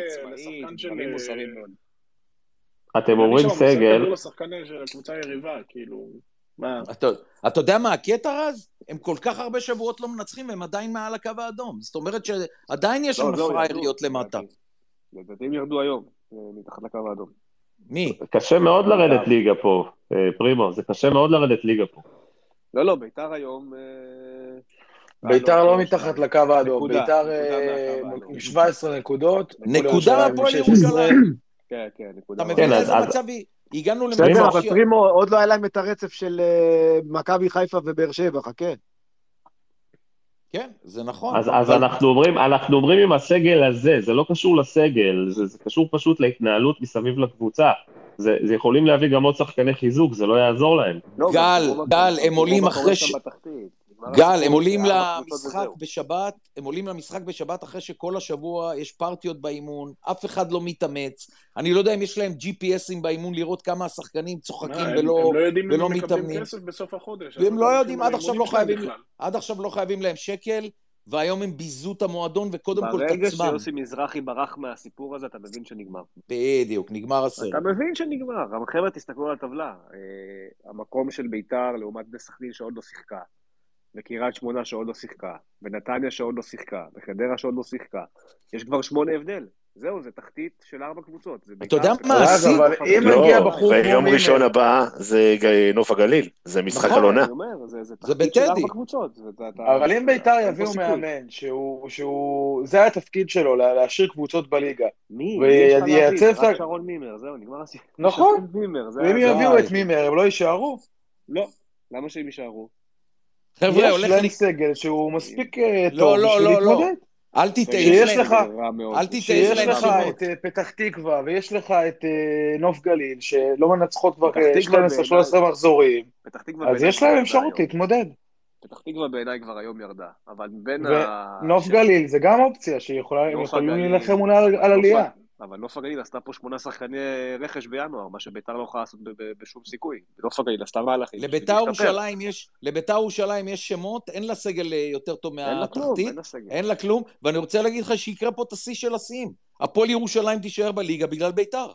S2: אתם אומרים סגל,
S3: אתה יודע מה הקטע רז? הם כל כך הרבה שבועות לא מנצחים והם עדיין מעל הקו האדום, זאת אומרת שעדיין יש שם פרייריות למטה.
S5: לדעתי הם ירדו היום מתחת לקו האדום.
S3: מי?
S2: קשה מאוד לרדת ליגה פה, פרימו, זה קשה מאוד לרדת ליגה פה.
S5: לא, לא, בית"ר היום...
S11: בית"ר לא מתחת לקו האדום, בית"ר עם שבע עשרה נקודות.
S3: נקודה מהפועל ירושלים.
S5: כן, כן, נקודה.
S3: אתה מבין איזה מצב הגענו למצב...
S9: בסדר, אבל פרימו, עוד לא היה להם את הרצף של מכבי חיפה ובאר שבע, חכה.
S3: כן, זה נכון.
S1: אז, אז
S3: אבל
S1: אנחנו אומרים, אנחנו אומרים עם הסגל הזה, זה לא קשור לסגל, זה, זה קשור פשוט להתנהלות מסביב לקבוצה. זה, זה יכולים להביא גם עוד שחקני חיזוק, זה לא יעזור להם.
S5: לא, גם
S3: גל,
S5: תראו מה-
S3: גל,
S5: גם
S3: הם
S5: תראו
S3: עולים
S5: מה
S3: אחרי
S5: קורה
S3: ש...
S5: שם בתחתית. נגמר
S3: גל,
S5: הסיפור
S3: הם עולים
S5: של ארבע קבוצות
S3: למשחק
S5: וזהו.
S3: בשבת, הם עולים למשחק בשבת אחרי שכל השבוע יש פרטיות באימון, אף אחד לא מתאמץ, אני לא יודע אם יש להם ג'י פי אסים באימון לראות כמה השחקנים צוחקים
S6: מה, הם,
S3: ולא,
S6: הם לא יודעים אם
S3: ולא
S6: הם מקבלים
S3: מתאמנים,
S6: כסף בסוף החודש, אז
S3: והם
S6: עוד
S3: לא
S6: הולכים
S3: יודעים,
S6: על
S3: עד עכשיו
S6: האימונים
S3: לא
S6: שלהם
S3: חייבים,
S6: בכלל.
S3: עד עכשיו לא חייבים להם שקל, והיום הם ביזו את המועדון וקודם כל את
S5: ברגע
S3: עצמם.
S5: שיוסי מזרחי ברח מהסיפור הזה, אתה מבין שנגמר.
S3: בדיוק, נגמר
S5: אתה
S3: הסרט.
S5: מבין שנגמר. גם חבר'ה, תסתכלו על הטבלה. אה, המקום של ביתר לעומת בני סכנין שעוד לא שיחקה, וקריית שמונה שעוד לא שיחקה, ונתניה שעוד לא שיחקה, וחדרה שעוד לא שיחקה. יש כבר שמונה הבדל. זהו, זה תחתית של ארבע קבוצות. זה
S3: אתה יודע
S5: ביתר,
S3: מה,
S5: פתח
S11: אז
S3: השיא-
S5: תקווה,
S11: אבל
S5: נוף
S11: אם
S5: הגליל,
S11: מגיע
S10: לא,
S11: בחור כמו
S10: ויום ראשון
S11: מימר,
S10: הבא זה ג- נוף הגליל, זה משחק
S3: נכון,
S10: על עונה.
S5: אני אומר, זה, זה
S3: זה
S5: תחתית של
S3: בטדי.
S5: ארבע קבוצות. זה, אתה, אתה,
S11: אבל אם ביתר
S5: אין פה
S11: יביאו
S5: סיכוי.
S11: מאמן שהוא, שהוא, זה התפקיד שלו, לה- להשאיר קבוצות בליגה,
S5: מי? מי יש לך להביא?
S11: וייצר את
S5: זה
S11: ה...
S5: רק שרון מימר, זהו, נגמר הסיפור.
S11: נכון,
S5: שרון מימר, זה
S11: ואם
S5: זה
S11: יביאו את
S3: די.
S11: מימר, הם לא יישארו.
S5: לא, למה שהם יישארו?
S3: חבר'ה,
S11: יש
S3: הולך
S11: להם
S3: לי...
S11: סגל שהוא מספיק אה,
S3: לא,
S11: טוב
S3: לא,
S11: בשביל
S3: לא, לא.
S11: להתמודד.
S3: אל תטעה,
S5: סגל
S3: יש
S11: שיש
S3: להם...
S11: לך,
S5: סגל רע מאוד.
S3: אל תטעה, יש
S11: שיש
S3: להם
S11: לך
S3: שמות.
S11: את אה, פתח תקווה, ויש לך את אה, נוף גליל, שלא מנצחות כבר
S5: פתח תקווה
S11: שתים עשרה שלוש עשרה
S5: בעיניי,
S11: מחזורים,
S5: פתח תקווה
S11: אז
S5: בעיניי
S11: יש
S5: כבר
S11: להם
S5: ירדה
S11: אפשרות
S5: היום.
S11: להתמודד.
S5: פתח תקווה בעיניי כבר היום ירדה, אבל בין ה...
S11: ונוף
S5: ש-
S11: גליל זה גם אופציה שהם
S5: נוף
S11: יכולים
S5: הגליל,
S11: להילחם אולי על
S5: אבל
S11: על
S5: נוף
S11: עלייה.
S5: ה- אבל נוף הגליל עשתה פה שמונה שחקני רכש בינואר, מה שביתר לא יכולה לעשות ב- ב- בשום סיכוי. נוף הגליל עשתה מהלכים בשביל
S3: לביתר
S5: להשתפר.
S3: ירושלים יש, לביתר ירושלים יש שמות, אין לה סגל אה, יותר טוב
S5: אין לה כלום,
S3: מהתחתית,
S5: אין לה סגל.
S3: אין לה כלום, ואני רוצה להגיד לך שיקרה פה את השיא של השיאים. הפועל ירושלים תישאר בליגה בגלל ביתר.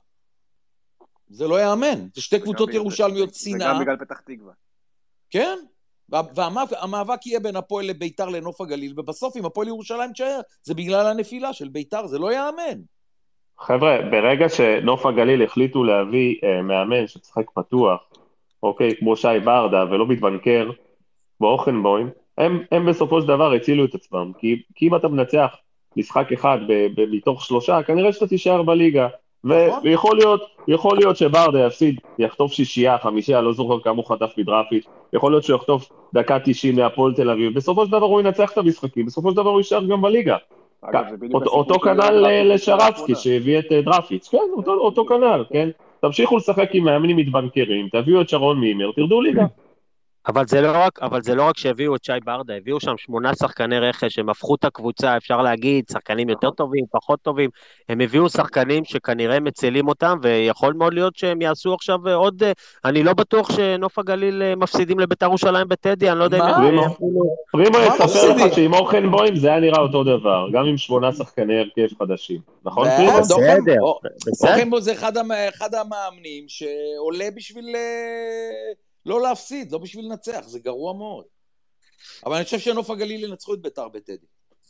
S3: זה לא יאמן, זה שתי
S5: זה גם
S3: קבוצות
S5: ב-
S3: ירושלמיות
S5: זה- זה גם
S3: שנאה,
S5: בגלל פתח תקווה.
S3: כן? וה- והמאבק המאבק יהיה בין הפועל לביתר לנוף הגליל, ובסוף אם הפועל ירושלים תישאר, זה בגלל הנפילה של ביתר, זה לא יאמן.
S1: חבר'ה, ברגע שנוף הגליל החליטו להביא אה, מאמן שצחק פתוח, אוקיי, כמו שי ברדה, ולא מתבנקר, כמו אוכנבוים, הם, הם בסופו של דבר הצילו את עצמם, כי, כי אם אתה מנצח משחק אחד ב, ב, מתוך שלושה, כנראה שאתה תישאר בליגה, ו,
S3: נכון?
S1: ויכול להיות, יכול להיות שברדה יפסיד, יחטוף שישייה, חמישייה, לא זוכר כמה הוא חטף מדרפיץ', יכול להיות שהוא יחטוף דקה תשעים מהפועל תל אביב, בסופו של דבר הוא ינצח את המשחקים, בסופו של דבר הוא יישאר גם בליגה.
S5: אגב, זה בדיוק
S1: אותו,
S5: הסיפור
S1: אותו
S5: של
S1: כנ"ל
S5: דראפיץ' בשנה
S1: לשרצקי
S5: האחרונה.
S1: שהביא את אה, דרפיץ', כן, אותו, אותו כנ"ל, כן, תמשיכו לשחק עם מאמנים מתבנקרים, תביאו את שרון מימר, תרדו ליגה.
S4: אבל זה לא רק, אבל זה לא רק שהביאו את שי ברדה, הביאו שם שמונה שחקני רכש, הם הפכו את הקבוצה, אפשר להגיד, שחקנים יותר
S5: נכון.
S4: טובים, פחות טובים, הם הביאו שחקנים שכנראה מצילים אותם, ויכול מאוד להיות שהם יעשו עכשיו עוד, אני לא בטוח שנוף הגליל אה, מפסידים לביתר ירושלים בטדי, אני לא יודע אם הם
S3: מה?
S1: פרימו,
S4: אה, אפילו...
S1: פרימו
S3: מה
S1: יספר לך
S3: מפסידים?
S1: שעם אוכנבוים זה היה נראה אותו דבר, גם עם שמונה שחקני הרכב חדשים, נכון פרימו?
S3: ועד אוכן,
S4: בסדר,
S3: או-
S4: בסדר.
S3: אוכנבו זה אחד, המ, אחד המאמנים שעולה בשביל אה, לא להפסיד, לא בשביל לנצח, זה גרוע מאוד. אבל אני חושב שנוף הגליל ינצחו את ביתר בטדי.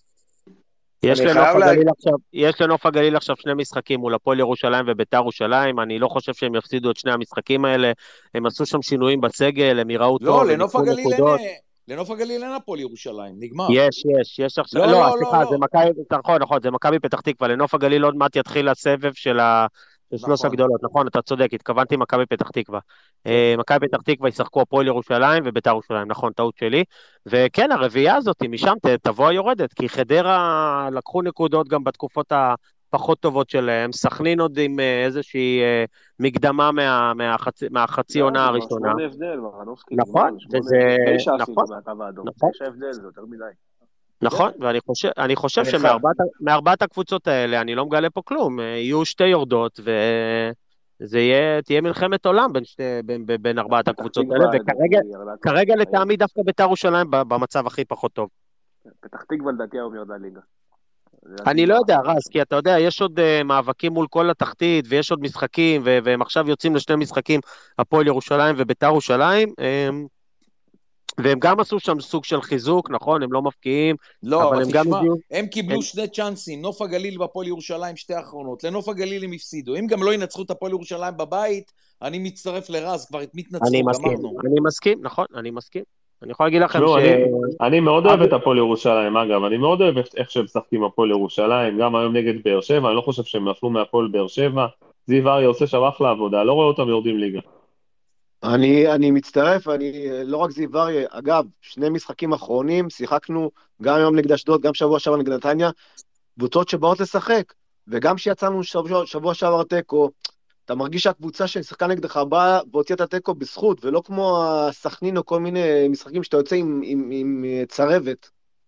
S4: יש
S11: אני
S4: לנוף
S11: חייב
S4: הגליל
S11: להגיד,
S4: עכשיו, יש לנוף הגליל עכשיו שני משחקים מול הפועל ירושלים וביתר ירושלים, אני לא חושב שהם יפסידו את שני המשחקים האלה, הם עשו שם שינויים בסגל, הם יראו
S3: לא,
S4: טוב, הם
S3: לנוף
S4: יקחו
S3: הגליל אין,
S4: נקודות,
S3: לנוף הגליל אין הפועל ירושלים, נגמר.
S4: יש, יש, יש עכשיו,
S3: לא,
S4: לא,
S3: לא,
S4: סליחה,
S3: לא,
S4: זה
S3: לא.
S4: מכבי, נכון, נכון, זה מכבי פתח תקווה, לנוף הגליל עוד מעט יתחיל הסבב של ה... של שלוש
S3: נכון,
S4: הגדולות, נכון, אתה צודק, התכוונתי מכבי פתח תקווה.
S3: כן.
S4: אה, מכבי פתח תקווה ישחקו הפועל ירושלים וביתר ירושלים, נכון, טעות שלי. וכן, הרביעייה הזאת, משם ת- תבוא היורדת, כי חדרה לקחו נקודות גם בתקופות הפחות טובות שלהם, סכנין עוד עם אה, איזושהי אה, מקדמה מה- מהחצי מהחצי
S5: לא,
S4: עונה
S5: זה כבר
S4: הראשונה.
S5: שמונה הבדל, מרנובסקי,
S4: נכון,
S5: נגמר, שמונה,
S4: וזה,
S5: תשע אפילו
S4: נכון,
S5: מהקו האדום.
S4: נכון.
S5: תשע הבדל, זה יותר מדי.
S4: נכון, ואני חושב, אני חושב
S11: אני חייב,
S4: שמארבעת מארבעת הקבוצות האלה, אני לא מגלה פה כלום, אה, יהיו שתי יורדות, וזה יהיה, תהיה מלחמת עולם בין, שתי, בין, בין, בין ארבעת
S5: פתח
S4: הקבוצות האלה,
S5: תקווה,
S4: וכרגע
S5: לדעתי, ירדה כבר.
S4: כרגע
S5: היום.
S4: לטעמי דווקא בית"ר ירושלים ב- במצב הכי פחות טוב.
S5: פתח תקווה, לדעתי, היום ירדה ליגה. זה
S4: אני
S5: נגמר
S4: לא יודע,
S5: הסיפור
S4: רז,
S5: שם.
S4: כי אתה יודע, יש עוד uh, מאבקים מול כל התחתית, ויש עוד משחקים, ו- והם עכשיו יוצאים לשני משחקים, הפועל ירושלים ובית"ר ירושלים, um, והם גם עשו שם סוג של חיזוק, נכון, הם לא מפקיעים,
S3: לא,
S4: אבל
S3: אבל
S4: הם גם
S3: תשמע,
S4: הביאו...
S3: הם קיבלו
S4: הם...
S3: שני צ'אנסים, נוף הגליל והפועל ירושלים, שתי האחרונות. לנוף הגליל הם הפסידו. אם גם לא ינצחו את הפועל ירושלים בבית, אני מצטרף לרז, כבר את מי
S4: אני
S3: תנצחו,
S4: מסכים,
S3: גמרנו.
S4: אני מסכים, נכון, אני מסכים. אני יכול להגיד לכם
S1: תשמעו,
S4: ש...
S1: אני, אני מאוד אוהב
S4: אבי-
S1: את הפועל ירושלים, אגב, אני מאוד אוהב איך שהם משחקים הפועל ירושלים, גם היום נגד באר שבע, אני לא חושב שהם נפלו מהפועל באר שבע, זיו אריה עושה שם אחלה עבודה, לא רואה אותם יורדים ליגה.
S9: אני, אני מצטרף, אני לא רק זיו אריה, אגב, שני משחקים אחרונים, שיחקנו גם היום נגד אשדוד, גם שבוע שעבר נגד נתניה, קבוצות שבאות לשחק, וגם כשיצאנו שבוע, שבוע שעבר תיקו, אתה מרגיש שהקבוצה ששיחקה נגדך באה והוציאה את התיקו בזכות, ולא כמו הסכנין או כל מיני משחקים שאתה יוצא עם, עם, עם צרבת.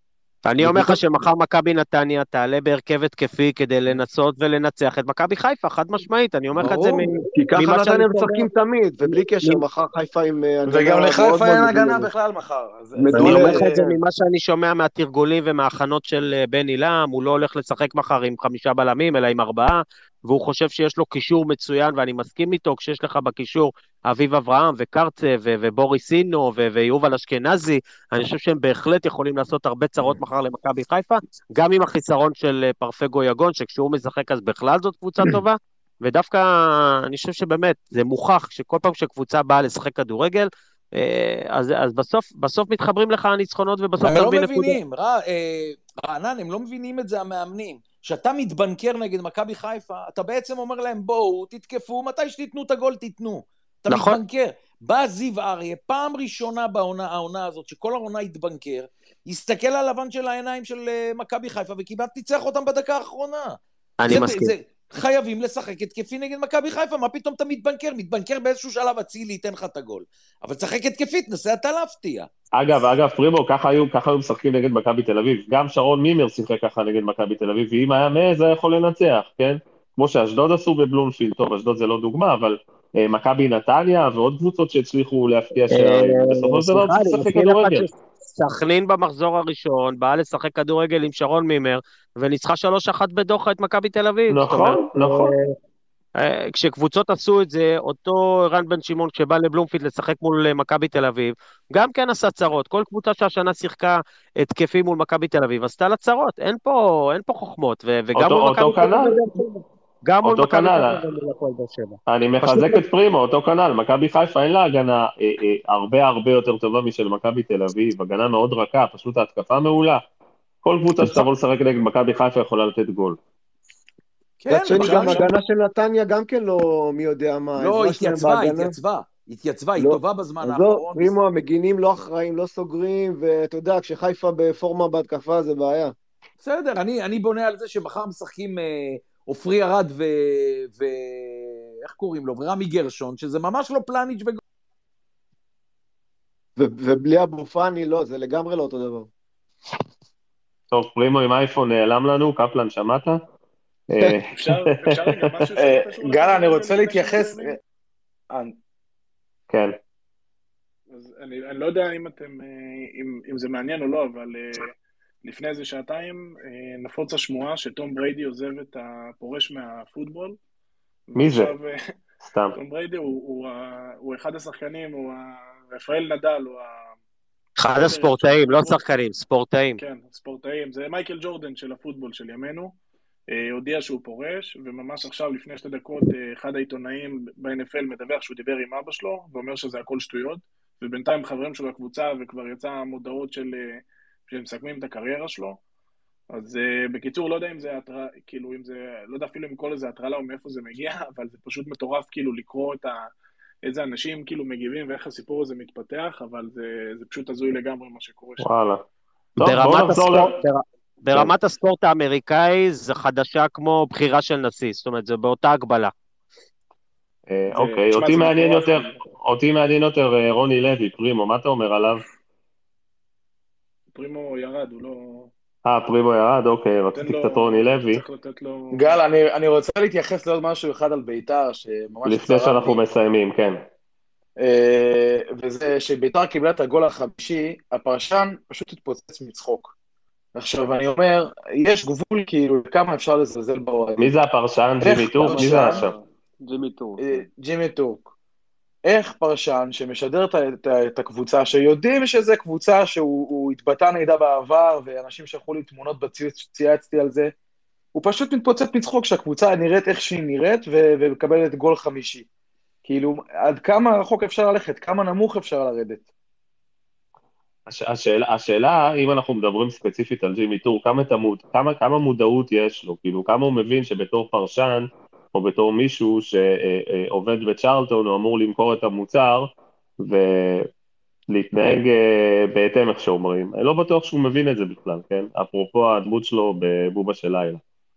S4: אני אומר לך
S9: וקבוצות-
S4: שמחר מכבי נתניה תעלה בהרכב התקפי כדי לנסות ולנצח את מכבי חיפה, חד משמעית, אני אומר לך את זה
S3: ברור.
S4: מ-
S9: כי ככה
S4: ממה שאני
S9: נתניה
S4: שומע.
S9: משחקים תמיד, ובלי קשר,
S4: מ-
S9: מחר חיפה עם אה, הגנה
S11: וגם
S9: מאוד
S11: לחיפה
S9: מאוד
S11: אין הגנה
S9: מדויקת.
S11: בכלל מחר. אז- אז
S4: אני
S9: מדויקת.
S4: אומר
S11: לא-
S4: לך את זה ממה שאני שומע מהתרגולים ומההכנות של אה, בן אילם, הוא לא הולך לשחק מחר עם חמישה בלמים, אלא עם ארבעה, והוא חושב שיש לו קישור מצוין, ואני מסכים איתו, כשיש לך בקישור אביב אברהם וקרצה ו- ובוריס אינו ו- ויובל אשכנזי, אני חושב שהם בהחלט יכולים לעשות הרבה צרות מחר למכבי חיפה, גם עם החיסרון של אה, פרפגו יגון, שכשהוא משחק אז בכלל זאת קבוצה טובה, ודווקא אני חושב שבאמת זה מוכח שכל פעם שקבוצה באה לשחק כדורגל, אה, אז, אז בסוף, בסוף מתחברים לך הניצחונות ובסוף
S3: הם
S4: אתה
S3: לא
S4: מביא נקודה.
S3: מבינים, רע, אה, רענן, הם לא מבינים את זה המאמנים. כשאתה מתבנקר נגד מכבי חיפה, אתה בעצם אומר להם, בואו, תתקפו, מתי שתיתנו את הגול, תיתנו. אתה
S4: נכון.
S3: מתבנקר. בא זיו אריה, פעם ראשונה בעונה העונה הזאת, שכל העונה התבנקר, הסתכל על הלבן של העיניים של אה, מכבי חיפה, וכמעט ניצח אותם בדקה האחרונה.
S4: אני
S3: זה,
S4: מסכים.
S3: זה, חייבים לשחק התקפי נגד מכבי חיפה, מה פתאום אתה מתבנקר? מתבנקר באיזשהו שלב אצילי, ייתן לך את הגול. אבל תשחק התקפית, נסה אתה להפתיע.
S1: אגב, אגב, פרימו, ככה היו, ככה היו משחקים נגד מכבי תל אביב. גם שרון מימר שיחק ככה נגד מכבי תל אביב, ואם היה מעז, היה יכול לנצח, כן? כמו שאשדוד עשו בבלומפילד, טוב, אשדוד זה לא דוגמה, אבל אה, מכבי נתניה ועוד קבוצות שהצליחו להפקיע שערים. בסופו של דבר
S4: סליחה,
S1: צריך
S4: אני
S1: לשחק
S4: מזכיר לך
S1: כדורגל.
S4: שסכנין במחזור הראשון באה לשחק כדורגל עם שרון מימר, וניצחה שלוש אחת בדוחה את מכבי תל אביב. זאת אומרת,
S1: נכון, נכון.
S4: אה, כשקבוצות עשו את זה, אותו ערן בן שמעון שבא לבלומפילד לשחק מול אה, מכבי תל אביב, גם כן עשה צרות. כל קבוצה שהשנה שיחקה התקפי מול מכבי תל אביב, עשתה לה צרות. אין פה, אין פה חוכמות, ו- וגם
S1: אותו-
S4: מול
S1: אותו
S4: מכבי תל
S1: כנ"ל.
S4: אביב, גם מול
S1: אותו
S4: מכבי תל
S1: כנ"ל.
S4: אביב ומול הפועל באר שבע.
S1: אני
S4: פשוט
S1: מחזק את פרימו, אותו כנ"ל. מכבי חיפה אין לה הגנה אה, אה, הרבה הרבה יותר טובה משל מכבי תל אביב, הגנה מאוד רכה, פשוט ההתקפה מעולה. כל קבוצה שתבוא לשחק נגד מכבי חיפה יכולה לתת גול.
S3: כן,
S9: מצד שני,
S3: למשל,
S9: גם הגנה של נתניה גם כן לא מי יודע מה,
S3: לא,
S9: העזרה שלהם
S3: התייצבה,
S9: בהגנה.
S3: התייצבה. התייצבה, היא
S9: לא.
S3: טובה בזמן
S9: עזוב,
S3: האחרון.
S9: פרימו, המגינים לא אחראים, לא סוגרים, ואתה יודע, כשחיפה בפורמה בהתקפה זה בעיה.
S3: בסדר, אני, אני בונה על זה שמחר משחקים אה, עופרי ארד ו... ו... איך קוראים לו? ורמי גרשון, שזה ממש לא פלניץ' וגול.
S9: ו- ובלי אבו פאני, לא, זה לגמרי לא אותו דבר.
S1: טוב, פרימו עם אייפון נעלם לנו, קפלן שמעת? אה,
S6: אפשר אפשר רגע משהו שלא
S11: אה,
S6: קשור
S11: גל, אני
S6: לכדורגל
S11: רוצה
S6: לפני
S11: להתייחס...
S6: שמסיימים?
S11: אה,
S1: כן.
S6: אז אני, אני לא יודע אם אתם, אה, אם, אם זה מעניין או לא, אבל אה, לפני איזה שעתיים אה, נפוצה שמועה שטום בריידי עוזב את הפורש מהפוטבול.
S1: מי זה?
S6: ועכשיו, אה,
S1: סתם.
S6: טום בריידי הוא, הוא, ה- הוא אחד השחקנים, הוא ה- רפאל נדל, הוא ה...
S4: אחד הספורטאים, לא שחקנים, ספורטאים.
S6: כן, ספורטאים. זה מייקל ג'ורדן של הפוטבול של ימינו. אה, הודיע שהוא פורש, וממש עכשיו, לפני שתי דקות, אה, אחד העיתונאים ב-אן אף אל מדווח שהוא דיבר עם אבא שלו, ואומר שזה הכל שטויות, ובינתיים חברים שלו לקבוצה, וכבר יצא מודעות של, אה, שהם מסכמים את הקריירה שלו. אז אה, בקיצור, לא יודע אם זה הטרלה, כאילו, אם זה, לא יודע אפילו אם כל איזה הטרלה או מאיפה זה מגיע, אבל זה פשוט מטורף, כאילו, לקרוא את ה... איזה אנשים כאילו מגיבים ואיך הסיפור הזה מתפתח, אבל זה, זה פשוט הזוי לגמרי מה שקורה שם.
S1: וואלה. טוב, בואו
S4: ברמת
S1: נחזור ל...
S4: הספורט, בר- ברמת הספורט האמריקאי זה חדשה כמו בחירה של נשיא, זאת אומרת זה באותה הגבלה.
S1: אה,
S6: זה-
S1: אוקיי,
S6: תשמע,
S1: אותי
S6: זה
S1: מעניין
S6: מטורף,
S1: יותר,
S6: כאילו.
S1: אותי מעניין יותר אה, רוני לוי, פרימו, מה אתה אומר עליו?
S6: פרימו ירד, הוא לא...
S1: אה, פרימו ירד, אוקיי,
S6: תן
S1: רציתי
S6: לו...
S1: קצת רוני לוי,
S6: צריך לתת לו...
S11: גל, אני, אני רוצה להתייחס לעוד משהו אחד על ביתר, שממש
S1: לפני
S11: צרם
S1: שאנחנו
S11: לי.
S1: מסיימים, כן.
S11: אה, וזה שביתר קיבלה את הגול החמישי, הפרשן פשוט התפוצץ מצחוק. עכשיו אני אומר, יש גבול כאילו כמה אפשר לזלזל באוהדים.
S1: מי זה הפרשן?
S11: איך
S1: ג'ימי טורק? מי זה
S11: פרשן?
S1: עכשיו?
S5: ג'ימי טורק.
S11: אה, ג'ימי טורק. איך פרשן שמשדר את, ה- את, ה- את הקבוצה, שיודעים שזה קבוצה שהוא הוא התבטא נגדה בעבר, ואנשים שלחו לי תמונות בציוץ שצייצתי על זה, הוא פשוט מתפוצץ מצחוק שהקבוצה נראית איך שהיא נראית, ו- ומקבלת גול חמישי. כאילו, עד כמה רחוק אפשר ללכת, כמה נמוך אפשר לרדת.
S1: הש, השאלה, השאלה, אם אנחנו מדברים ספציפית על ג'ימי טורק, כמה, תמוד, כמה, כמה מודעות יש לו, כאילו, כמה הוא מבין שבתור פרשן, או בתור מישהו שעובד בצ'רלטון, הוא אמור למכור את המוצר, ולהתנהג אה, בהתאם איך שאומרים. אני לא בטוח שהוא מבין את זה בכלל, כן? אפרופו הדמות שלו בבובה של לילה.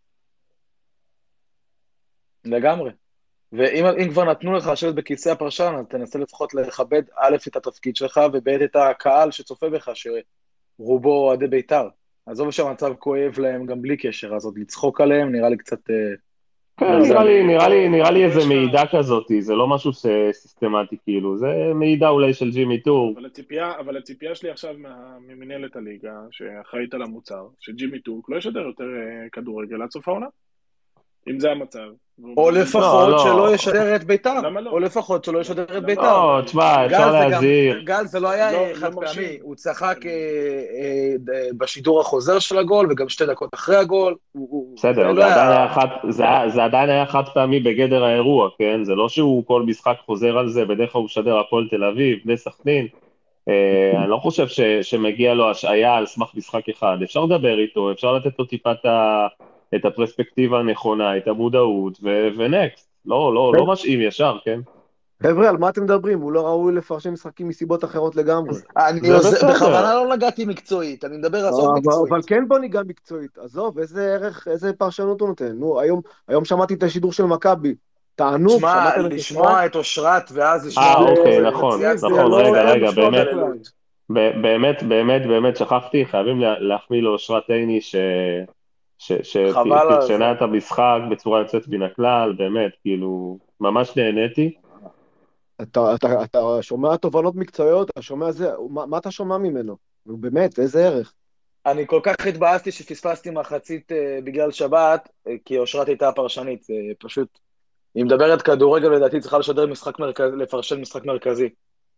S11: לגמרי. ואם אם כבר נתנו לך לשבת בכיסא הפרשן, אז תנסה לפחות לכבד א' את התפקיד שלך, וב' את הקהל שצופה בך, שרובו אוהדי בית"ר. עזוב שהמצב כואב להם גם בלי קשר, אז עוד לצחוק עליהם נראה לי קצת אה,
S1: כן,
S11: מוגזם.
S1: נראה לי, נראה לי, נראה לי
S6: פה
S1: איזה
S6: יש לך-
S1: מעידה כזאת, זה לא משהו ש- סיסטמטי כאילו, זה מעידה אולי של ג'ימי טור.
S6: אבל הציפייה, אבל הציפייה שלי עכשיו מה- ממנהלת הליגה, שאחראית על המוצר, שג'ימי טורק לא ישדר יותר אה, כדורגל עד סוף העונה. אם זה המצב. והוא
S11: או
S6: מבין-
S11: לפחות
S1: לא,
S11: שלא
S1: לא.
S11: ישדר את בית"ר.
S6: למה לא?
S11: או לפחות שלא ישדר את
S6: למה
S11: בית"ר.
S1: לא, תשמע, אפשר
S11: גל זה גם,
S1: להזהיר.
S11: גל זה לא היה
S6: לא-
S11: חד
S6: לא
S11: פעמי,
S6: מרשים.
S11: הוא צחק אה, אה, בשידור החוזר של הגול, וגם שתי דקות אחרי הגול, הוא- הוא-
S1: בסדר,
S11: לא
S1: זה עדיין
S11: היה-
S1: היה חד, זה, היה- זה עדיין היה חד פעמי בגדר האירוע, כן? זה לא שהוא כל משחק חוזר על זה, בדרך כלל הוא משדר הפועל תל אביב, בני סכנין. אה, אני לא חושב ש, שמגיע לו השעיה על סמך משחק אחד. אפשר לדבר איתו, אפשר לתת לו טיפה את ה- את הפרספקטיבה הנכונה, את המודעות, ו- ונקסט. לא, לא, לא משאים ישר, כן?
S9: חבר'ה, על מה אתם מדברים? הוא לא ראוי לפרשן משחקים מסיבות אחרות לגמרי.
S11: אני
S1: זה
S11: עוז-
S1: בסדר.
S11: בכוונה לא נגעתי מקצועית, אני מדבר עזוב
S9: אבל,
S11: מקצועית.
S9: אבל כן בוא ניגע מקצועית. עזוב, איזה ערך, איזה פרשנות הוא נותן. נו, היום, היום שמעתי את השידור של מכבי. תענוג,
S11: תשמע,
S9: שמעתם את אושרת?
S11: לשמוע את אושרת ואז לשמוע
S1: אה,
S11: אותו,
S1: אוקיי,
S11: זה
S1: נכון,
S11: מציאת
S9: זה
S1: נכון,
S9: לא
S1: רגע,
S9: היה
S1: רגע,
S9: לשמוע
S1: באמת,
S9: בכלל.
S1: ב- באמת, באמת, באמת, שכחתי, חייבים לה- להחמיא לאושרת עיני ש... ש...
S11: חבל על
S1: שפרשנה
S11: זה.
S1: את המשחק בצורה יוצאת מן הכלל, באמת, כאילו, ממש נהניתי.
S9: אתה, אתה, אתה שומע תובנות מקצועיות, אתה שומע זה, מה, מה אתה שומע ממנו? נו, באמת, איזה ערך.
S11: אני כל כך התבאסתי שפספסתי מחצית אה, בגלל שבת, אה, כי אושרת הייתה הפרשנית, זה פשוט, היא מדברת כדורגל, לדעתי צריכה לשדר משחק מרכזי, לפרשן משחק מרכזי.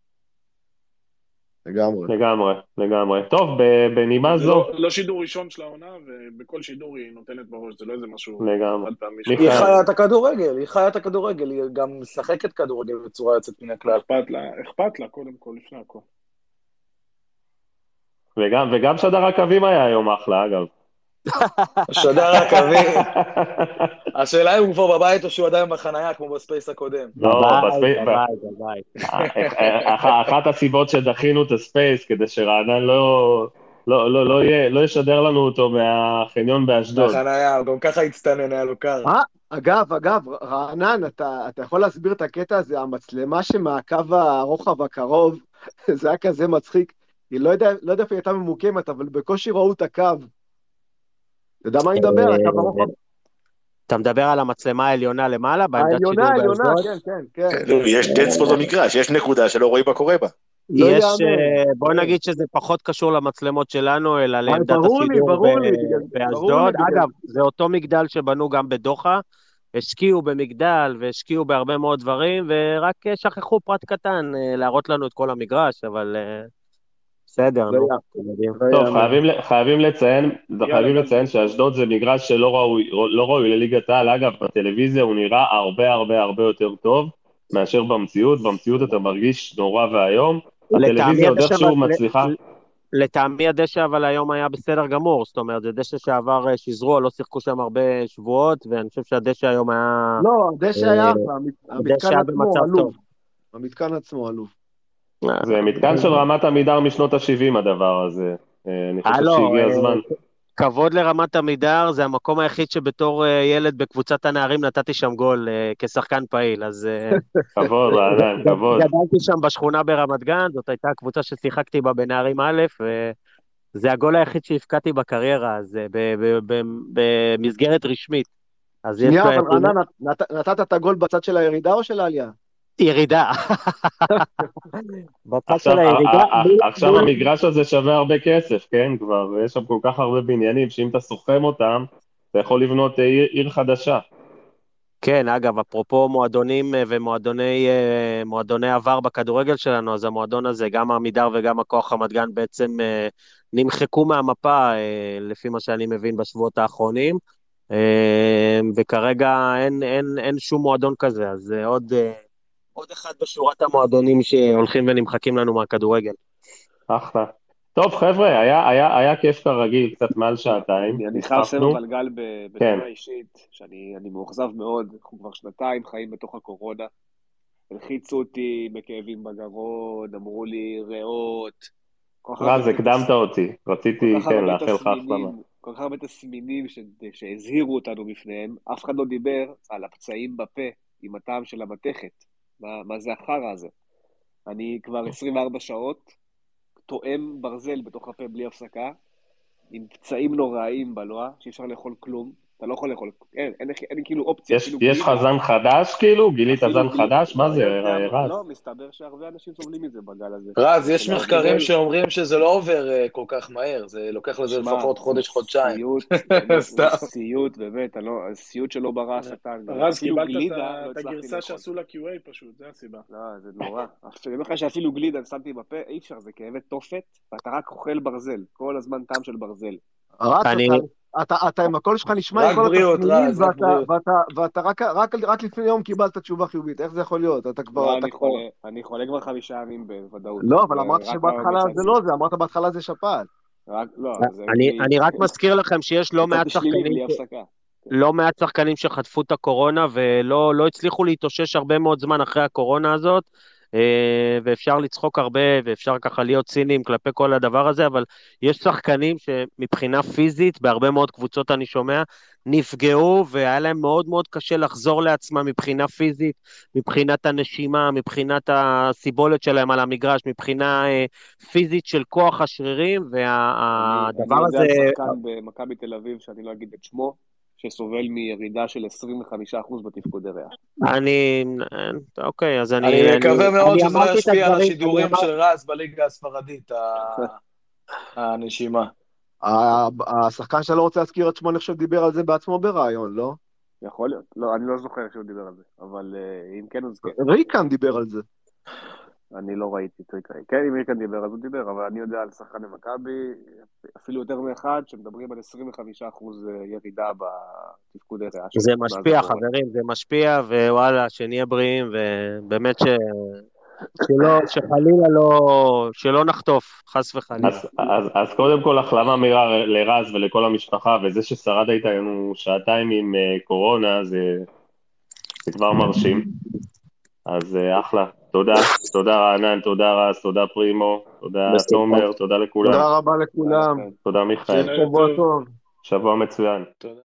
S9: לגמרי.
S1: לגמרי, לגמרי. טוב, ב- בנימה
S6: זה
S1: זו,
S6: לא, לא שידור ראשון של העונה, ובכל שידור היא נותנת בראש, זה לא איזה משהו
S1: לגמרי.
S6: חד פעמי.
S1: מיכאל.
S11: היא חיה את הכדורגל, היא חיה את הכדורגל, היא גם משחקת כדורגל בצורה יוצאת מן הכלל.
S6: אכפת לה, אכפת לה קודם כל, לפני הכל.
S1: וגם, וגם שדר הקווים היה היום אחלה, אגב.
S11: שדר הקווים, השאלה אם הוא כבר בבית או שהוא עדיין בחנייה, כמו בספייס הקודם.
S1: לא,
S4: בבית,
S1: בספייס,
S4: בבית, בבית.
S1: אח- אחת הסיבות שדחינו את הספייס, כדי שרענן לא, לא, לא, לא, יהיה, לא ישדר לנו אותו מהחניון באשדוד.
S11: בחנייה, הוא גם ככה הצטנן, היה לו קר.
S9: אה, אגב, אגב, רענן, אתה, אתה יכול להסביר את הקטע הזה, המצלמה שמהקו הרוחב הקרוב, זה היה כזה מצחיק, היא לא יודע, לא יודע איפה היא הייתה ממוקמת, אבל בקושי ראו את הקו. אתה יודע מה אני מדבר? הקו הרוחב
S4: אתה מדבר על המצלמה העליונה למעלה, בעמדת
S9: העליונה,
S4: שידור
S9: העליונה,
S4: באשדוד?
S9: כן, כן, כן.
S10: כן, לא, יש דדספוט במגרש, יש נקודה שלא רואים מה קורה בה.
S9: לא
S4: יש,
S9: יאמן.
S4: אה, בוא נגיד שזה פחות קשור למצלמות שלנו, אלא לעמדת
S9: ברור לי,
S4: השידור
S9: ברור
S4: ב-
S9: לי, בגלל- ברור לי,
S4: באשדוד.
S9: בגלל-
S4: אגב, זה אותו מגדל שבנו גם בדוחה, השקיעו במגדל והשקיעו בהרבה מאוד דברים, ורק אה, שכחו פרט קטן, אה, להראות לנו את כל המגרש, אבל אה, בסדר,
S9: לא
S4: נו,
S9: יאמן.
S4: אתם יודעים.
S9: לא
S1: טוב,
S9: יאמן.
S1: חייבים, ל- חייבים לציין, חייבים
S6: גל.
S1: לציין שאשדוד זה מגרש שלא ראוי, לא ראוי לליגת העל. אגב, בטלוויזיה הוא נראה הרבה הרבה הרבה יותר טוב מאשר במציאות. במציאות אתה מרגיש נורא ואיום.
S4: לטעמי
S1: הטלוויזיה עוד
S4: הדשא,
S1: איכשהו
S4: אבל-
S1: מצליחה.
S4: לטעמי הדשא אבל היום היה בסדר גמור, זאת אומרת, זה דשא שעבר אה, שזרוע, לא שיחקו שם הרבה שבועות, ואני חושב שהדשא היום היה...
S9: לא, הדשא
S4: אה,
S9: היה אחלה, המת-
S4: הדשא
S9: המתקן
S4: היה
S9: עצמו
S4: במצב
S9: עלוב.
S4: טוב.
S9: המתקן עצמו עלוב.
S1: זה מתקן של רמת עמידר משנות ה-שבעים הדבר הזה. אה, אני חושב
S4: הלו,
S1: שהגיע
S4: אה,
S1: הזמן.
S4: כבוד לרמת עמידר, זה המקום היחיד שבתור אה, ילד בקבוצת הנערים נתתי שם גול אה, כשחקן פעיל, אז אה,
S1: כבוד, רענן, כבוד.
S4: גדלתי שם בשכונה ברמת גן, זאת הייתה הקבוצה ששיחקתי בה בנערים א', וזה הגול היחיד שהפקעתי בקריירה, אז אה, ב- ב- ב- במסגרת רשמית. אז יש
S9: שנייה,
S4: בה-
S9: אבל רענן, נת- נתת את הגול בצד של הירידה או של העלייה?
S4: ירידה. בצד
S1: עכשיו,
S4: של הירידה.
S1: ה- ה-
S4: מול-
S1: עכשיו
S4: מול-
S1: המגרש הזה שווה הרבה כסף, כן? כבר יש שם כל כך הרבה בניינים, שאם אתה סוכם אותם, אתה יכול לבנות אה, עיר, עיר חדשה.
S4: כן, אגב, אפרופו מועדונים אה, ומועדוני אה, מועדוני עבר בכדורגל שלנו, אז המועדון הזה, גם עמידר וגם הכוח רמת גן בעצם אה, נמחקו מהמפה, אה, לפי מה שאני מבין בשבועות האחרונים, אה, וכרגע אין, אין, אין שום מועדון כזה, אז זה עוד, אה, עוד אחד בשורת המועדונים שהולכים ונמחקים לנו מהכדורגל.
S1: אחלה. טוב, חבר'ה, היה, היה, היה כיף כרגיל, קצת מעל שעתיים.
S5: אני אני חייב
S1: נסחפנו.
S5: סבב על גל ב-
S1: כן.
S5: בנימה אישית, שאני אני מאוכזב מאוד, אנחנו כבר שנתיים חיים בתוך הקורונה, הלחיצו אותי בכאבים בגרון, אמרו לי ריאות, כל כך
S2: רז,
S5: הרבה
S2: הקדמת
S5: תס-
S2: אותי,
S5: כל
S2: רציתי,
S5: כך
S2: כן,
S5: הרבה
S2: לאחל לך החלמה.
S5: תסמינים, כל כך הרבה תסמינים ש- שהזהירו אותנו בפניהם, אף אחד לא דיבר על הפצעים בפה עם הטעם של המתכת. מה, מה זה החרא הזה? אני כבר עשרים וארבע שעות תואם ברזל בתוך הפה בלי הפסקה, עם פצעים נוראיים בלוע, שאי אפשר לאכול כלום. אתה לא יכול לאכול, אין, אין, אין, אין כאילו אופציה,
S2: יש,
S5: אפילו
S2: יש לך
S5: גלידה,
S2: זן חדש כאילו? גילית
S5: אפילו
S2: זן
S5: גלידה,
S2: חדש? מה
S5: לא
S2: זה,
S5: יודע, מה-
S2: רז?
S5: לא, מסתבר שהרבה אנשים סובלים מזה בגל הזה.
S11: רז, יש
S5: של
S11: מחקרים
S5: האוריגול.
S11: שאומרים שזה לא עובר אה, כל כך מהר, זה לוקח לזה
S5: שמע,
S11: לפחות
S5: זה
S11: חודש-חודשיים.
S5: סיוט, באמת,
S11: סתם.
S5: זה סיוט, באמת, אני לא, סיוט שלא ברא השטן.
S6: רז,
S5: אפילו
S6: קיבלת את
S5: גלידה
S6: ה-
S5: לא
S6: את
S5: הצלחתי
S6: הגרסה
S5: לאכול.
S6: שעשו ל-קיו איי פשוט, זה הסיבה.
S5: לא, זה נורא. אני אומר לך שאפילו גלידה שמתי בפה, אי אפשר, זה כאבי תופת, ואתה רק אוכל ברזל, כל הזמן טעם של ברזל.
S9: רץ,
S4: אני,
S9: אתה, אתה, אתה עם הקול שלך נשמע עם
S11: רק
S9: כל
S11: בריאות,
S9: התסמינים,
S11: רז, רק
S9: ואתה,
S11: בריאות.
S9: ואתה, ואתה רק, רק, רק לפני יום קיבלת תשובה חיובית, איך זה יכול להיות? אתה כבר,
S5: לא,
S9: אתה
S5: אני
S9: כבר...
S5: חולה, אני חולה כבר חמישה ימים בוודאות.
S9: לא, אבל אמרת
S5: ורק היום
S9: שבהתחלה זה
S5: יצאתי.
S9: לא זה, אמרת בהתחלה זה שפעת.
S5: רק, לא, זה
S4: אני,
S5: אני...
S4: אני רק מזכיר לכם שיש לא מעט
S5: יצאתי שלילי
S4: שחקנים,
S5: בלי
S4: ש-
S5: הפסקה.
S4: לא מעט שחקנים שחטפו את הקורונה ולא לא הצליחו להתאושש הרבה מאוד זמן אחרי הקורונה הזאת, אה, ואפשר לצחוק הרבה ואפשר ככה להיות ציניים כלפי כל הדבר הזה, אבל יש שחקנים שמבחינה פיזית, בהרבה מאוד קבוצות אני שומע, נפגעו והיה להם מאוד מאוד קשה לחזור לעצמם מבחינה פיזית, מבחינת הנשימה, מבחינת הסיבולת שלהם על המגרש, מבחינה אה, פיזית של כוח השרירים,
S5: אני,
S4: והדבר
S5: אני יודע
S4: הזה...
S5: על שחקן במכבי תל אביב, שאני לא אגיד את שמו, שסובל מירידה של עשרים וחמישה אחוז בתפקודי ריאה.
S4: אני, אוקיי, אז אני,
S11: אני
S4: אני,
S11: מקווה מאוד
S4: אני
S11: שזה לא
S4: אמרתי את
S11: ישפיע על
S4: הדברים, אני
S11: השידורים
S4: אמר,
S11: של רז בליגה הספרדית, ה- הנשימה.
S9: ה- השחקן שאתה לא רוצה להזכיר את שמו, אני חושב דיבר על זה בעצמו ברעיון, לא?
S5: יכול להיות, לא, אני לא זוכר שהוא דיבר על זה, אבל uh, אם כן, אז כן.
S9: ריקן דיבר על זה.
S5: אני לא ראיתי את ריקן. כן, אם ריקן דיבר, אז הוא דיבר, אבל אני יודע על שחקן במכבי, אפילו יותר מאחד, שמדברים על עשרים וחמישה אחוז ירידה בתפקודי ריאה שלו.
S4: זה
S5: מאז
S4: משפיע,
S5: הקורונה.
S4: חברים, זה משפיע, ווואלה, שנהיה בריאים, ובאמת ש... שלא, שחלילה לא, שלא נחטוף, חס וחלילה.
S2: אז, אז, אז קודם כל החלמה מהירה לרז ולכל המשפחה, וזה ששרד איתנו שעתיים עם uh, קורונה, זה, זה כבר מרשים. אז uh, אחלה, תודה, תודה רענן, תודה רז, תודה פרימו, תודה תומר, תודה לכולם.
S9: תודה רבה לכולם.
S2: תודה מיכאל,
S9: שבוע טוב.
S2: שבוע מצוין.
S11: תודה.